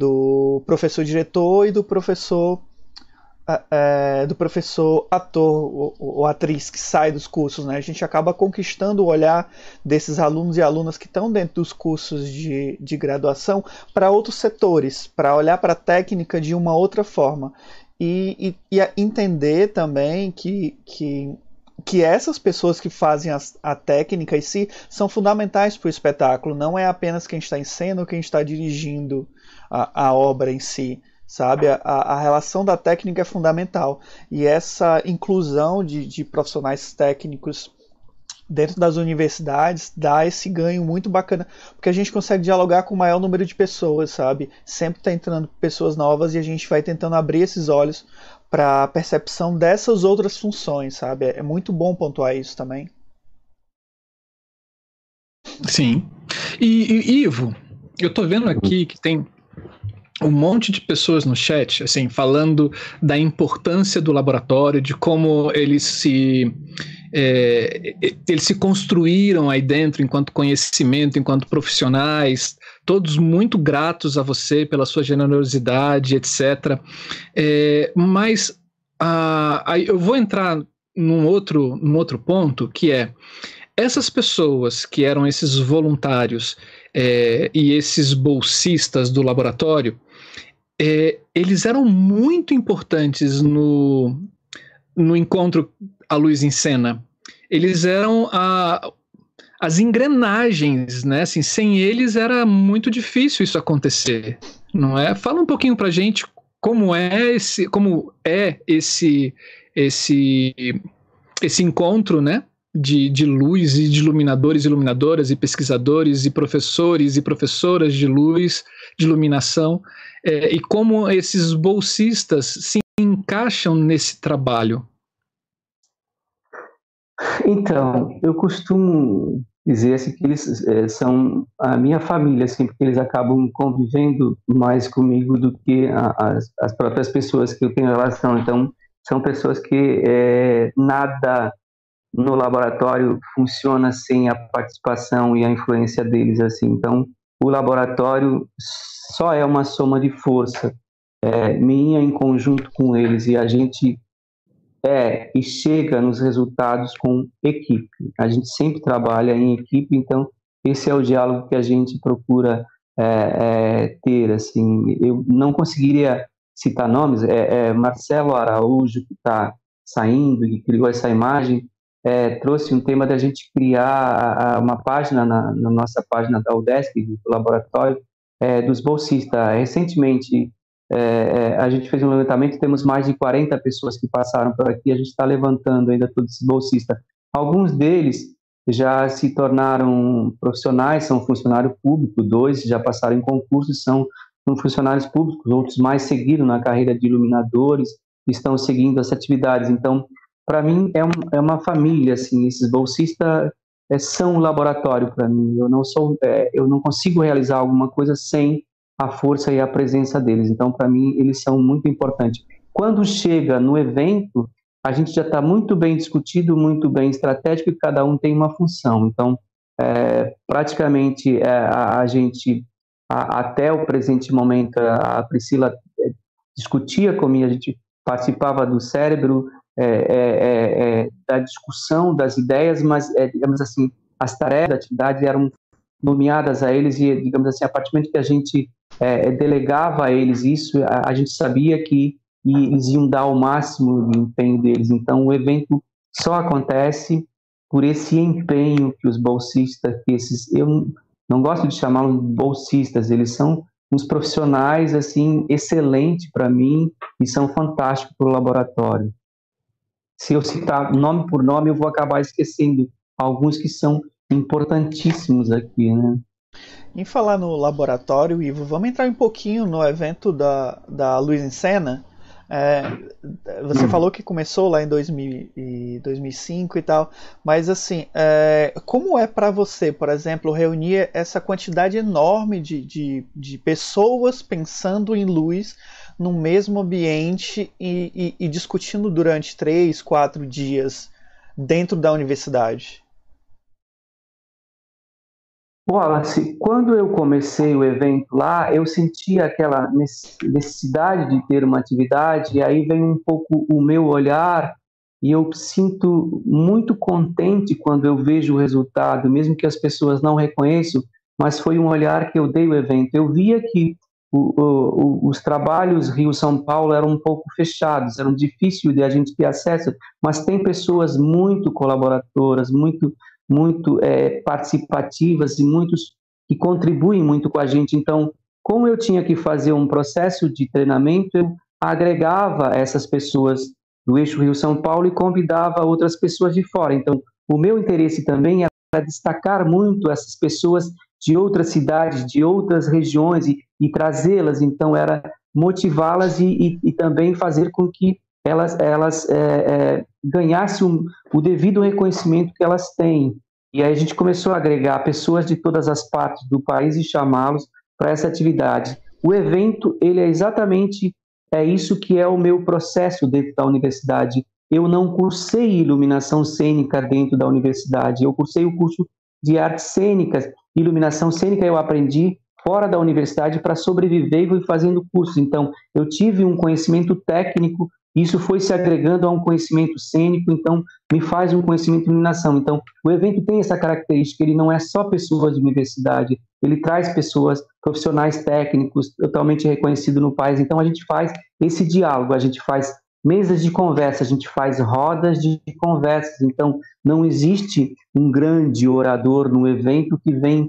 do professor diretor e do professor é, do professor ator ou, ou atriz que sai dos cursos, né? A gente acaba conquistando o olhar desses alunos e alunas que estão dentro dos cursos de, de graduação para outros setores, para olhar para a técnica de uma outra forma. E, e, e entender também que, que, que essas pessoas que fazem a, a técnica em si são fundamentais para o espetáculo. Não é apenas quem está em cena ou quem está dirigindo a, a obra em si, sabe? A, a relação da técnica é fundamental. E essa inclusão de, de profissionais técnicos dentro das universidades dá esse ganho muito bacana, porque a gente consegue dialogar com o maior número de pessoas, sabe? Sempre está entrando pessoas novas e a gente vai tentando abrir esses olhos para a percepção dessas outras funções, sabe? É muito bom pontuar isso também. Sim. E, e Ivo, eu tô vendo aqui que tem um monte de pessoas no chat, assim, falando da importância do laboratório, de como eles se... É, eles se construíram aí dentro enquanto conhecimento, enquanto profissionais, todos muito gratos a você pela sua generosidade, etcétera. É, mas ah, aí eu vou entrar num outro, num outro ponto, que é essas pessoas que eram esses voluntários é, e esses bolsistas do laboratório, é, eles eram muito importantes no, no encontro A Luz em Cena. Eles eram a, as engrenagens, né? Assim, sem eles era muito difícil isso acontecer, não é? Fala um pouquinho pra gente como é esse, como é esse, esse, esse encontro, né? De, de luz e de iluminadores, iluminadoras e pesquisadores e professores e professoras de luz, de iluminação, é, e como esses bolsistas se encaixam nesse trabalho. Então, eu costumo dizer assim, que eles é, são a minha família, assim, porque eles acabam convivendo mais comigo do que a, as, as próprias pessoas que eu tenho relação. Então, são pessoas que é, nada no laboratório funciona sem a participação e a influência deles, assim. Então, o laboratório só é uma soma de força é, minha em conjunto com eles, e a gente é e chega nos resultados com equipe. A gente sempre trabalha em equipe, então esse é o diálogo que a gente procura é, é, ter. Assim, eu não conseguiria citar nomes. É, é Marcelo Araújo, que está saindo e criou essa imagem, é, trouxe um tema da gente criar a, a, uma página na, na nossa página da UDESC, do laboratório, é, dos bolsistas. Recentemente, é, a gente fez um levantamento, temos mais de quarenta pessoas que passaram por aqui, a gente está levantando ainda todos esses bolsistas. Alguns deles já se tornaram profissionais, são funcionário público, dois já passaram em concursos, são funcionários públicos, outros mais seguiram na carreira de iluminadores, estão seguindo as atividades. Então, para mim, é, um, é uma família, assim, esses bolsistas é, são um laboratório para mim. Eu não sou, é, eu não consigo realizar alguma coisa sem a força e a presença deles. Então, para mim, eles são muito importantes. Quando chega no evento, a gente já está muito bem discutido, muito bem estratégico, e cada um tem uma função. Então, é, praticamente, é, a, a gente, a, até o presente momento, a Priscila é, discutia comigo, a gente participava do cérebro, é, é, é, da discussão das ideias, mas, é, digamos assim, as tarefas da atividade eram nomeadas a eles, e, digamos assim, a partir do momento que a gente é, delegava a eles isso, a, a gente sabia que e eles iam dar o máximo do empenho deles. Então, o evento só acontece por esse empenho que os bolsistas, que esses, eu não gosto de chamá-los bolsistas, eles são uns profissionais assim excelentes para mim e são fantásticos para o laboratório. Se eu citar nome por nome, eu vou acabar esquecendo alguns que são importantíssimos aqui, né? Em falar no laboratório, Ivo, vamos entrar um pouquinho no evento da, da Luz em Cena. É, você hum. falou que começou lá em dois mil e cinco e tal, mas assim, é, como é para você, por exemplo, reunir essa quantidade enorme de, de, de pessoas pensando em luz no mesmo ambiente e, e, e discutindo durante três, quatro dias dentro da universidade? Wallace, quando eu comecei o evento lá, eu sentia aquela necessidade de ter uma atividade, e aí vem um pouco o meu olhar, e eu sinto muito contente quando eu vejo o resultado, mesmo que as pessoas não reconheçam, mas foi um olhar que eu dei ao evento. Eu via que o, o, os trabalhos Rio-São Paulo eram um pouco fechados, eram difíceis de a gente ter acesso, mas tem pessoas muito colaboradoras, muito muito é, participativas e muitos que contribuem muito com a gente. Então, como eu tinha que fazer um processo de treinamento, eu agregava essas pessoas do eixo Rio-São Paulo e convidava outras pessoas de fora. Então, o meu interesse também era destacar muito essas pessoas de outras cidades, de outras regiões e, e trazê-las. Então, era motivá-las e, e, e também fazer com que elas, elas é, é, ganhassem um, o devido reconhecimento que elas têm. E aí a gente começou a agregar pessoas de todas as partes do país e chamá-los para essa atividade. O evento, ele é exatamente é isso que é o meu processo dentro da universidade. Eu não cursei iluminação cênica dentro da universidade, eu cursei o curso de artes cênicas. Iluminação cênica eu aprendi fora da universidade para sobreviver e fui fazendo cursos. Então, eu tive um conhecimento técnico. Isso foi se agregando a um conhecimento cênico, então me faz um conhecimento de iluminação. Então, o evento tem essa característica, ele não é só pessoas de universidade, ele traz pessoas, profissionais técnicos, totalmente reconhecidos no país. Então, a gente faz esse diálogo, a gente faz mesas de conversa, a gente faz rodas de conversas. Então, não existe um grande orador no evento que vem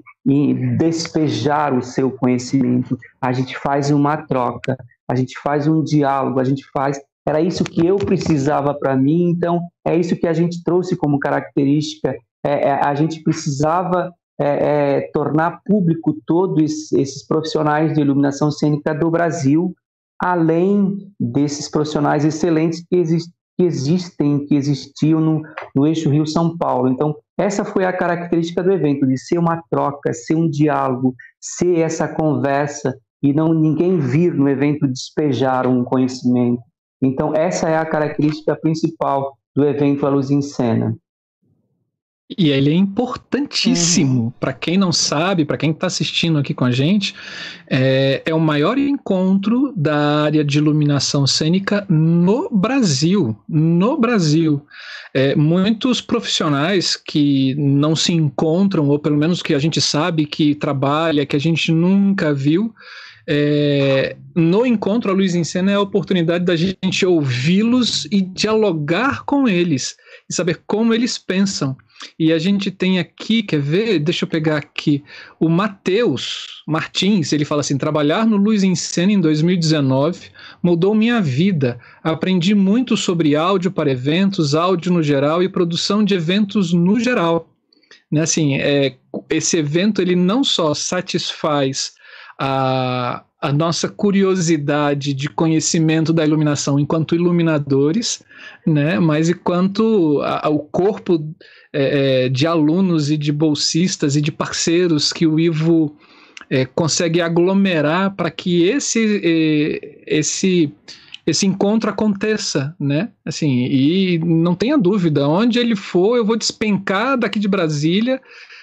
despejar o seu conhecimento. A gente faz uma troca, a gente faz um diálogo, a gente faz... Era isso que eu precisava para mim, então é isso que a gente trouxe como característica. É, é, a gente precisava é, é, tornar público todos esses profissionais de iluminação cênica do Brasil, além desses profissionais excelentes que, exist, que existem, que existiam no, no eixo Rio-São Paulo. Então, essa foi a característica do evento, de ser uma troca, ser um diálogo, ser essa conversa, e não ninguém vir no evento despejar um conhecimento. Então, essa é a característica principal do evento A Luz em Cena. E ele é importantíssimo, uhum. para quem não sabe, para quem está assistindo aqui com a gente, é, é o maior encontro da área de iluminação cênica no Brasil, no Brasil. É, muitos profissionais que não se encontram, ou pelo menos que a gente sabe que trabalha, que a gente nunca viu, É, no encontro A Luz em Cena é a oportunidade da gente ouvi-los e dialogar com eles, e saber como eles pensam. E a gente tem aqui, quer ver? Deixa eu pegar aqui, o Matheus Martins, ele fala assim: trabalhar no Luz em Cena em dois mil e dezenove mudou minha vida, aprendi muito sobre áudio para eventos, áudio no geral e produção de eventos no geral. Né, assim, é, esse evento ele não só satisfaz A, a nossa curiosidade de conhecimento da iluminação enquanto iluminadores, né, mas enquanto a, a, o corpo é, de alunos e de bolsistas e de parceiros que o Ivo é, consegue aglomerar para que esse, é, esse, esse encontro aconteça, né, assim, e não tenha dúvida, onde ele for eu vou despencar daqui de Brasília,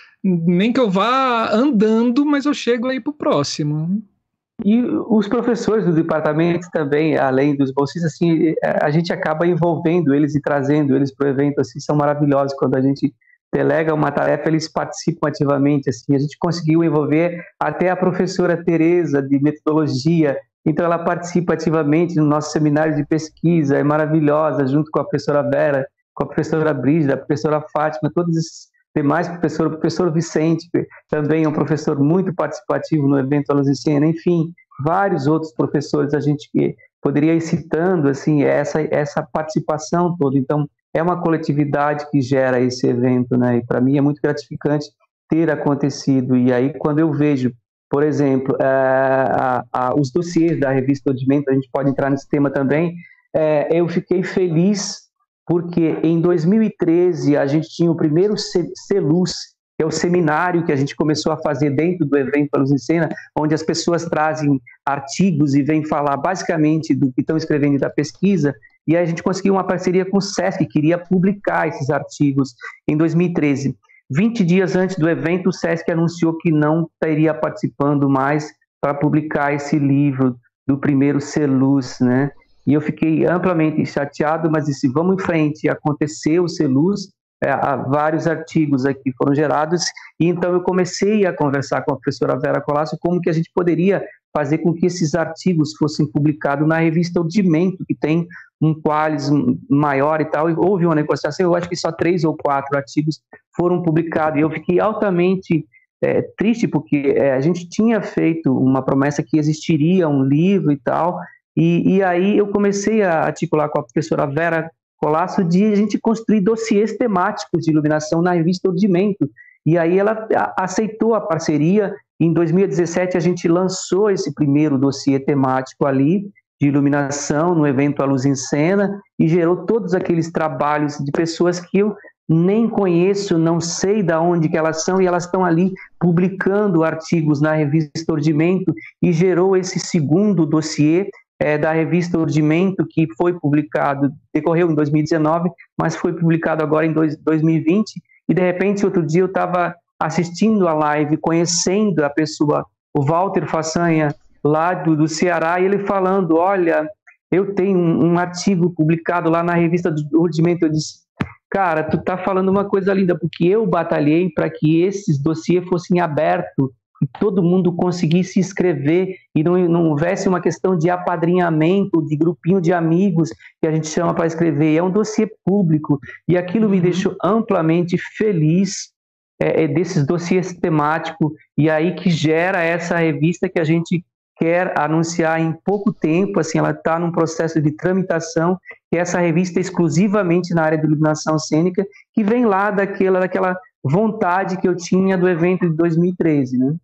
nem que eu vá andando, mas eu chego aí para o próximo. E os professores do departamento também, além dos bolsistas, assim, a gente acaba envolvendo eles e trazendo eles para o evento, assim, são maravilhosos. Quando a gente delega uma tarefa, eles participam ativamente, assim. A gente conseguiu envolver até a professora Tereza, de metodologia, então ela participa ativamente no nosso seminário de pesquisa, é maravilhosa, junto com a professora Vera, com a professora Brígida, a professora Fátima, todos esses demais professores, o professor Vicente também é um professor muito participativo no evento A Luz em Cena, enfim, vários outros professores a gente poderia ir citando, assim, essa, essa participação toda. Então, é uma coletividade que gera esse evento, né, e para mim é muito gratificante ter acontecido. E aí, quando eu vejo, por exemplo, é, a, a, os dossiês da revista Odimento, a gente pode entrar nesse tema também, é, eu fiquei feliz porque em dois mil e treze a gente tinha o primeiro CELUS, que é o seminário que a gente começou a fazer dentro do evento A Luz em Cena, onde as pessoas trazem artigos e vêm falar basicamente do que estão escrevendo da pesquisa, e aí a gente conseguiu uma parceria com o SESC, que queria publicar esses artigos em dois mil e treze. vinte dias antes do evento, o SESC anunciou que não estaria participando mais para publicar esse livro do primeiro CELUS, né? E eu fiquei amplamente chateado, mas disse, vamos em frente. Aconteceu o CELUS, é, vários artigos aqui foram gerados, e então eu comecei a conversar com a professora Vera Colasso como que a gente poderia fazer com que esses artigos fossem publicados na revista Odimento, que tem um qualis maior e tal, e houve uma negociação, eu acho que só três ou quatro artigos foram publicados, e eu fiquei altamente é, triste, porque é, a gente tinha feito uma promessa que existiria um livro e tal. E, e aí eu comecei a articular com a professora Vera Colasso de a gente construir dossiês temáticos de iluminação na revista Odimento. E aí ela aceitou a parceria. Em dois mil e dezessete a gente lançou esse primeiro dossiê temático ali de iluminação no evento A Luz em Cena e gerou todos aqueles trabalhos de pessoas que eu nem conheço, não sei de onde que elas são, e elas estão ali publicando artigos na revista Odimento, e gerou esse segundo dossiê É, da revista Odimento, que foi publicado, decorreu em dois mil e dezenove, mas foi publicado agora em dois mil e vinte, e de repente outro dia eu estava assistindo a live, conhecendo a pessoa, o Walter Façanha, lá do, do Ceará, e ele falando, olha, eu tenho um, um artigo publicado lá na revista do Odimento. Eu disse, cara, tu tá falando uma coisa linda, porque eu batalhei para que esses dossiês fossem abertos, que todo mundo conseguisse escrever e não, não houvesse uma questão de apadrinhamento, de grupinho de amigos que a gente chama para escrever. É um dossiê público, e aquilo uhum. me deixou amplamente feliz é, é desses dossiês temáticos, e aí que gera essa revista que a gente quer anunciar em pouco tempo. Assim, ela está num processo de tramitação, que é essa revista exclusivamente na área de iluminação cênica, que vem lá daquela, daquela vontade que eu tinha do evento de dois mil e treze, né?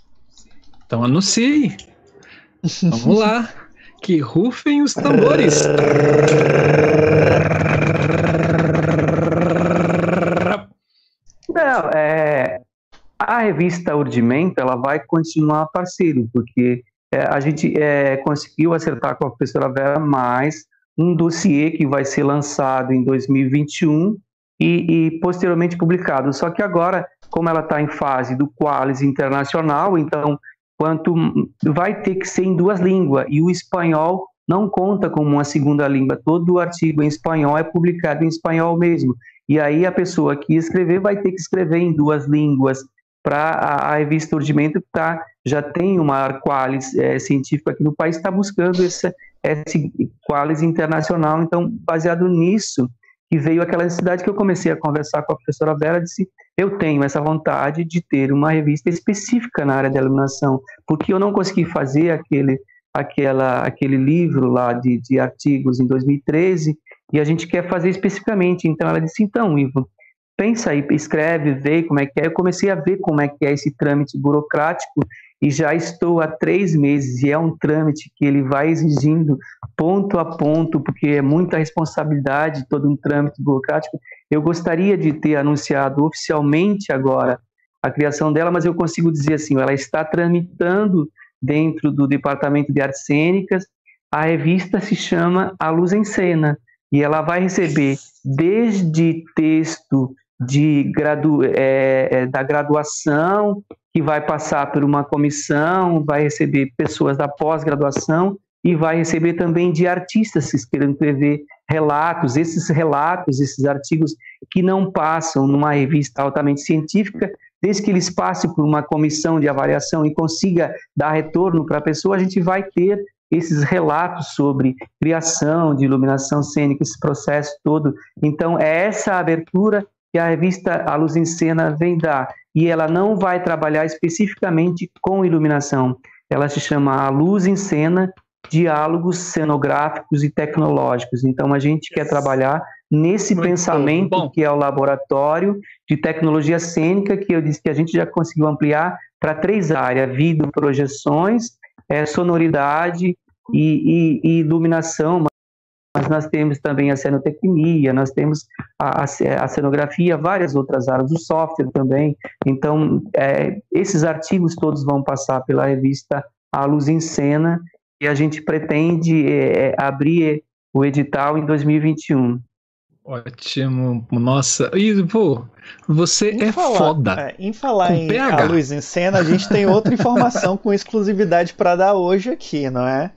Então anuncie. Vamos lá. Que rufem os tambores. Não, é, a revista Urdimento, ela vai continuar parceiro, porque é, a gente é, conseguiu acertar com a professora Vera mais um dossiê que vai ser lançado em dois mil e vinte e um e, e posteriormente publicado. Só que agora, como ela está em fase do Qualis Internacional, então quanto vai ter que ser em duas línguas, e o espanhol não conta como uma segunda língua. Todo o artigo em espanhol é publicado em espanhol mesmo. E aí a pessoa que escrever vai ter que escrever em duas línguas, para a, a revista Urdimento, que tá, já tem uma Qualis é, científica aqui no país, está buscando esse, esse Qualis internacional. Então, baseado nisso, que veio aquela necessidade que eu comecei a conversar com a professora Vera, disse, eu tenho essa vontade de ter uma revista específica na área da iluminação, porque eu não consegui fazer aquele, aquela, aquele livro lá de, de artigos em dois mil e treze, e a gente quer fazer especificamente. Então ela disse, então, Ivo, pensa aí, escreve, vê como é que é. Eu comecei a ver como é que é esse trâmite burocrático e já estou há três meses, e é um trâmite que ele vai exigindo ponto a ponto, porque é muita responsabilidade, todo um trâmite burocrático. Eu gostaria de ter anunciado oficialmente agora a criação dela, mas eu consigo dizer assim, ela está tramitando dentro do Departamento de Artes Cênicas. A revista se chama A Luz em Cena, e ela vai receber desde texto de gradu é, da graduação, que vai passar por uma comissão, vai receber pessoas da pós-graduação e vai receber também de artistas que queiram escrever relatos, esses relatos, esses artigos que não passam numa revista altamente científica, desde que eles passem por uma comissão de avaliação e consiga dar retorno para a pessoa, a gente vai ter esses relatos sobre criação de iluminação cênica, esse processo todo. Então, é essa abertura que a revista A Luz em Cena vem dar. E ela não vai trabalhar especificamente com iluminação. Ela se chama A Luz em Cena, Diálogos Cenográficos e Tecnológicos. Então, a gente quer trabalhar nesse Muito pensamento bom. que é o laboratório de tecnologia cênica, que eu disse que a gente já conseguiu ampliar para três áreas: vídeo, projeções, é, sonoridade e, e, e iluminação, mas nós temos também a cenotecnia, nós temos a, a cenografia, várias outras áreas, o software também. Então, é, esses artigos todos vão passar pela revista A Luz em Cena, e a gente pretende é, abrir o edital em dois mil e vinte e um. Ótimo, nossa, Ivo, você em é falar, foda. É, em falar com em P H. A Luz em Cena, a gente tem outra informação com exclusividade para dar hoje aqui, não é?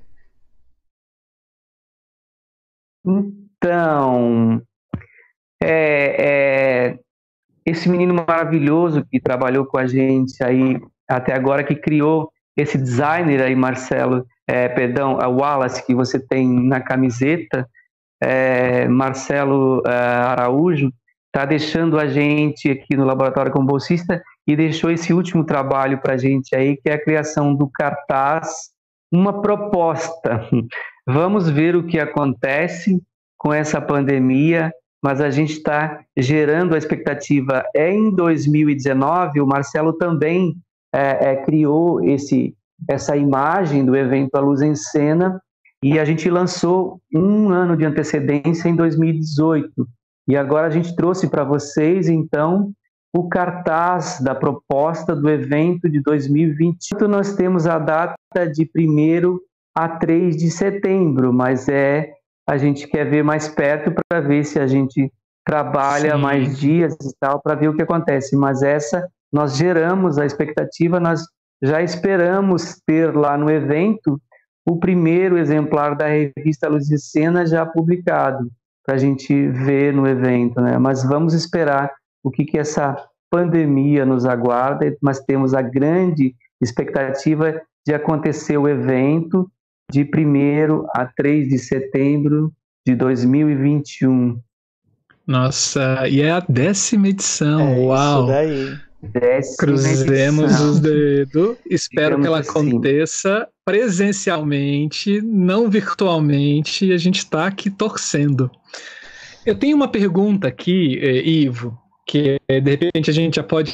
Então, é, é, esse menino maravilhoso que trabalhou com a gente aí até agora, que criou esse designer aí, Marcelo, é, perdão, a Wallace, que você tem na camiseta, é, Marcelo é, Araújo, está deixando a gente aqui no laboratório como bolsista e deixou esse último trabalho para a gente aí, que é a criação do cartaz, uma proposta. Vamos ver o que acontece com essa pandemia, mas a gente está gerando a expectativa. Em dois mil e dezenove, o Marcelo também é, é, criou esse, essa imagem do evento A Luz em Cena, e a gente lançou um ano de antecedência em dois mil e dezoito. E agora a gente trouxe para vocês, então, o cartaz da proposta do evento de dois mil e vinte. Nós temos a data de primeiro a três de setembro, mas é, a gente quer ver mais perto para ver se a gente trabalha Sim. mais dias e tal, para ver o que acontece. Mas essa, nós geramos a expectativa, nós já esperamos ter lá no evento o primeiro exemplar da revista Luz em Cena já publicado, para a gente ver no evento, né? Mas vamos esperar o que, que essa pandemia nos aguarda, mas temos a grande expectativa de acontecer o evento de primeiro a três de setembro de dois mil e vinte e um. Nossa, e é a décima edição, é uau! Isso daí. Cruzemos edição. os dedos, espero Digamos que ela assim. aconteça presencialmente, não virtualmente, e a gente está aqui torcendo. Eu tenho uma pergunta aqui, Ivo, que de repente a gente já pode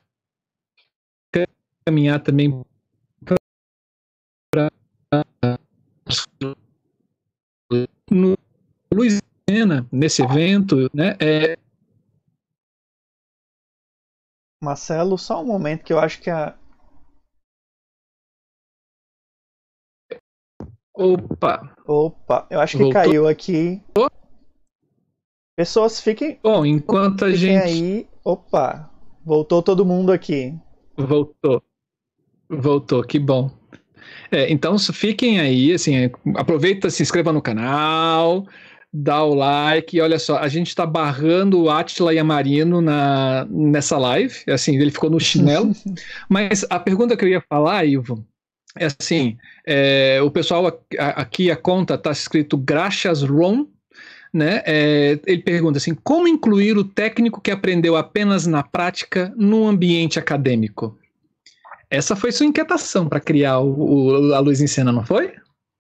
caminhar também para no Luz em Cena, nesse evento, né? É, Marcelo, só um momento que eu acho que a... Opa! Opa, eu acho que Voltou? caiu aqui. Pessoas, fiquem, Bom, enquanto a fiquem gente... aí. Opa, voltou todo mundo aqui. Voltou. Voltou, que bom. É, então fiquem aí, assim, aproveita, se inscreva no canal, dá o like, e olha só, a gente está barrando o Átila Yamarino na, nessa live, assim, ele ficou no chinelo, mas a pergunta que eu ia falar, Ivo, é assim, é, o pessoal aqui, a conta está escrito Graxas Ron, né? É, ele pergunta assim, como incluir o técnico que aprendeu apenas na prática num ambiente acadêmico? Essa foi sua inquietação para criar o, o, a Luz em Cena, não foi?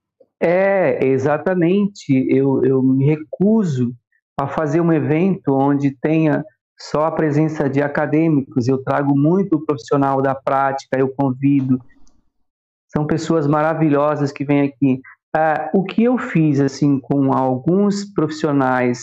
É, exatamente. Eu, eu me recuso a fazer um evento onde tenha só a presença de acadêmicos. Eu trago muito o profissional da prática, eu convido. São pessoas maravilhosas que vêm aqui. Ah, o que eu fiz assim com alguns profissionais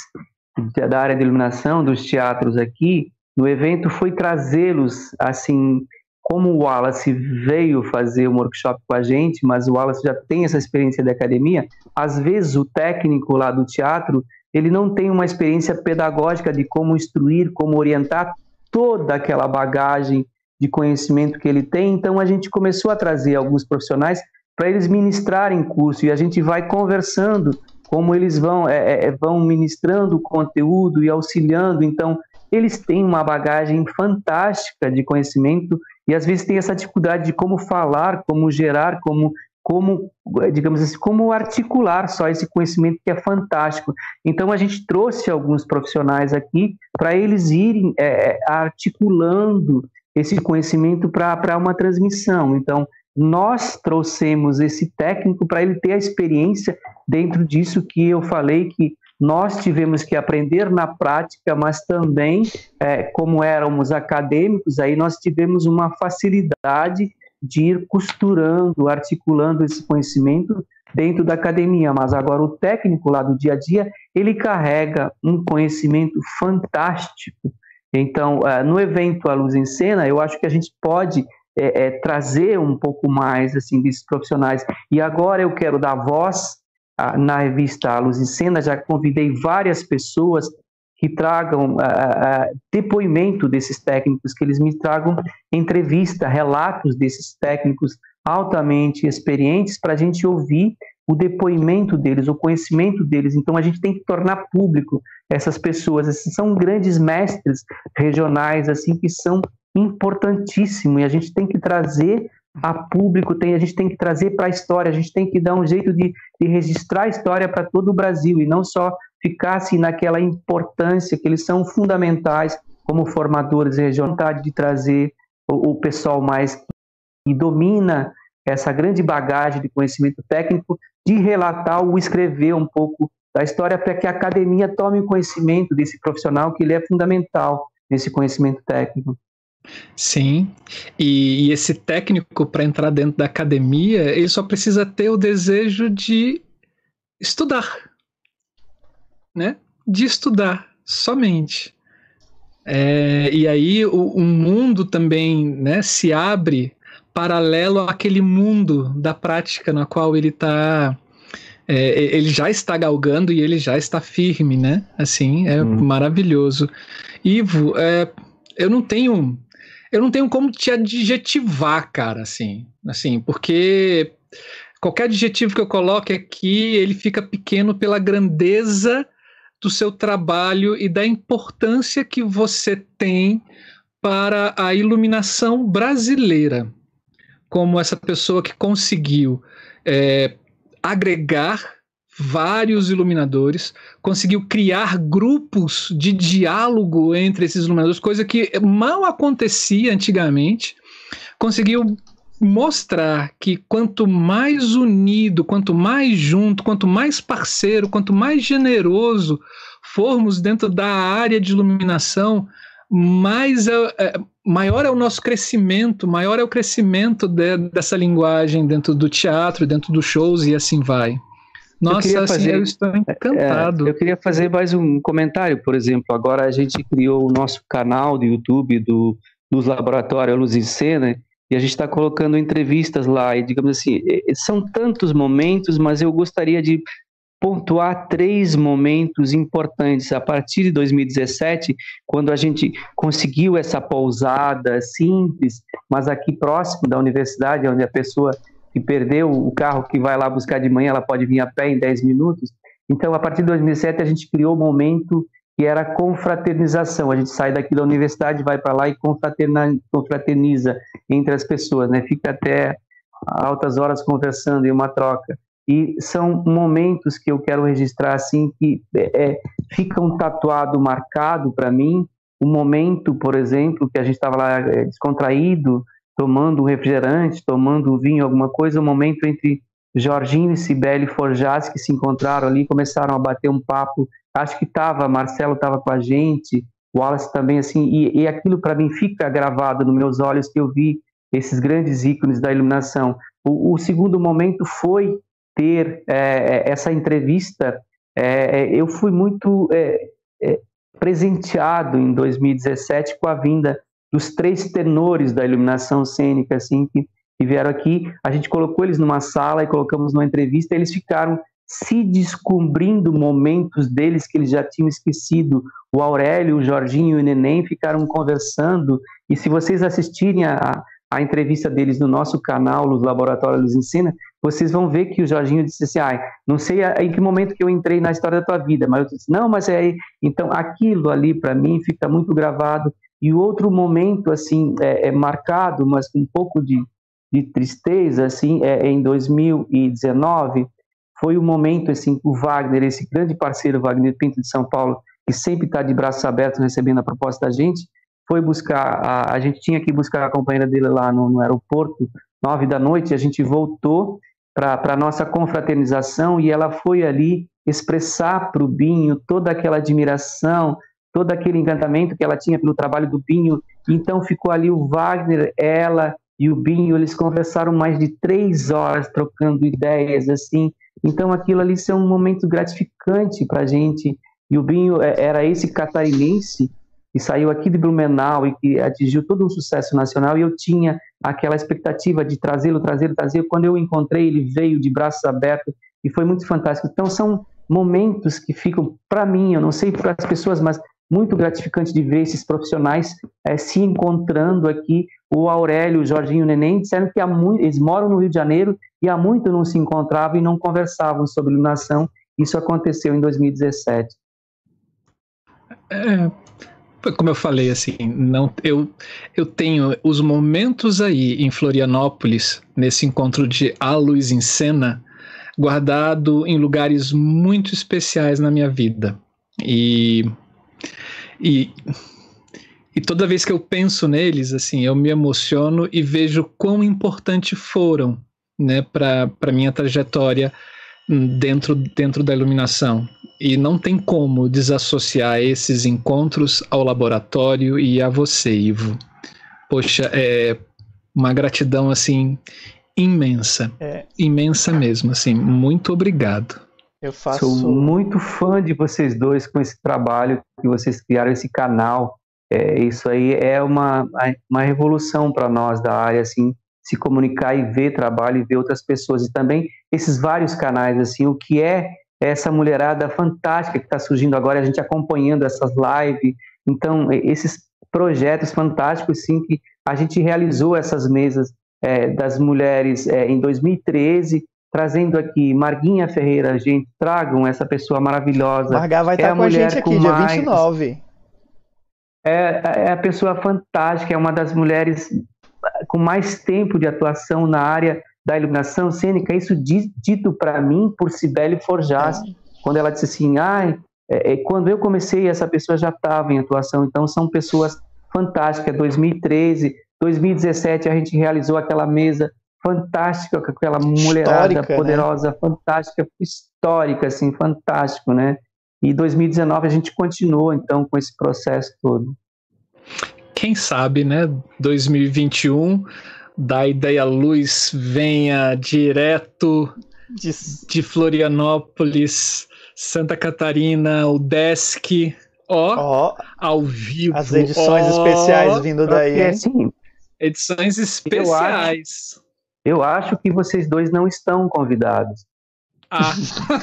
da área de iluminação, dos teatros aqui, no evento, foi trazê-los assim... Como o Wallace veio fazer um workshop com a gente, mas o Wallace já tem essa experiência de academia, às vezes o técnico lá do teatro, ele não tem uma experiência pedagógica de como instruir, como orientar toda aquela bagagem de conhecimento que ele tem, então a gente começou a trazer alguns profissionais para eles ministrarem curso, e a gente vai conversando como eles vão, é, é, vão ministrando o conteúdo e auxiliando, então eles têm uma bagagem fantástica de conhecimento e às vezes tem essa dificuldade de como falar, como gerar, como, como, digamos assim, como articular só esse conhecimento que é fantástico. Então a gente trouxe alguns profissionais aqui para eles irem é, articulando esse conhecimento para uma transmissão. Então nós trouxemos esse técnico para ele ter a experiência dentro disso que eu falei, que nós tivemos que aprender na prática, mas também, é, como éramos acadêmicos, aí nós tivemos uma facilidade de ir costurando, articulando esse conhecimento dentro da academia. Mas agora o técnico lá do dia a dia, ele carrega um conhecimento fantástico. Então, no evento A Luz em Cena, eu acho que a gente pode é, é, trazer um pouco mais assim, desses profissionais. E agora eu quero dar voz na revista A Luz em Cena, já convidei várias pessoas que tragam uh, uh, depoimento desses técnicos, que eles me tragam entrevista, relatos desses técnicos altamente experientes para a gente ouvir o depoimento deles, o conhecimento deles. Então a gente tem que tornar público essas pessoas. Esses são grandes mestres regionais assim que são importantíssimos e a gente tem que trazer a público, tem, a gente tem que trazer para a história, a gente tem que dar um jeito de, de registrar a história para todo o Brasil e não só ficar assim, naquela importância que eles são fundamentais como formadores regionais, de trazer o, o pessoal mais que domina essa grande bagagem de conhecimento técnico, de relatar ou escrever um pouco da história para que a academia tome conhecimento desse profissional, que ele é fundamental nesse conhecimento técnico. Sim, e, e esse técnico para entrar dentro da academia, ele só precisa ter o desejo de estudar, né? De estudar, somente. É, e aí o, o mundo também, né, se abre paralelo àquele mundo da prática na qual ele está, é, ele já está galgando e ele já está firme, né? Assim, é hum. maravilhoso. Ivo, é, eu não tenho... Eu não tenho como te adjetivar, cara, assim, assim, porque qualquer adjetivo que eu coloque aqui, ele fica pequeno pela grandeza do seu trabalho e da importância que você tem para a iluminação brasileira, como essa pessoa que conseguiu é, agregar vários iluminadores, conseguiu criar grupos de diálogo entre esses iluminadores, coisa que mal acontecia antigamente, conseguiu mostrar que quanto mais unido, quanto mais junto, quanto mais parceiro, quanto mais generoso formos dentro da área de iluminação, mais é, é, maior é o nosso crescimento, maior é o crescimento de, dessa linguagem dentro do teatro, dentro dos shows e assim vai. Nossa, eu, assim, fazer, eu estou encantado. É, eu queria fazer mais um comentário, por exemplo, agora a gente criou o nosso canal do YouTube do, Luz Laboratório, Luz em Cena, e a gente está colocando entrevistas lá, e digamos assim, são tantos momentos, mas eu gostaria de pontuar três momentos importantes. A partir de dois mil e dezessete, quando a gente conseguiu essa pousada simples, mas aqui próximo da universidade, onde a pessoa que perdeu o carro que vai lá buscar de manhã, ela pode vir a pé em dez minutos. Então, a partir de dois mil e sete, a gente criou um momento que era a confraternização. A gente sai daqui da universidade, vai para lá e confraterniza entre as pessoas, né? Fica até altas horas conversando em uma troca. E são momentos que eu quero registrar, assim, que é, ficam tatuado, marcado para mim. Um momento, por exemplo, que a gente estava lá é, descontraído, tomando um refrigerante, tomando um vinho, alguma coisa, um momento entre Jorginho e Cibele Forjaz, que se encontraram ali, começaram a bater um papo. Acho que estava, Marcelo estava com a gente, o Wallace também, assim, e, e aquilo para mim fica gravado nos meus olhos, que eu vi esses grandes ícones da iluminação. O, o segundo momento foi ter é, essa entrevista. É, eu fui muito é, é, presenteado em dois mil e dezessete com a vinda dos três tenores da iluminação cênica, assim, que, que vieram aqui. A gente colocou eles numa sala e colocamos numa entrevista, e eles ficaram se descobrindo momentos deles que eles já tinham esquecido. O Aurélio, o Jorginho e o Neném ficaram conversando, e se vocês assistirem a, a entrevista deles no nosso canal, Luz Laboratório Luz Ensina, vocês vão ver que o Jorginho disse assim, ah, não sei a, em que momento que eu entrei na história da tua vida, mas eu disse, não, mas é aí. Então, aquilo ali, para mim, fica muito gravado. E o outro momento, assim, é, é marcado, mas com um pouco de, de tristeza, assim, é, é em dois mil e dezenove, foi o momento, assim, que o Wagner, esse grande parceiro, Wagner Pinto de São Paulo, que sempre está de braços abertos recebendo a proposta da gente, foi buscar, a, a gente tinha que buscar a companheira dele lá no, no aeroporto, nove da noite, a gente voltou para a nossa confraternização, e ela foi ali expressar para o Binho toda aquela admiração, todo aquele encantamento que ela tinha pelo trabalho do Binho. Então ficou ali o Wagner, ela e o Binho, eles conversaram mais de três horas trocando ideias, assim. Então aquilo ali é um momento gratificante para a gente. E o Binho era esse catarinense que saiu aqui de Blumenau e que atingiu todo um sucesso nacional, e eu tinha aquela expectativa de trazê-lo, trazê-lo, trazê-lo. Quando eu o encontrei, ele veio de braços abertos e foi muito fantástico. Então são momentos que ficam, para mim, eu não sei para as pessoas, mas muito gratificante de ver esses profissionais é, se encontrando aqui. O Aurélio, o Jorginho e o Neném disseram que há muito, eles moram no Rio de Janeiro e há muito não se encontravam e não conversavam sobre iluminação. Isso aconteceu em dois mil e dezessete. É, como eu falei, assim, não, eu, eu tenho os momentos aí em Florianópolis, nesse encontro de A Luz em Cena, guardado em lugares muito especiais na minha vida. E... E, e toda vez que eu penso neles, assim, eu me emociono e vejo quão importante foram, né, para a minha trajetória dentro, dentro da iluminação. E não tem como desassociar esses encontros ao laboratório e a você, Ivo. Poxa, é uma gratidão, assim, imensa. É. Imensa mesmo, assim. Muito obrigado. Eu faço... Sou muito fã de vocês dois com esse trabalho que vocês criaram, esse canal. É, isso aí é uma, uma revolução para nós da área, assim, se comunicar e ver trabalho e ver outras pessoas. E também esses vários canais, assim, o que é essa mulherada fantástica que está surgindo agora, a gente acompanhando essas lives. Então, esses projetos fantásticos, sim, que a gente realizou essas mesas é, das mulheres é, em dois mil e treze, trazendo aqui Marguinha Ferreira, gente, tragam essa pessoa maravilhosa. Marga vai estar é com a gente aqui, dia mais, vinte e nove. É, é a pessoa fantástica, é uma das mulheres com mais tempo de atuação na área da iluminação cênica, isso dito para mim por Cibele Forjaz, é. Quando ela disse assim, ah, é, é, quando eu comecei, essa pessoa já estava em atuação. Então são pessoas fantásticas. dois mil e treze, dois mil e dezessete a gente realizou aquela mesa fantástica, com aquela mulherada histórica, poderosa, né? Fantástica, histórica, assim, fantástico, né? E dois mil e dezenove a gente continuou, então, com esse processo todo. Quem sabe, né? dois mil e vinte e um, da Ideia Luz venha direto de, de Florianópolis, Santa Catarina, o Desk, Ó, Ó, ao vivo. as edições Ó, especiais vindo daí, Porque, hein? assim, edições especiais. eu acho que vocês dois não estão convidados. Ah.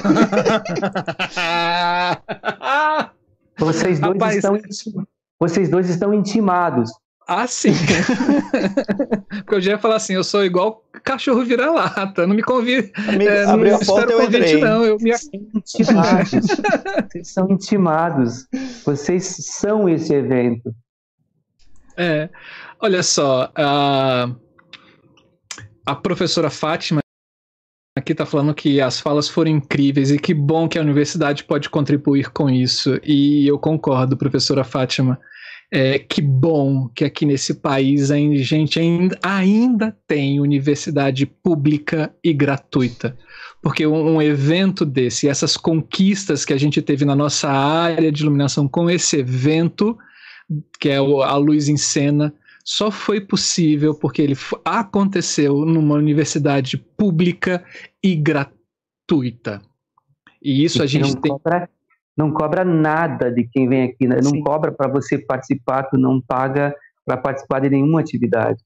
Vocês dois, Rapaz, estão, vocês dois estão intimados. Ah, sim. Porque eu já ia falar assim, eu sou igual cachorro vira-lata, não me convide. Amigo, é, abriu não a porta, espero eu convite, entrei. não. Eu me... Intimados. Vocês são intimados. Vocês são esse evento. É, olha só, a, a professora Fátima aqui está falando que as falas foram incríveis e que bom que a universidade pode contribuir com isso. E eu concordo, professora Fátima. É, que bom que aqui nesse país a gente ainda, ainda tem universidade pública e gratuita. Porque um, um evento desse, essas conquistas que a gente teve na nossa área de iluminação com esse evento, que é o, a Luz em Cena, só foi possível porque ele aconteceu numa universidade pública e gratuita. E isso e a gente não tem... Cobra, não cobra nada de quem vem aqui, né? Não Sim. cobra para você participar, tu não paga para participar de nenhuma atividade.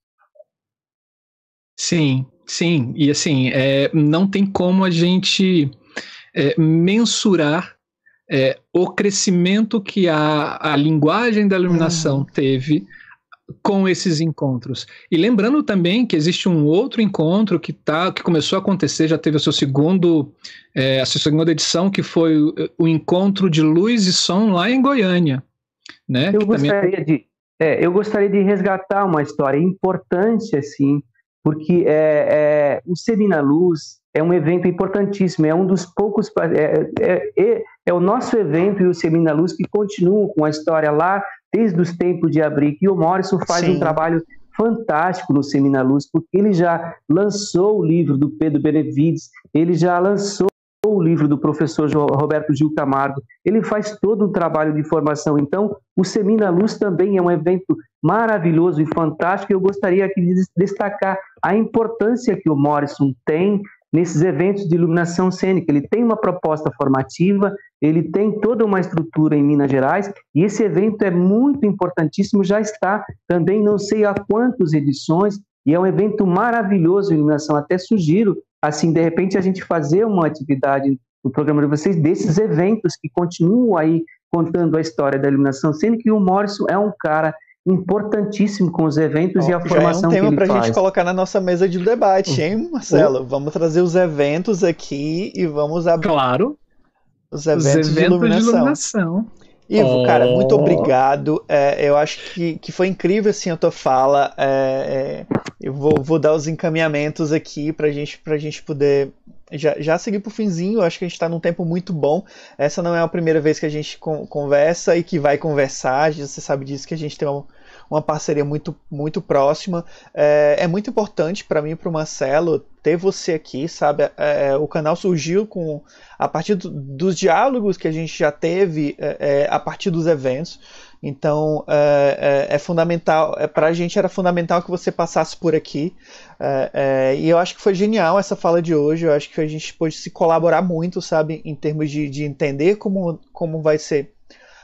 Sim, sim. E assim, é, não tem como a gente é, mensurar é, o crescimento que a, a linguagem da iluminação uhum. teve com esses encontros. E lembrando também que existe um outro encontro que, tá, que começou a acontecer, já teve a sua, segundo, é, a sua segunda edição, que foi o, o Encontro de Luz e Som lá em Goiânia. Né? Eu, que gostaria também... de, é, eu gostaria de resgatar uma história importante, assim, porque é, é, o Semina Luz é um evento importantíssimo, é um dos poucos... É, é, é, é o nosso evento e o Semina Luz que continuam com a história lá desde os tempos de Abric, e o Morrison faz Sim. um trabalho fantástico no Semina Luz, porque ele já lançou o livro do Pedro Benevides, ele já lançou o livro do professor Roberto Gil Camargo, ele faz todo um trabalho de formação. Então, o Semina Luz também é um evento maravilhoso e fantástico, e eu gostaria aqui de destacar a importância que o Morrison tem nesses eventos de iluminação cênica. Ele tem uma proposta formativa, ele tem toda uma estrutura em Minas Gerais, e esse evento é muito importantíssimo, já está também não sei há quantas edições, e é um evento maravilhoso de iluminação. Até sugiro, assim, de repente, a gente fazer uma atividade no programa de vocês, desses eventos que continuam aí contando a história da iluminação cênica, e o Morrison é um cara importantíssimo com os eventos oh, e a formação que ele faz. Já é um tema para a gente colocar na nossa mesa de debate, hein, Marcelo? Oh. Vamos trazer os eventos aqui e vamos abrir claro. os eventos, os eventos de iluminação. De iluminação. Ivo, oh. cara, muito obrigado. É, eu acho que, que foi incrível assim, a tua fala. É, é, eu vou, vou dar os encaminhamentos aqui para gente, a gente poder já, já seguir para o finzinho. Eu acho que a gente está num tempo muito bom. Essa não é a primeira vez que a gente con- conversa e que vai conversar. Você sabe disso, que a gente tem uma, uma parceria muito, muito próxima. É, é muito importante para mim e para o Marcelo ter você aqui, sabe? É, o canal surgiu com, a partir do, dos diálogos que a gente já teve é, a partir dos eventos. Então é, é, é fundamental, é, para a gente era fundamental que você passasse por aqui. É, é, e eu acho que foi genial essa fala de hoje. Eu acho que a gente pôde se colaborar muito, sabe? Em termos de, de entender como, como vai ser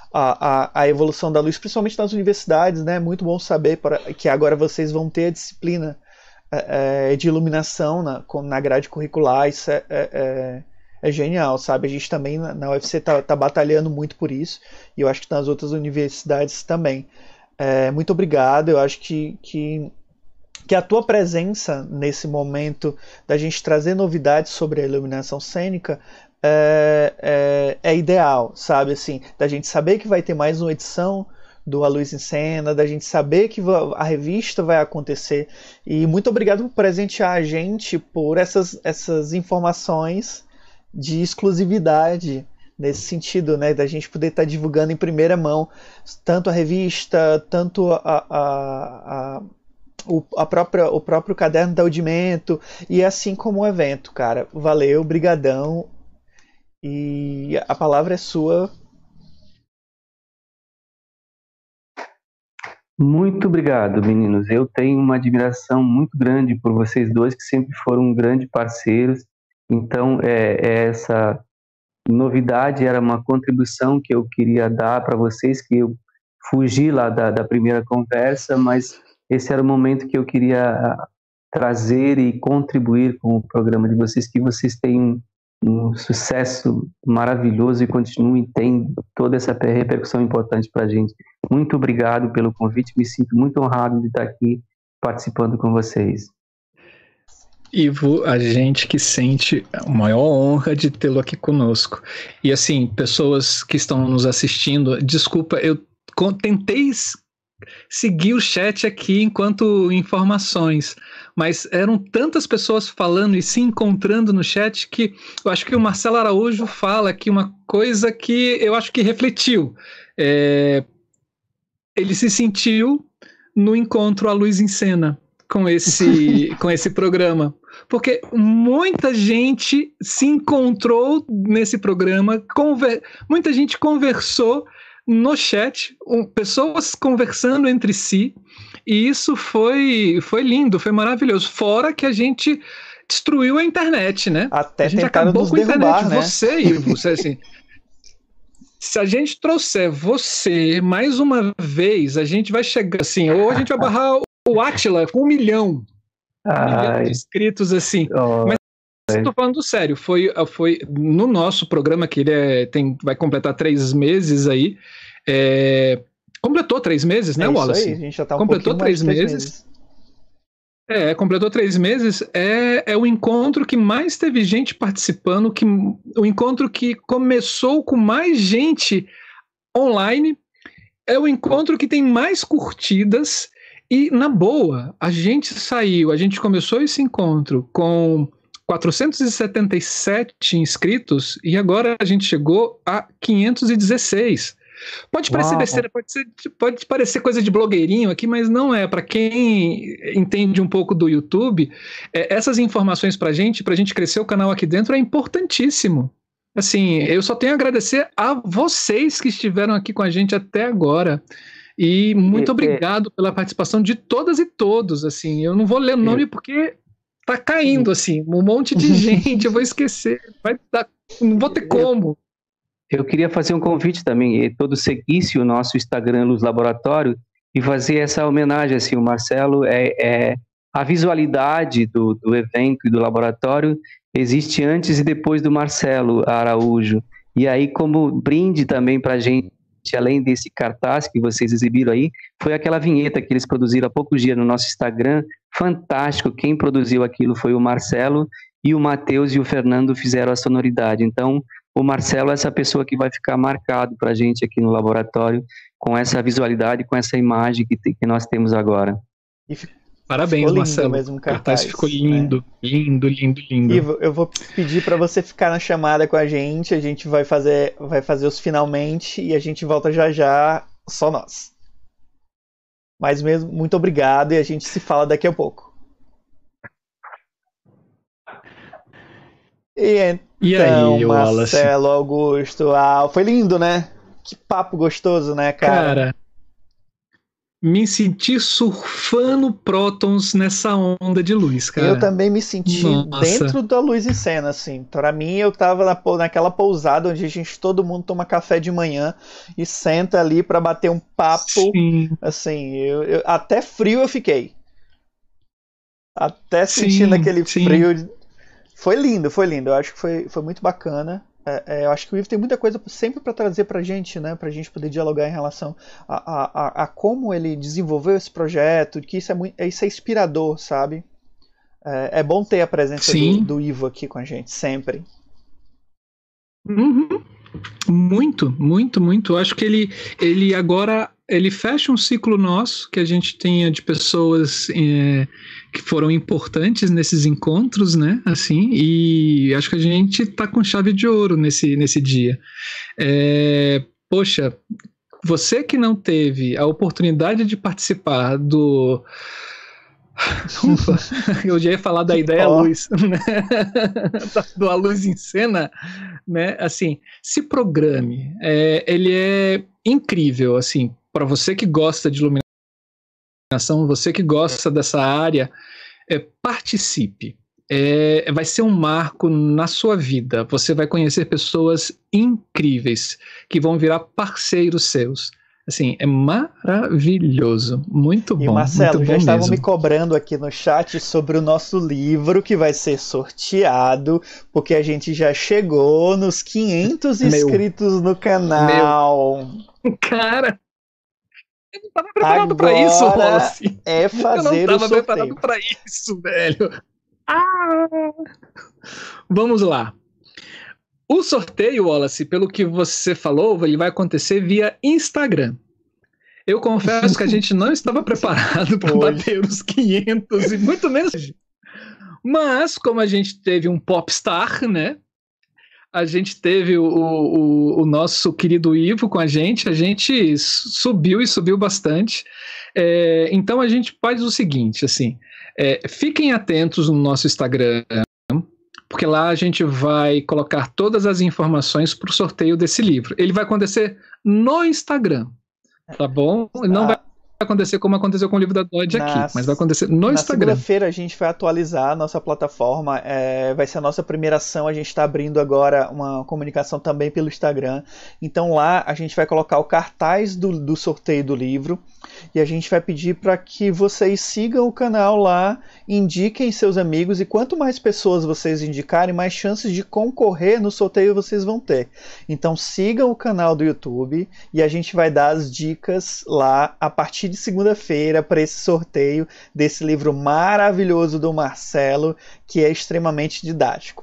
A, a, a evolução da luz, principalmente nas universidades, né? É muito bom saber para, que agora vocês vão ter a disciplina é, de iluminação na, na grade curricular. Isso é, é, é genial, sabe? A gente também na, na U F C está tá batalhando muito por isso, e eu acho que nas outras universidades também. É, muito obrigado. Eu acho que, que, que a tua presença nesse momento da gente trazer novidades sobre a iluminação cênica É, é, é ideal, sabe, assim, da gente saber que vai ter mais uma edição do A Luz em Cena, da gente saber que a revista vai acontecer, e muito obrigado por presentear a gente por essas, essas informações de exclusividade nesse sentido, né, da gente poder estar tá divulgando em primeira mão tanto a revista, tanto a, a, a O, a própria, o próprio caderno de audimento, e assim como o evento, cara. Valeu, brigadão. E a palavra é sua. Muito obrigado, meninos. Eu tenho uma admiração muito grande por vocês dois, que sempre foram grandes parceiros. Então, é, é essa, novidade, era uma contribuição que eu queria dar para vocês, que eu fugi lá da, da primeira conversa, mas esse era o momento que eu queria trazer e contribuir com o programa de vocês, que vocês têm um sucesso maravilhoso e continuem tendo toda essa repercussão importante para a gente. Muito obrigado pelo convite, me sinto muito honrado de estar aqui participando com vocês. Ivo, a gente que sente a maior honra de tê-lo aqui conosco. E assim, pessoas que estão nos assistindo, desculpa, eu tentei seguir o chat aqui enquanto informações, mas eram tantas pessoas falando e se encontrando no chat que eu acho que o Marcelo Araújo fala aqui uma coisa que eu acho que refletiu. É, ele se sentiu no encontro A Luz em Cena com esse, com esse programa, porque muita gente se encontrou nesse programa, conver, muita gente conversou no chat, um, pessoas conversando entre si, e isso foi, foi lindo, foi maravilhoso. Fora que a gente destruiu a internet, né? Até a gente tentaram acabou nos com a derrubar, internet. né? Você, Ivo, você, assim, se a gente trouxer você mais uma vez, a gente vai chegar assim, ou a gente vai barrar o Átila com um milhão, um milhão de inscritos, assim. Oh. Mas estou falando sério, foi, foi no nosso programa, que ele é, tem, vai completar três meses aí, é, completou três meses, né, é Wallace? Isso aí, a gente já tá um completou três, três meses. meses. É, completou três meses, é, é o encontro que mais teve gente participando, que, o encontro que começou com mais gente online, é o encontro que tem mais curtidas, e na boa, a gente saiu, a gente começou esse encontro com quatrocentos e setenta e sete inscritos e agora a gente chegou a quinhentos e dezesseis. Pode parecer Uau. besteira, pode, ser, pode parecer coisa de blogueirinho aqui, mas não é. Para quem entende um pouco do YouTube, é, essas informações para a gente, para a gente crescer o canal aqui dentro, é importantíssimo. Assim, eu só tenho a agradecer a vocês que estiveram aqui com a gente até agora. E muito obrigado pela participação de todas e todos. Assim, eu não vou ler o nome porque tá caindo, assim, um monte de gente, eu vou esquecer, vai dar, não vou ter como. Eu queria fazer um convite também, e todos seguissem o nosso Instagram Luz Laboratório e fazer essa homenagem, assim, o Marcelo, é, é a visualidade do, do evento e do laboratório existe antes e depois do Marcelo Araújo, e aí como brinde também pra gente, além desse cartaz que vocês exibiram aí, foi aquela vinheta que eles produziram há poucos dias no nosso Instagram, fantástico, quem produziu aquilo foi o Marcelo, e o Matheus e o Fernando fizeram a sonoridade, então o Marcelo é essa pessoa que vai ficar marcado para a gente aqui no laboratório, com essa visualidade, com essa imagem que, que nós temos agora. Parabéns, Marcelo. Mesmo o cartaz, cartaz ficou lindo, né? lindo, lindo, lindo. Ivo, eu vou pedir para você ficar na chamada com a gente, a gente vai fazer, vai fazer os finalmente e a gente volta já já, só nós. Mas mesmo, muito obrigado e a gente se fala daqui a pouco. E então, e aí, Marcelo Augusto, ah, foi lindo, né? Que papo gostoso, né, cara? Cara, me senti surfando prótons nessa onda de luz, cara. Eu também me senti Nossa. dentro da Luz em Cena, assim. Pra mim, eu tava na, naquela pousada onde a gente, todo mundo toma café de manhã e senta ali pra bater um papo. Sim. Assim, eu, eu, até frio eu fiquei. Até sentindo sim, aquele sim. frio. Foi lindo, foi lindo. Eu acho que foi, foi muito bacana. É, é, eu acho que o Ivo tem muita coisa sempre para trazer pra gente, né? Pra gente poder dialogar em relação a, a, a, a como ele desenvolveu esse projeto, que isso é, muito, isso é inspirador, sabe? É, é bom ter a presença do, do Ivo aqui com a gente, sempre. Uhum. Muito, muito, muito. Acho que ele, ele agora ele fecha um ciclo nosso que a gente tenha de pessoas é, que foram importantes nesses encontros, né? Assim, e acho que a gente tá com chave de ouro nesse, nesse dia. É, poxa, você que não teve a oportunidade de participar do Ufa, eu já ia falar da ideia oh. Luz, né? do A Luz em Cena, né? Assim, se programe, é, ele é incrível, assim, para você que gosta de iluminação, você que gosta dessa área, é, participe, é, vai ser um marco na sua vida. Você vai conhecer pessoas incríveis que vão virar parceiros seus. Assim, é maravilhoso, muito bom. E Marcelo, muito já bom estavam mesmo. me cobrando aqui no chat sobre o nosso livro que vai ser sorteado, porque a gente já chegou nos quinhentos Meu. inscritos no canal. Cara, eu não estava preparado para isso, Agora Wallace. é Eu fazer não o estava sorteio. preparado para isso, velho. Ah! Vamos lá. O sorteio, Wallace, pelo que você falou, ele vai acontecer via Instagram. Eu confesso que a gente não estava preparado para Hoje. bater os quinhentos e muito menos hoje. Mas, como a gente teve um popstar, né? A gente teve o, o, o nosso querido Ivo com a gente, a gente subiu e subiu bastante. É, então a gente faz o seguinte, assim, é, fiquem atentos no nosso Instagram, porque lá a gente vai colocar todas as informações para o sorteio desse livro. Ele vai acontecer no Instagram, tá bom? Não vai acontecer como aconteceu com o livro da Dodge Na- aqui, mas vai acontecer no Na Instagram. segunda-feira a gente vai atualizar a nossa plataforma, é, vai ser a nossa primeira ação, a gente está abrindo agora uma comunicação também pelo Instagram, então lá a gente vai colocar o cartaz do, do sorteio do livro e a gente vai pedir para que vocês sigam o canal lá, indiquem seus amigos e quanto mais pessoas vocês indicarem, mais chances de concorrer no sorteio vocês vão ter. Então sigam o canal do YouTube e a gente vai dar as dicas lá a partir de segunda-feira para esse sorteio desse livro maravilhoso do Marcelo, que é extremamente didático.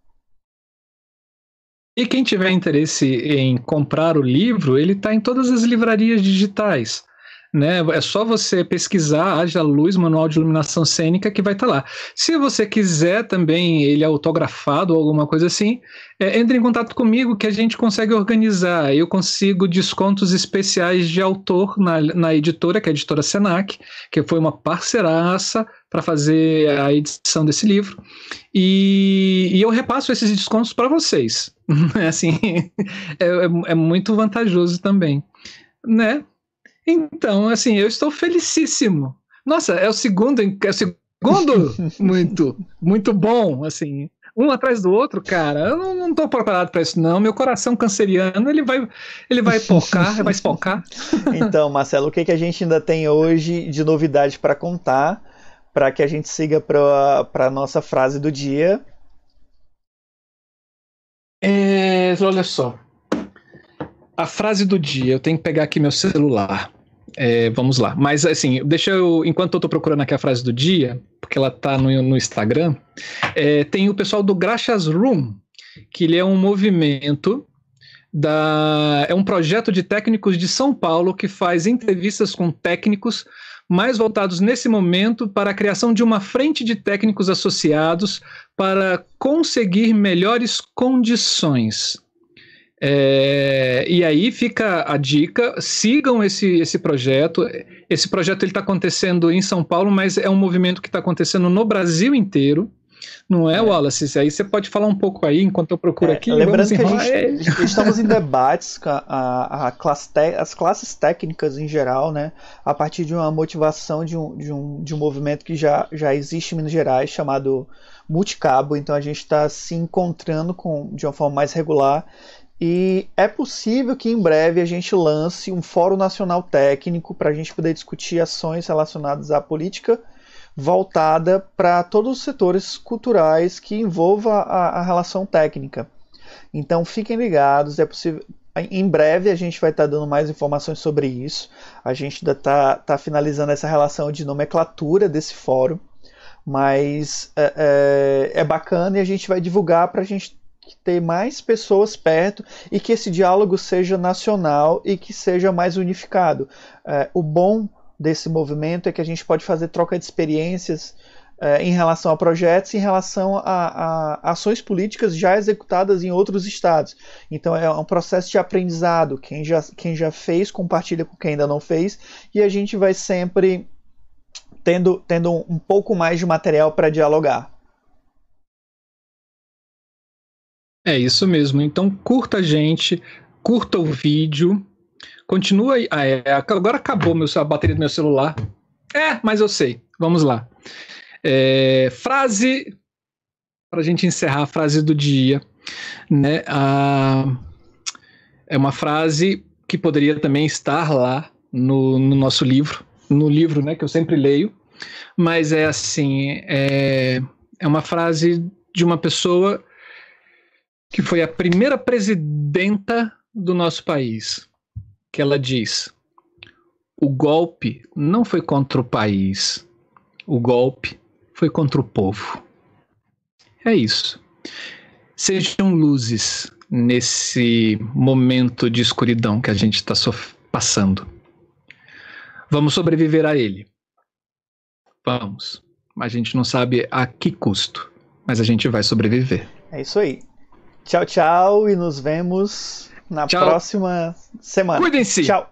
E quem tiver interesse em comprar o livro, ele está em todas as livrarias digitais, né? É só você pesquisar Haja Luz, Manual de Iluminação Cênica, que vai estar lá. Se você quiser também ele autografado ou alguma coisa assim, é, entre em contato comigo que a gente consegue organizar. Eu consigo descontos especiais de autor na, na editora, que é a editora Senac, que foi uma parceiraça para fazer a edição desse livro. E, e eu repasso esses descontos para vocês. Assim, é, é, é muito vantajoso também, né? Então, assim, eu estou felicíssimo. Nossa, é o segundo, é o segundo muito, muito bom, assim, um atrás do outro, cara. Eu não, não tô preparado para isso, não. Meu coração canceriano, ele vai, ele vai porcar, vai espocar. Então, Marcelo, o que, que a gente ainda tem hoje de novidade para contar, para que a gente siga para a nossa frase do dia? É, olha só. A frase do dia, eu tenho que pegar aqui meu celular. É, vamos lá. Mas assim, deixa eu, enquanto eu tô procurando aqui a frase do dia, porque ela tá no, no Instagram, é, tem o pessoal do Graxas Room, que ele é um movimento da, é um projeto de técnicos de São Paulo que faz entrevistas com técnicos mais voltados nesse momento para a criação de uma frente de técnicos associados para conseguir melhores condições. É, e aí fica a dica, sigam esse, esse projeto. Esse projeto está acontecendo em São Paulo, mas é um movimento que está acontecendo no Brasil inteiro, não é, é, Wallace? Aí você pode falar um pouco aí, enquanto eu procuro é, aqui. Lembrando que a gente, é. estamos em debates com a, a, a classe te, as classes técnicas em geral, né, a partir de uma motivação de um, de um, de um movimento que já, já existe em Minas Gerais, chamado Multicabo. Então a gente está se encontrando com, de uma forma mais regular. E é possível que em breve a gente lance um Fórum Nacional Técnico para a gente poder discutir ações relacionadas à política voltada para todos os setores culturais que envolva a, a relação técnica. Então fiquem ligados, é possível. Em breve a gente vai estar tá dando mais informações sobre isso. A gente ainda está tá finalizando essa relação de nomenclatura desse fórum, mas é, é, é bacana e a gente vai divulgar para a gente ter mais pessoas perto e que esse diálogo seja nacional e que seja mais unificado. É, o bom desse movimento é que a gente pode fazer troca de experiências é, em relação a projetos, em relação a, a ações políticas já executadas em outros estados. Então é um processo de aprendizado. Quem já, quem já fez, compartilha com quem ainda não fez, e a gente vai sempre tendo, tendo um, um pouco mais de material para dialogar. É isso mesmo, então curta a gente, curta o vídeo, continua aí, ah, é, agora acabou meu, a bateria do meu celular, é, mas eu sei, vamos lá, é, frase para a gente encerrar a frase do dia, né? Ah, é uma frase que poderia também estar lá no, no nosso livro, no livro, né, que eu sempre leio, mas é assim, é, é uma frase de uma pessoa que foi a primeira presidenta do nosso país, que ela diz: o golpe não foi contra o país, o golpe foi contra o povo. É isso. Sejam luzes nesse momento de escuridão que a gente está passando. Vamos sobreviver a ele. Vamos. A gente não sabe a que custo, mas a gente vai sobreviver. É isso aí. Tchau, tchau, e nos vemos na Tchau. próxima semana. Cuidem-se. Tchau.